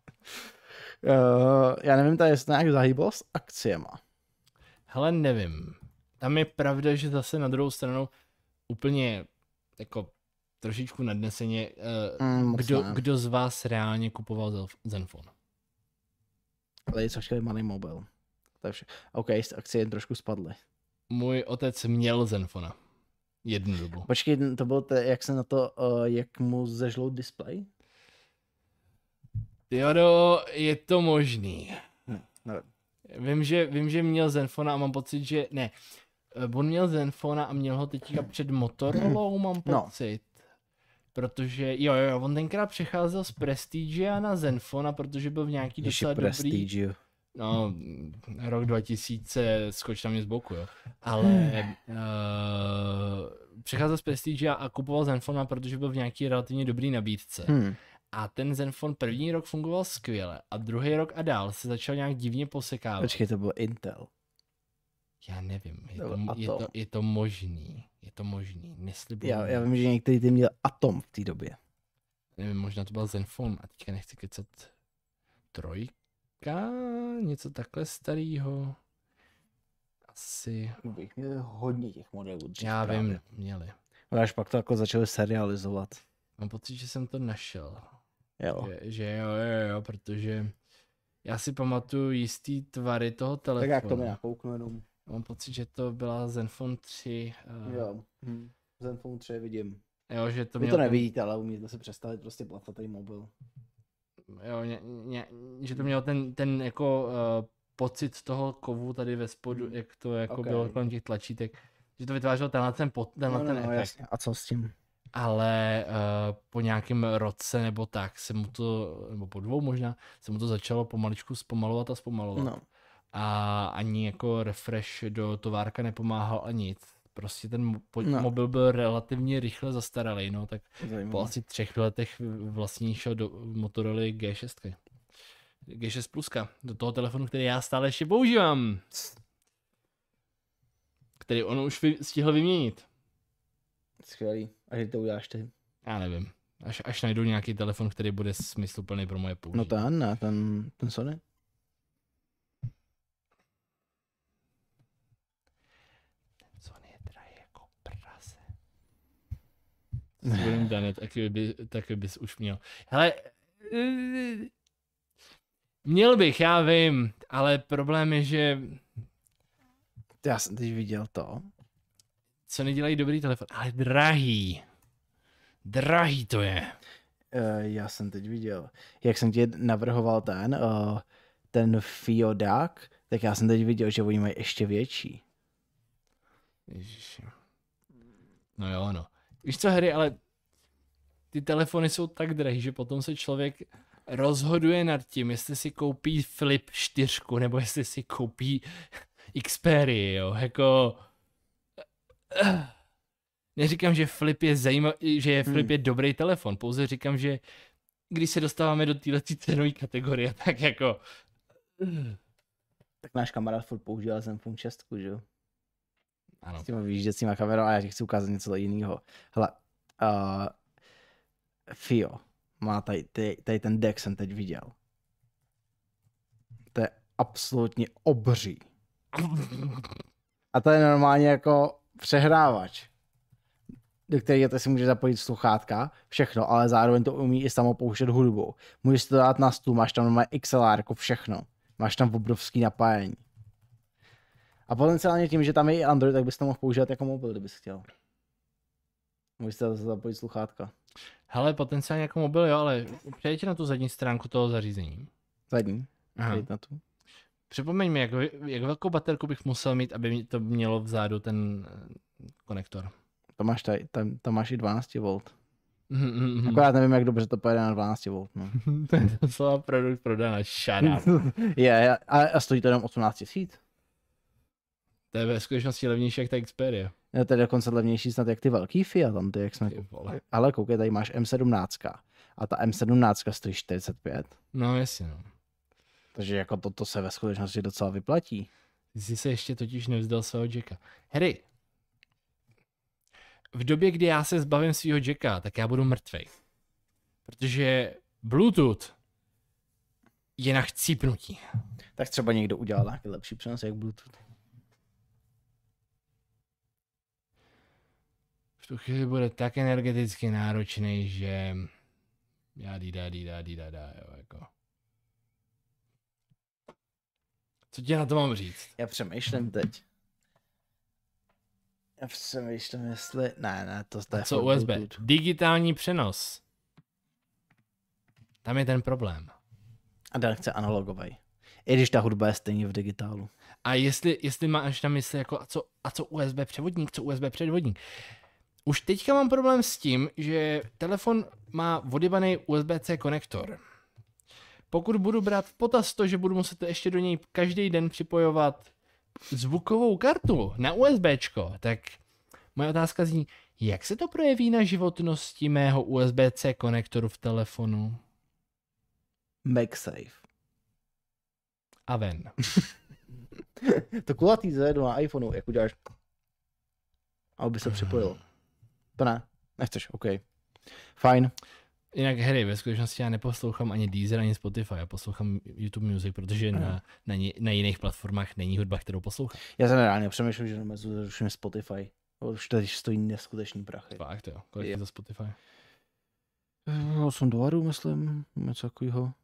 Já nevím, tady jestli to nějak zahýbalo s akciema. Hele, nevím. Tam je pravda, že zase na druhou stranu úplně jako trošičku nadneseně, kdo z vás reálně kupoval Zenfone? Ale co chtěli Money Mobile. To je vše. OK, akcie trošku spadly. Můj otec měl Zenfona. Jednu dobu. Počkej, to bylo jak se na to, jak mu zežlou display? Jodo, je to možný. Nevím. Vím, že měl Zenfona a mám pocit, že ne. On měl Zenfona a měl ho teďka před Motorolou, mám pocit. Protože, jo, on tenkrát přecházel z Prestige na Zenfona, protože byl v nějaký docela dobrý... No, rok 2000, skoč na mě z boku, jo. Ale přecházel z Prestige a kupoval Zenfona, protože byl v nějaký relativně dobrý nabídce. A ten Zenfone první rok fungoval skvěle a druhý rok a dál se začal nějak divně posekávat. Počkej, to byl Intel. Já nevím, je to možný. Je to možný, neslibuji. Já vím, že některý ty měl Atom v té době. Nevím, možná to byl Zenfone a teďka nechci kecat 3, něco takhle starýho. Asi. Bych měl hodně těch modelů. Já vím, měli. Až pak to jako začali serializovat. Mám pocit, že jsem to našel. Jo. Že jo, protože já si pamatuju jistý tvary toho telefonu. Tak jak to mi nakouknu jenom. Mám pocit, že to byla Zenfone 3. Jo, Zenfone 3 vidím. Jo, že to vy to nevidíte, ale umíte si představit prostě platatý mobil. Jo, že to mělo ten jako pocit toho kovu tady ve spodu, jak to jako bylo kolem těch tlačítek. Že to vytvářelo ten efekt. Jasně. A co s tím? Ale po nějakém roce nebo tak se mu to, nebo po 2 možná, se mu to začalo pomaličku zpomalovat. No. A ani jako refresh do továrka nepomáhal a nic. Prostě ten mobil byl relativně rychle zastaralý, no, tak po asi 3 letech vlastně šel do Motorola G6. G6 Pluska, do toho telefonu, který já stále ještě používám. Který on už stihl vyměnit. Skvělý. A že to uděláš ty? Já nevím. Až najdu nějaký telefon, který bude smysluplný pro moje použití. No ten Sony. Ten Sony je drahý jako prase. Budem danet, taky bys už měl. Hele, měl bych, já vím, ale problém je, že... Já jsem teď viděl to. Co nedělají dobrý telefon, ale drahý. Drahý to je. Já jsem teď viděl. Jak jsem ti navrhoval ten Fiodak, tak já jsem teď viděl, že oni mají ještě větší. Ježiši. No jo, no. Víš co, Harry, ale ty telefony jsou tak drahý, že potom se člověk rozhoduje nad tím, jestli si koupí Flip 4, nebo jestli si koupí Xperia, jo, jako... Neříkám, že Flip je Flip je dobrý telefon, pouze říkám, že když se dostáváme do této cenové kategorie, tak jako... Tak náš kamarád furt používá Zenfone 6, že jo? Ano. S těma výjížděcíma kamerou a já ti chci ukázat něco jiného. Hele, Fio má tady ten deck jsem teď viděl. To je absolutně obří. A to je normálně jako přehrávač, do kterého si může zapojit sluchátka, všechno, ale zároveň to umí i samo pouštět hudbu. Můžeš to dát na stůl, máš tam normálně XLR, jako všechno. Máš tam obrovský napájení. A potenciálně tím, že tam je i Android, tak bys to mohl používat jako mobil, kdybys chtěl. Můžete zase zapojit sluchátka. Hele, potenciálně jako mobil, jo, ale přejdete na tu zadní stránku toho zařízení. Zadní? Aha. Na tu. Připomeň mi, jak velkou baterku bych musel mít, aby to mělo vzadu ten konektor. To máš tady, tam máš i 12 V. Mm. Akorát nevím, jak dobře to pojede na 12 V. No. To je docela produkt prodaná, shut up. Je, a stojí to jenom 18 000. To je ve skutečnosti levnější jak ta Xperia. Je to dokonce levnější snad jak ty velký Fiat, tam ty, jak jsme... Ale koukej, tady máš M17 a ta M17 stojí 45. No jasně, no. Takže jako toto se ve skutečnosti docela vyplatí. Ty jsi se ještě totiž nevzdal svého Jacka. Harry, v době, kdy já se zbavím svého Jacka, tak já budu mrtvej. Protože Bluetooth je na chcípnutí. Tak třeba někdo udělal nějaký lepší přenos jak Bluetooth. V tu chvíli bude tak energeticky náročný, že já jo, jako. Co ti na to mám říct? Já přemýšlím teď. Já přemýšlím, jestli... Ne, to je co USB? Bluetooth. Digitální přenos. Tam je ten problém. A Dan chce analogový. I když ta hudba je stejně v digitálu. A jestli máš na mysli jako a co USB převodník, co USB předvodník. Už teďka mám problém s tím, že telefon má odjebaný USB-C konektor. Pokud budu brát v potaz to, že budu muset ještě do něj každý den připojovat zvukovou kartu na USBčko, tak moje otázka zní, jak se to projeví na životnosti mého USB-C konektoru v telefonu? MagSafe. A ven. To kulatý zajedu na iPhoneu, jak uděláš, aby se připojil. To ne, nechceš, OK. Fajn. Jinak Harry, ve skutečnosti já neposlouchám ani Deezer, ani Spotify, já poslouchám YouTube Music, protože na jiných platformách není hudba, kterou poslouchám. Já jsem reálně přemýšlel, že zruším Spotify. Už tady stojí neskutečný prachy. Fakt jo, kolik je za Spotify? $8, myslím, něco takového.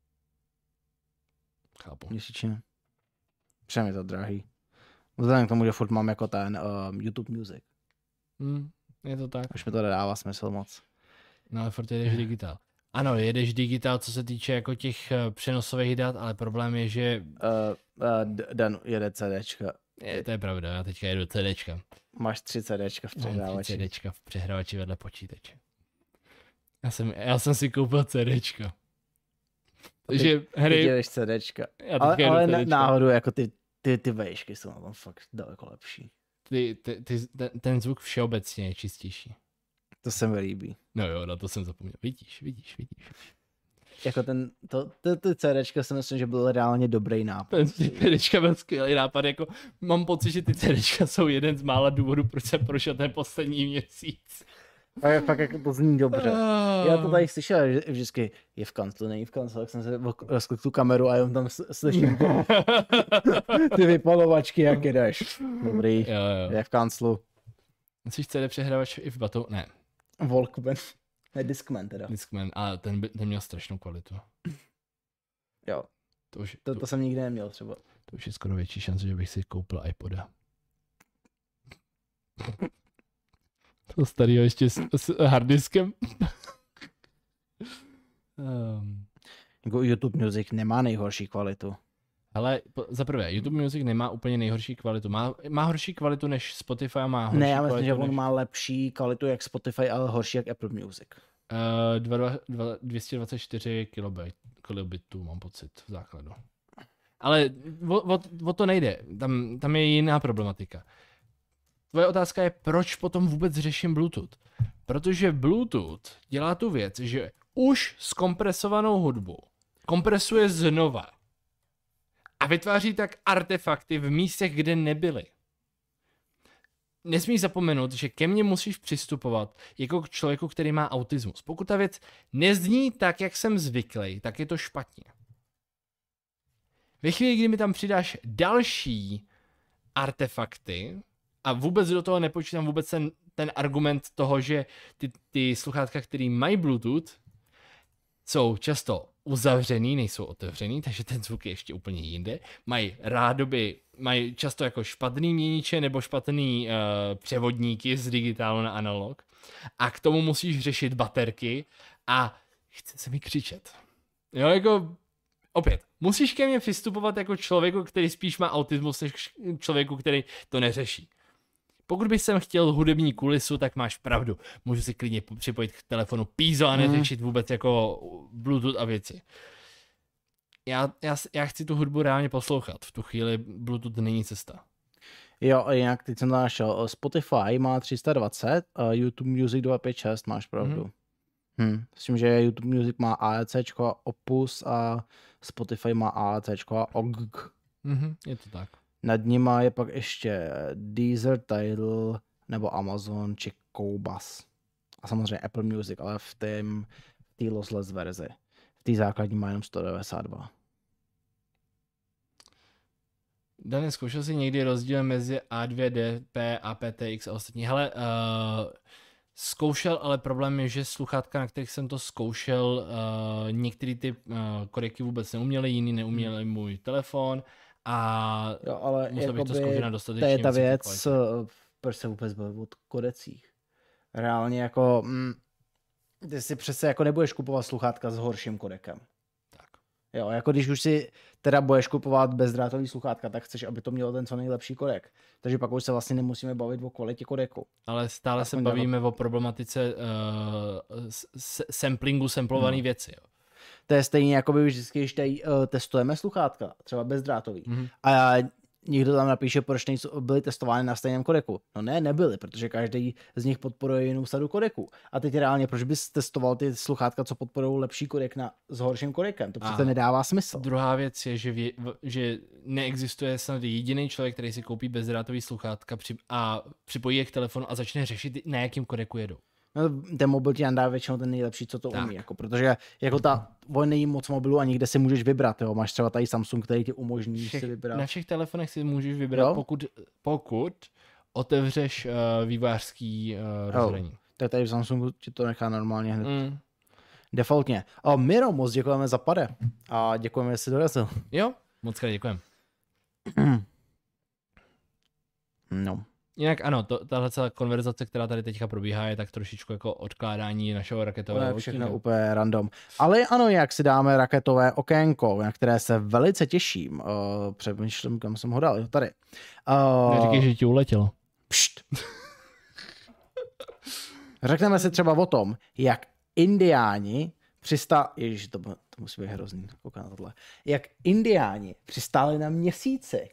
Chápu. Měsíčně. Přem je to drahý. Vzhledem k tomu, že furt mám jako ten YouTube Music. Je to tak. Už mi to nedává smysl moc. No ale furt jedeš digitál. Ano, jedeš digitál, co se týče jako těch přenosových dat, ale problém je, že... Dan jede CDčka. To je pravda, já teďka jedu CDčka. Máš 3 CDčka v přehrávači. 3 CDčka v přehrávači vedle počítače. Já jsem si koupil CDčka. Takže hry... Ty jedeš CDčka. Ale náhodou jako ty vejšky jsou na tom fakt daleko lepší. Ten zvuk všeobecně je čistější. To se mi líbí. No jo, na to jsem zapomněl. Vidíš. Jako ty CDčka si myslím, že byl reálně dobrý nápad. Ten CDčka byl skvělý nápad, jako mám pocit, že ty CDčka jsou jeden z mála důvodů, proč jsem prošel ten poslední měsíc. A fakt jako to zní dobře. Já to tady slyšel, že vždycky je v kanclu, není v kanclu, tak jsem se rozklikl tu kameru a jenom tam slyším ty vypalovačky, jak jdeš. Dobrý, jo. je v kanclu. Jsi CD přehrávač i v batou? Ne. Walkman. Ne, Discman teda. Discman, ale ten měl strašnou kvalitu. Jo. To jsem nikdy neměl třeba. To už je skoro větší šance, že bych si koupil iPoda. To starýho ještě s harddiskem. Jako YouTube Music nemá nejhorší kvalitu. Ale za prvé, YouTube Music nemá úplně nejhorší kvalitu. Má horší kvalitu než Spotify a má horší Ne, já myslím, kvalitu že on má lepší kvalitu jak Spotify, ale horší jak Apple Music. 224 kilobitů mám pocit v základu. Ale o to nejde. Tam je jiná problematika. Tvoje otázka je, proč potom vůbec řeším Bluetooth? Protože Bluetooth dělá tu věc, že už zkompresovanou hudbu kompresuje znova a vytváří tak artefakty v místech, kde nebyly. Nesmíš zapomenout, že ke mně musíš přistupovat jako k člověku, který má autismus. Pokud ta věc nezní tak, jak jsem zvyklý, tak je to špatně. Ve chvíli, kdy mi tam přidáš další artefakty, a vůbec do toho nepočítám vůbec ten argument toho, že ty sluchátka, které mají Bluetooth, jsou často uzavřený, nejsou otevřený, takže ten zvuk je ještě úplně jinde. Mají často jako špatný měniče nebo špatný převodníky z digitálu na analog. a k tomu musíš řešit baterky a chce se mi křičet. Jo, jako opět, musíš ke mně přistupovat jako člověku, který spíš má autismus, než člověku, který to neřeší. Pokud bych sem chtěl hudební kulisu, tak máš pravdu. Můžu si klidně připojit k telefonu pízo a neřešit vůbec jako Bluetooth a věci. Já chci tu hudbu reálně poslouchat. V tu chvíli Bluetooth není cesta. Jo, a jinak teď jsem to našel. Spotify má 320, a YouTube Music 256, máš pravdu. Myslím, že YouTube Music má AECčko a Opus a Spotify má AECčko a OGG. Je to tak. Nad nima je pak ještě Deezer, Tidal nebo Amazon či Qobuz. A samozřejmě Apple Music, ale v té lossless verzi. V té základní má jenom 192. Dane, zkoušel jsi někdy rozdíl mezi A2DP, aptX a ostatní? Hele, zkoušel, ale problém je, že sluchátka, na kterých jsem to zkoušel, některé ty kodeky vůbec neuměly, jiný neuměli můj telefon a jo, ale musel bych to zkoušet na dostatečně. To je ta věc, proč se vůbec bavit o kodecích. Reálně jako, ty si přece jako nebudeš kupovat sluchátka s horším kodekem. Tak. Jo, jako když už si teda budeš kupovat bezdrátový sluchátka, tak chceš, aby to mělo ten co nejlepší kodek. Takže pak už se vlastně nemusíme bavit o kvalitě kodeku. Ale stále se bavíme o problematice samplingu, samplované věci. Jo. To je stejně, jako by vždycky, když tady testujeme sluchátka, třeba bezdrátový. A někdo tam napíše, proč byly testovány na stejném kodeku. No ne, nebyly, protože každý z nich podporuje jinou sadu kodeků. A teď reálně, proč bys testoval ty sluchátka, co podporují lepší kodek s horším kodekem? To přece nedává smysl. Druhá věc je, že neexistuje snad jediný člověk, který si koupí bezdrátový sluchátka a připojí je k telefonu a začne řešit, na jakým kodeku jedou. No, ten mobil ti dá většinou ten nejlepší, co to umí, jako, protože jako není moc mobilů a někde si můžeš vybrat, jo. Máš třeba tady Samsung, který ti umožní si vybrat. Na všech telefonech si můžeš vybrat, pokud otevřeš vývojářský rozhraní. Tak tady v Samsungu ti to nechá normálně hned. Defaultně. Miro, moc děkujeme za pade a děkujeme, že jsi dorazil. Jo, moc krát děkujeme. No. Jinak ano, tahle celá konverzace, která tady teďka probíhá, je tak trošičku jako odkládání našeho raketového okénka. Všechno úplně random. Ale ano, jak si dáme raketové okénko, na které se velice těším. Přemýšlím, kam jsem ho dal. Jo, tady. Neříkej, že ti uletělo. Pšt. Řekneme si třeba o tom, jak Indiáni Ježiš, to musí být hrozný. Koukám na tohle. Jak Indiáni přistáli na Měsíci.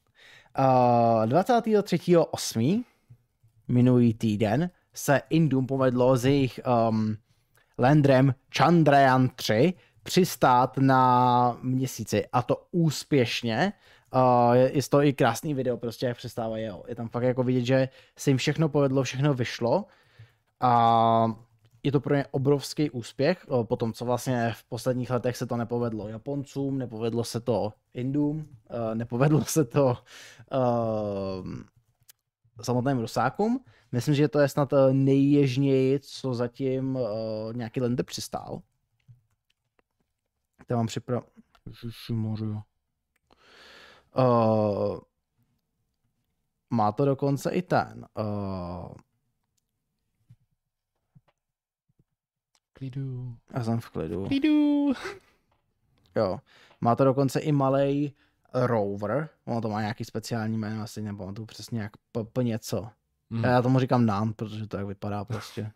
23.8. minulý týden se Indům povedlo s jejich landrem Chandrayaan 3 přistát na Měsíci a to úspěšně. Je to i krásný video, prostě jak přistávají. Je tam fakt jako vidět, že se jim všechno povedlo, všechno vyšlo a je to pro ně obrovský úspěch, po tom, co vlastně v posledních letech se to nepovedlo Japoncům, nepovedlo se to Indům, nepovedlo se to samotným Rusákům. Myslím, že to je snad nejježněji, co zatím nějaký lander přistál. To mám má to dokonce i ten Klidu. Já jsem v klidu. Klidu. Jo. Má to dokonce i malej rover. Ono to má nějaký speciální jméno, asi nepamatuju přesně jak něco. Já tomu říkám NAN, protože to jak vypadá prostě.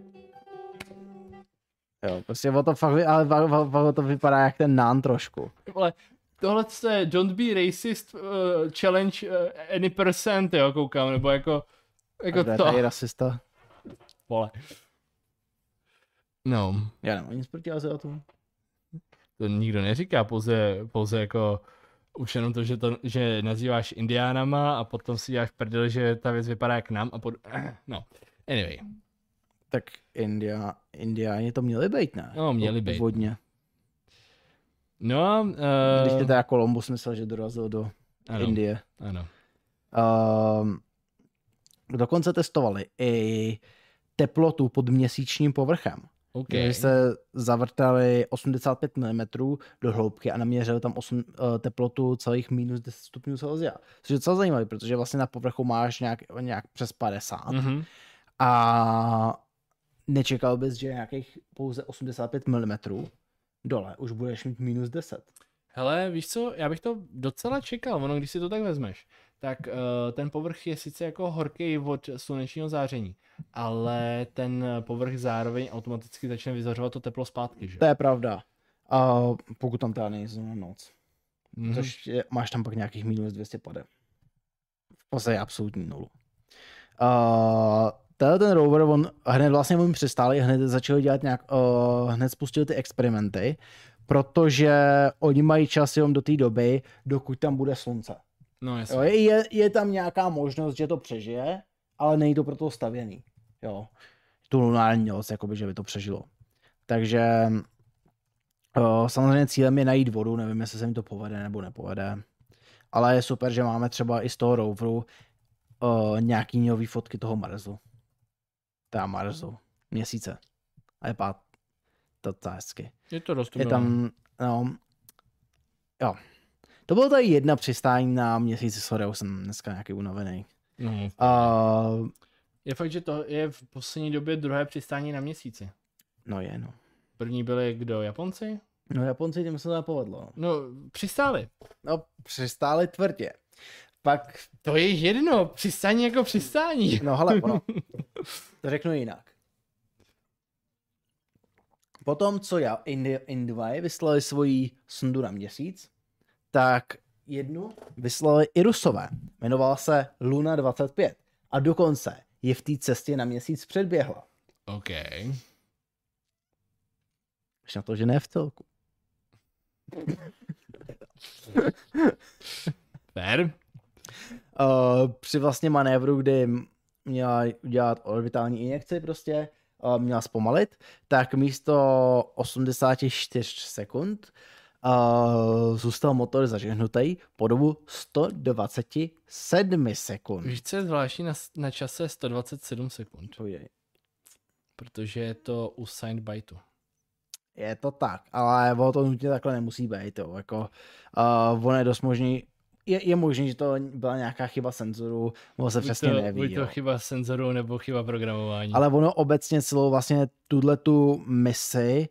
Jo, prostě o to fakt, ale to vypadá jak ten NAN trošku. Ale tohle je Don't be racist challenge any percent, jo, koukám, nebo jako to. Tady rasista. Vole. No. Já nemám nic proti Aziatům. To nikdo neříká, pouze jako už jenom to, že nazýváš Indiánama a potom si děláš prdel, že ta věc vypadá jak nám a no, anyway. Tak Indiáni to měli být, ne? No, měli být. Původně. No, když ty teda Columbus myslel, že dorazil do Indie. Ano. Dokonce testovali i teplotu pod měsíčním povrchem. Okay. Když se zavrtali 85 mm do hloubky a naměřili tam teplotu celých minus 10 stupňů Celsia. Což je docela zajímavé, protože vlastně na povrchu máš nějak přes 50. A nečekal bys, že nějakých pouze 85 mm dole už budeš mít minus 10. Hele, víš co, já bych to docela čekal, ono když si to tak vezmeš, tak ten povrch je sice jako horký od slunečního záření, ale ten povrch zároveň automaticky začne vyzařovat to teplo zpátky, že? To je pravda. A pokud tam teda není zrovna noc. Což máš tam pak nějakých minus 200 pade. V podstatě absolutní nulu. Ten rover, on hned vlastně mu přistáli, hned začali dělat hned spustili ty experimenty, protože oni mají čas jenom do té doby, dokud tam bude slunce. No jasně. Je tam nějaká možnost, že to přežije, ale není to pro to stavěný. Jo. Tu lunární noc, jakoby, že by to přežilo. Takže samozřejmě cílem je najít vodu, nevím, jestli se jim to povede nebo nepovede. Ale je super, že máme třeba i z toho roveru nějaký nový fotky toho Marsu. Měsíce. A je to hezky. Je to dost. Je tam, jo. To bylo tady jedna přistání na měsíci, sorry, už jsem dneska nějaký unavený. No. Je fakt, že to je v poslední době druhé přistání na měsíci. No je, no. První byli kdo, Japonci? No Japonci, těm se to nepovedlo. No, přistáli. No, přistáli tvrdě. Pak... To je jedno, přistání jako přistání. No hele, ono, to řeknu jinak. Potom, co Indie vyslali svoji sondu na měsíc, tak jednu vyslali i Rusové. Jmenovala se Luna 25. A dokonce je v té cestě na měsíc předběhla. OK. Až na to, že ne v celku. Fair. Při vlastně manévru, kdy měla udělat orbitální injekci prostě, měla zpomalit, tak místo 84 sekund zůstal motor zažehnutý po dobu 127 sekund. Víš, co je zvláštní na čase 127 sekund? Protože je to u signed bytu. Je to tak, ale ono to nutně takhle nemusí být. Jo. Jako, ono je dost možný, je možný, že to byla nějaká chyba senzoru, ono se přesně neví. Buď to chyba senzoru nebo chyba programování. Ale ono obecně celou vlastně tu misi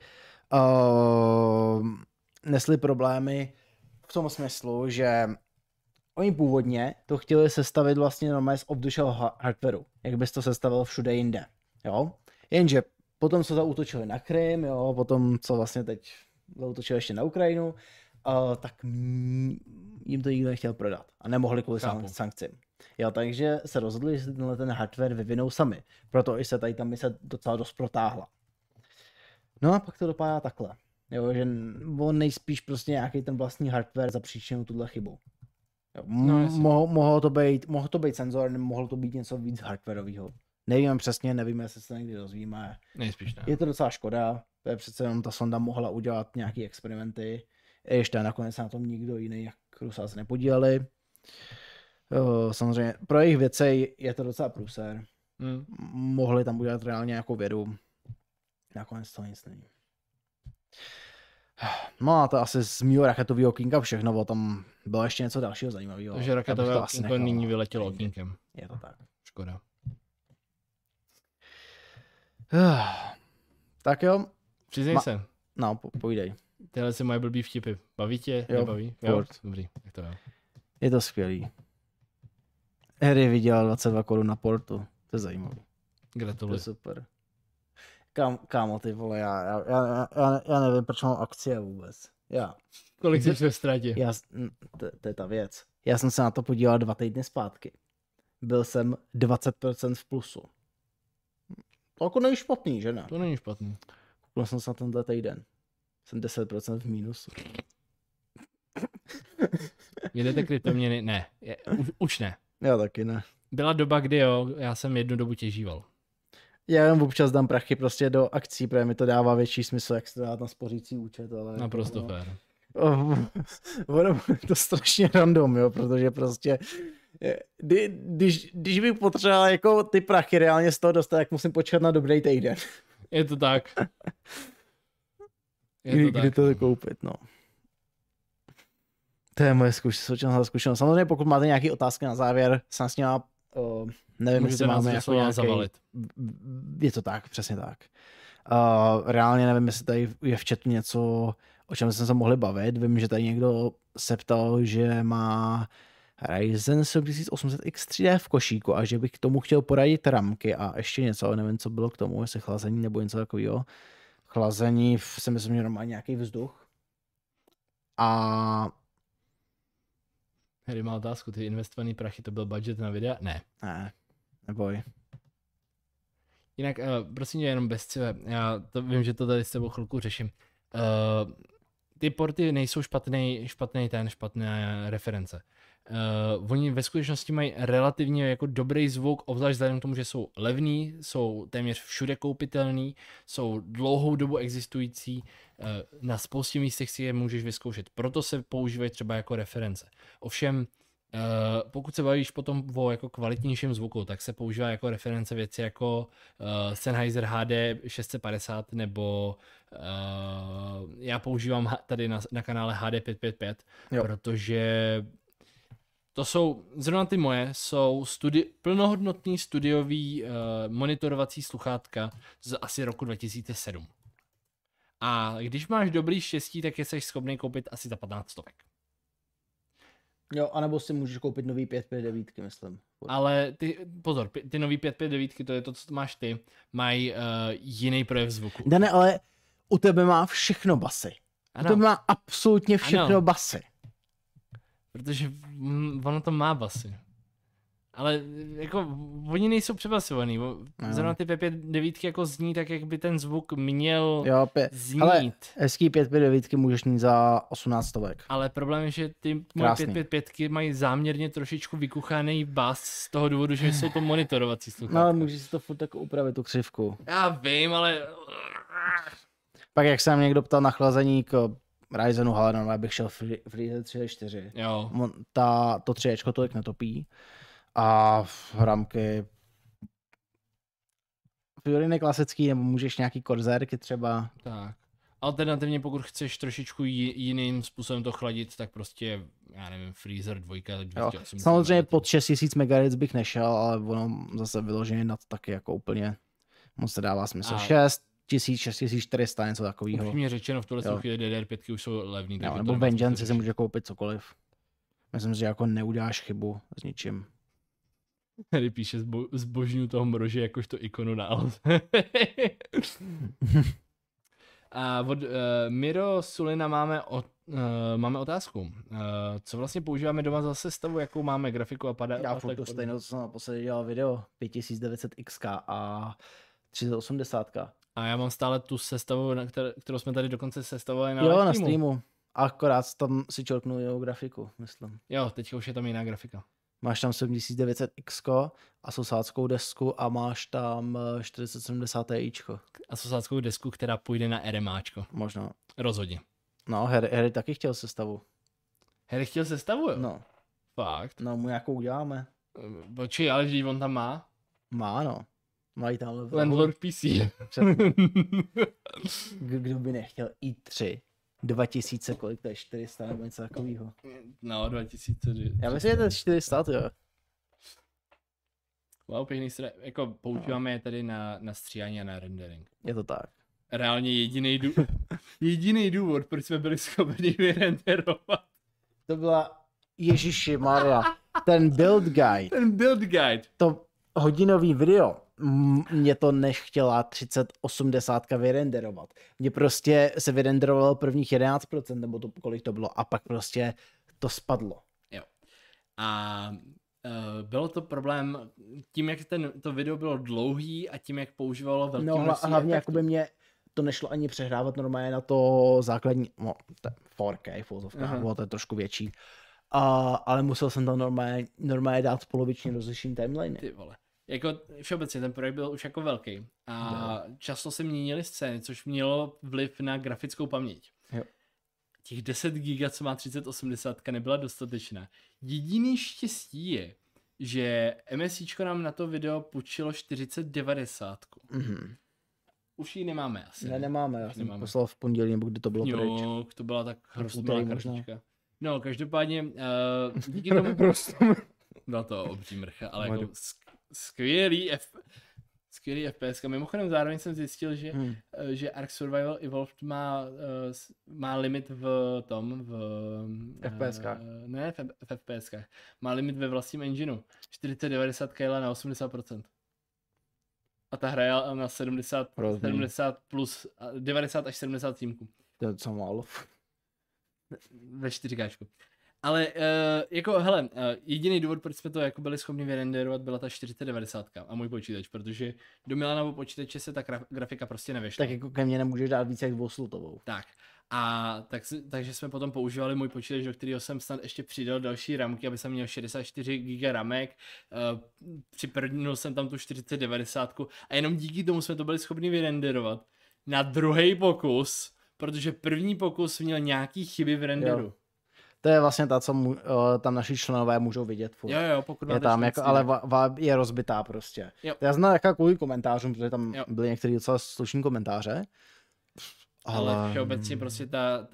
nesli problémy v tom smyslu, že oni původně to chtěli sestavit vlastně normálně z off-the-shelf hardwareu, jak bys to sestavil všude jinde. Jo? Jenže potom, co zaútočili na Krym, jo, potom, co vlastně teď zaútočili ještě na Ukrajinu, tak jim to nikdo nechtěl prodat a nemohli kvůli sankcím. Jo, takže se rozhodli, že ten hardware vyvinou sami. Proto i se tady ta mise docela dost protáhla. No a pak to dopadá takhle. Jo, že on nejspíš prostě nějaký ten vlastní hardware zapříčinil tuhle chybu. Jo, mohlo to být senzor, nebo mohlo to být něco víc hardwareového. Nevíme přesně, nevíme, jestli se někdy dozvíme. Nejspíš ne. Je to docela škoda, protože přece jenom ta sonda mohla udělat nějaké experimenty. Ještě nakonec na tom nikdo jiný, jak Rusáci nepodíleli. Samozřejmě pro jejich věci je to docela průser. Mohli tam udělat reálně nějakou vědu. Nakonec to nic není. No a to asi z mýho raketového okýnka všechno, tam bylo ještě něco dalšího zajímavého. Takže raketové okýnko nyní vyletělo okýnkem. Je to tak. Škoda. Tak jo. Přiznej se. No, povídej. Tyhle se moje blbý vtipy. Baví tě? Jo, nebaví? Jo, dobrý. Tak to jo. Je to skvělý. Harry vydělal 22 korun na portu. To je zajímavý. Gratuluji. To je super. Kámo, ty vole, já nevím, proč mám akcie vůbec. Kolik jsi ve ztrátě? To je ta věc. Já jsem se na to podíval 2 týdny zpátky. Byl jsem 20% v plusu. To jako není špatný, že ne? To není špatný. Koukal jsem se na tenhle týden. Jsem 10% v mínusu. Jedete kryptoměny? Ne. Už ne. Já taky ne. Byla doba, kdy jo, já jsem jednu dobu těžíval. Já jenom občas dám prachy prostě do akcí, protože mi to dává větší smysl, jak se to dát na spořící účet, ale... Naprosto fér. Ono je to strašně random, jo, protože prostě... Když bych potřeboval jako ty prachy reálně z toho dostat, tak musím počkat na dobrý týden. Je to tak. Kdy to koupit, no. To je moje současná zkušenost. Samozřejmě pokud máte nějaké otázky na závěr, jsem s nimi nevím, Můžete jestli nás máme jako doslova nějaký... zavalit. Je to tak, přesně tak. Reálně nevím, jestli tady je v chatu něco, o čem jsme se mohli bavit. Vím, že tady někdo se ptal, že má Ryzen 7800 X3D v košíku a že bych k tomu chtěl poradit ramky a ještě něco, ale nevím, co bylo k tomu, jestli chlazení nebo něco takového. Chlazení, si myslím, že normálně nějaký vzduch. A... Harry má otázku, ty investovaný prachy, to byl budget na videa? Ne. Ne, neboj. Jinak, prosím tě, jenom bez cíle, já to vím, že to tady s tebou chvilku řeším. Ty porty nejsou špatné reference. Oni ve skutečnosti mají relativně jako dobrý zvuk, obzvlášť vzhledem k tomu, že jsou levný, jsou téměř všude koupitelný, jsou dlouhou dobu existující, na spoustě místech si je můžeš vyzkoušet, proto se používají třeba jako reference. Ovšem, pokud se bavíš potom o jako kvalitnějším zvuku, tak se používá jako reference věci jako Sennheiser HD 650 nebo já používám tady na kanále HD 555, protože to jsou, zrovna ty moje, jsou plnohodnotný studiový monitorovací sluchátka z asi roku 2007. A když máš dobrý štěstí, tak je jsi schopný koupit asi za 15 stovek. Jo, anebo si můžeš koupit nový 559, myslím. Ale pozor, ty nový 559, to je to, co máš ty, mají jiný projev zvuku. Dane, ale u tebe má všechno basy. Ano. U tebe má absolutně všechno basy. Protože ono to má basy. Ale jako oni nejsou přebasovaný. Zrovna ty 559 jako zní tak, jak by ten zvuk měl znít. Ale hezký 559 můžeš mít za 18 stovek. Ale problém je, že ty moje 555 mají záměrně trošičku vykuchaný bas z toho důvodu, že jsou to monitorovací sluchátka. No ale můžeš si to furt jako upravit, tu křivku. Já vím, ale... Pak jak se nám někdo ptal na chlazení k Ryzenu, ale no, bych šel Freezer 3.4. Jo. To 3 tolik netopí. A ramky Fioriny klasický, nebo můžeš nějaký korzérky třeba. Tak. Alternativně, pokud chceš trošičku jiným způsobem to chladit, tak prostě, já nevím, Freezer 2, 280. Samozřejmě pod 6000 MHz bych nešel, ale ono zase vyloženě nad taky jako úplně moc se dává smysl. 6000, 6400, něco takového. Upřímně řečeno, v tuhle chvíli DDR5 už jsou levný. Jo, nebo Vengeance si může koupit cokoliv. Myslím si, že jako neuděláš chybu s ničím. Tady píše zbožňuji toho mrože jakožto ikonu na alt. A od Miro Sulina máme otázku. Co vlastně používáme doma za sestavu, jakou máme grafiku a padá? Já furt to stejné, co jsem naposledy dělal video. 5900XK a 380. A já mám stále tu sestavu, kterou jsme tady dokonce sestavovali na streamu. Na streamu. Akorát tam si čorknul jinou grafiku, myslím. Jo, teďka už je tam jiná grafika. Máš tam 7900X a sosáckou desku a máš tam 470 Tičko. A sosáckou desku, která půjde na RMAčko. Možná. Rozhodně. No, Harry taky chtěl sestavu. Harry chtěl sestavu, jo? No. Fakt? No, mu nějakou uděláme. Počkej, ale vždyť on tam má? Má, no. Mají tam Landlord PC. Kdo by nechtěl i3? 2000, kolik to je, 400 nebo něco takového. No, 2000. Já myslím, že to je 400, jo. Wow, pěkný stroj. Jako používáme je tady na stříhání a na rendering. Je to tak. Reálně jediný důvod, proč jsme byli schopni vyrenderovat. To byla, Ježiši Maria, ten build guide. To hodinový video. Mě to nechtěla 3080 vyrenderovat. Mně prostě se vyrenderovalo prvních 11%, nebo to, kolik to bylo, a pak prostě to spadlo. Jo. A bylo to problém tím, jak to video bylo dlouhý a tím, jak používalo velký množství hlavně jakoby mě to nešlo ani přehrávat normálně na to základní, 4K bylo to je trošku větší. Ale musel jsem tam normálně dát poloviční rozlišení timeliny. Ty vole. Jako všeobecně ten projekt byl už jako velký a často se měnily scény, což mělo vliv na grafickou paměť. Jo. Těch 10 GB, co má 3080, nebyla dostatečná. Jediný štěstí je, že MSIčko nám na to video půjčilo 4090. Mm-hmm. Už ji nemáme asi. Ne, nemáme, já jsem poslal v pondělí, nebo kdy to bylo pryč. Jo, to byla tak hrozná kartička. No, každopádně díky tomu... Byla to obří mrcha, ale jako skvělý FPS. Mimochodem zároveň jsem zjistil, že Ark Survival Evolved má limit v FPSkách. Ne, v FPSkách. Má limit ve vlastním engineu. 4090 jela na 80%. A ta hra je na 70 plus 90 až 70 tímků. To je docela málo. Ve 4K. Ale jako hele, jediný důvod, proč jsme to jako byli schopni vyrenderovat, byla ta 4090 a můj počítač, protože do Milanovo počítače se ta grafika prostě nevešla. Tak jako ke mně nemůžeš dát víc jak 200. Tak. A takže jsme potom používali můj počítač, do kterého jsem snad ještě přidal další ramky, aby jsem měl 64 GB ramek, připrdnul jsem tam tu 4090 a jenom díky tomu jsme to byli schopni vyrenderovat na druhý pokus, protože první pokus měl nějaký chyby v renderu. Jo. To je vlastně ta, co tam naši členové můžou vidět furt. Jo, pokud je tam jako, ale je rozbitá prostě. Jo. To já znám jako kvůli komentářům, protože tam byly některé docela slušní komentáře. Ale všeobecně prostě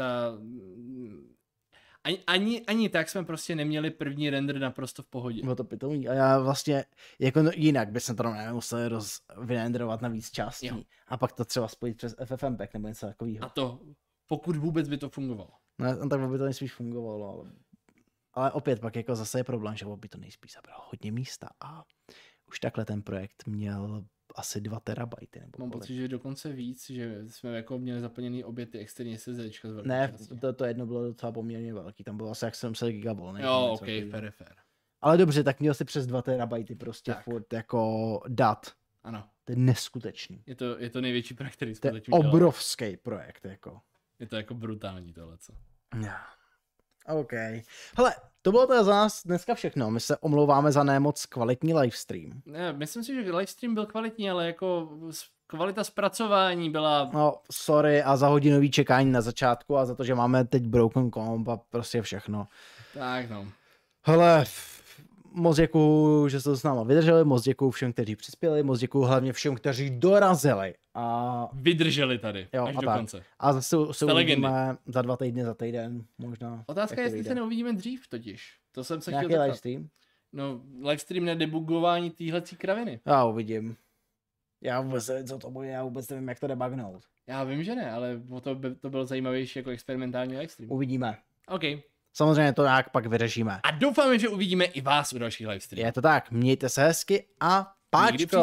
ani tak jsme prostě neměli první render naprosto v pohodě. Bylo to pitomý. A já vlastně, jako jinak by se to nemuseli vyrenderovat na víc částí. Jo. A pak to třeba spojit přes FFmpeg nebo něco takového. A to, pokud vůbec by to fungovalo. No, tak by to nejspíš fungovalo, ale opět pak jako zase je problém, že by to nejspíš zabralo hodně místa a už takhle ten projekt měl asi 2 terabajty. Mám pocit, že dokonce víc, že jsme jako měli zaplněný obě ty externí SSDčka z velké Ne, části. to jedno bylo docela poměrně velký, tam bylo asi jak 700 GB. Jo, ok, fair. Ale dobře, tak měl si přes 2 terabajty prostě tak. Furt jako dat. Ano. To je neskutečný. Je to největší projekt, který jsme zatím dělali. Obrovský projekt, jako. Je to jako brutální tohleco. OK. Hele, to bylo to za nás dneska všechno. My se omlouváme za nemoc kvalitní livestream. Ne, myslím si, že livestream byl kvalitní, ale jako kvalita zpracování byla... No, sorry a za hodinový čekání na začátku a za to, že máme teď broken comp a prostě všechno. Tak no. Hele, moc děkuju, že jste to s náma vydrželi, moc děkuju všem, kteří přispěli, moc děkuju hlavně všem, kteří dorazili. A vydrželi tady, jo, až do konce. A zase se uvidíme za 2 týdny, za týden možná. Otázka je, jestli se neuvidíme dřív totiž. To jsem se nějaký chtěl zeptat. Livestream? No, livestream na debugování téhlecí kraviny. Já uvidím. Já vůbec nevím, co to bude, já vůbec nevím, jak to debugnout. Já vím, že ne, ale to byl zajímavější jako experimentální livestream. Uvidíme. OK. Samozřejmě to nějak pak vyřešíme. A doufáme, že uvidíme i vás u dalších livestreamů. Je to tak, mějte se hezky a páčko.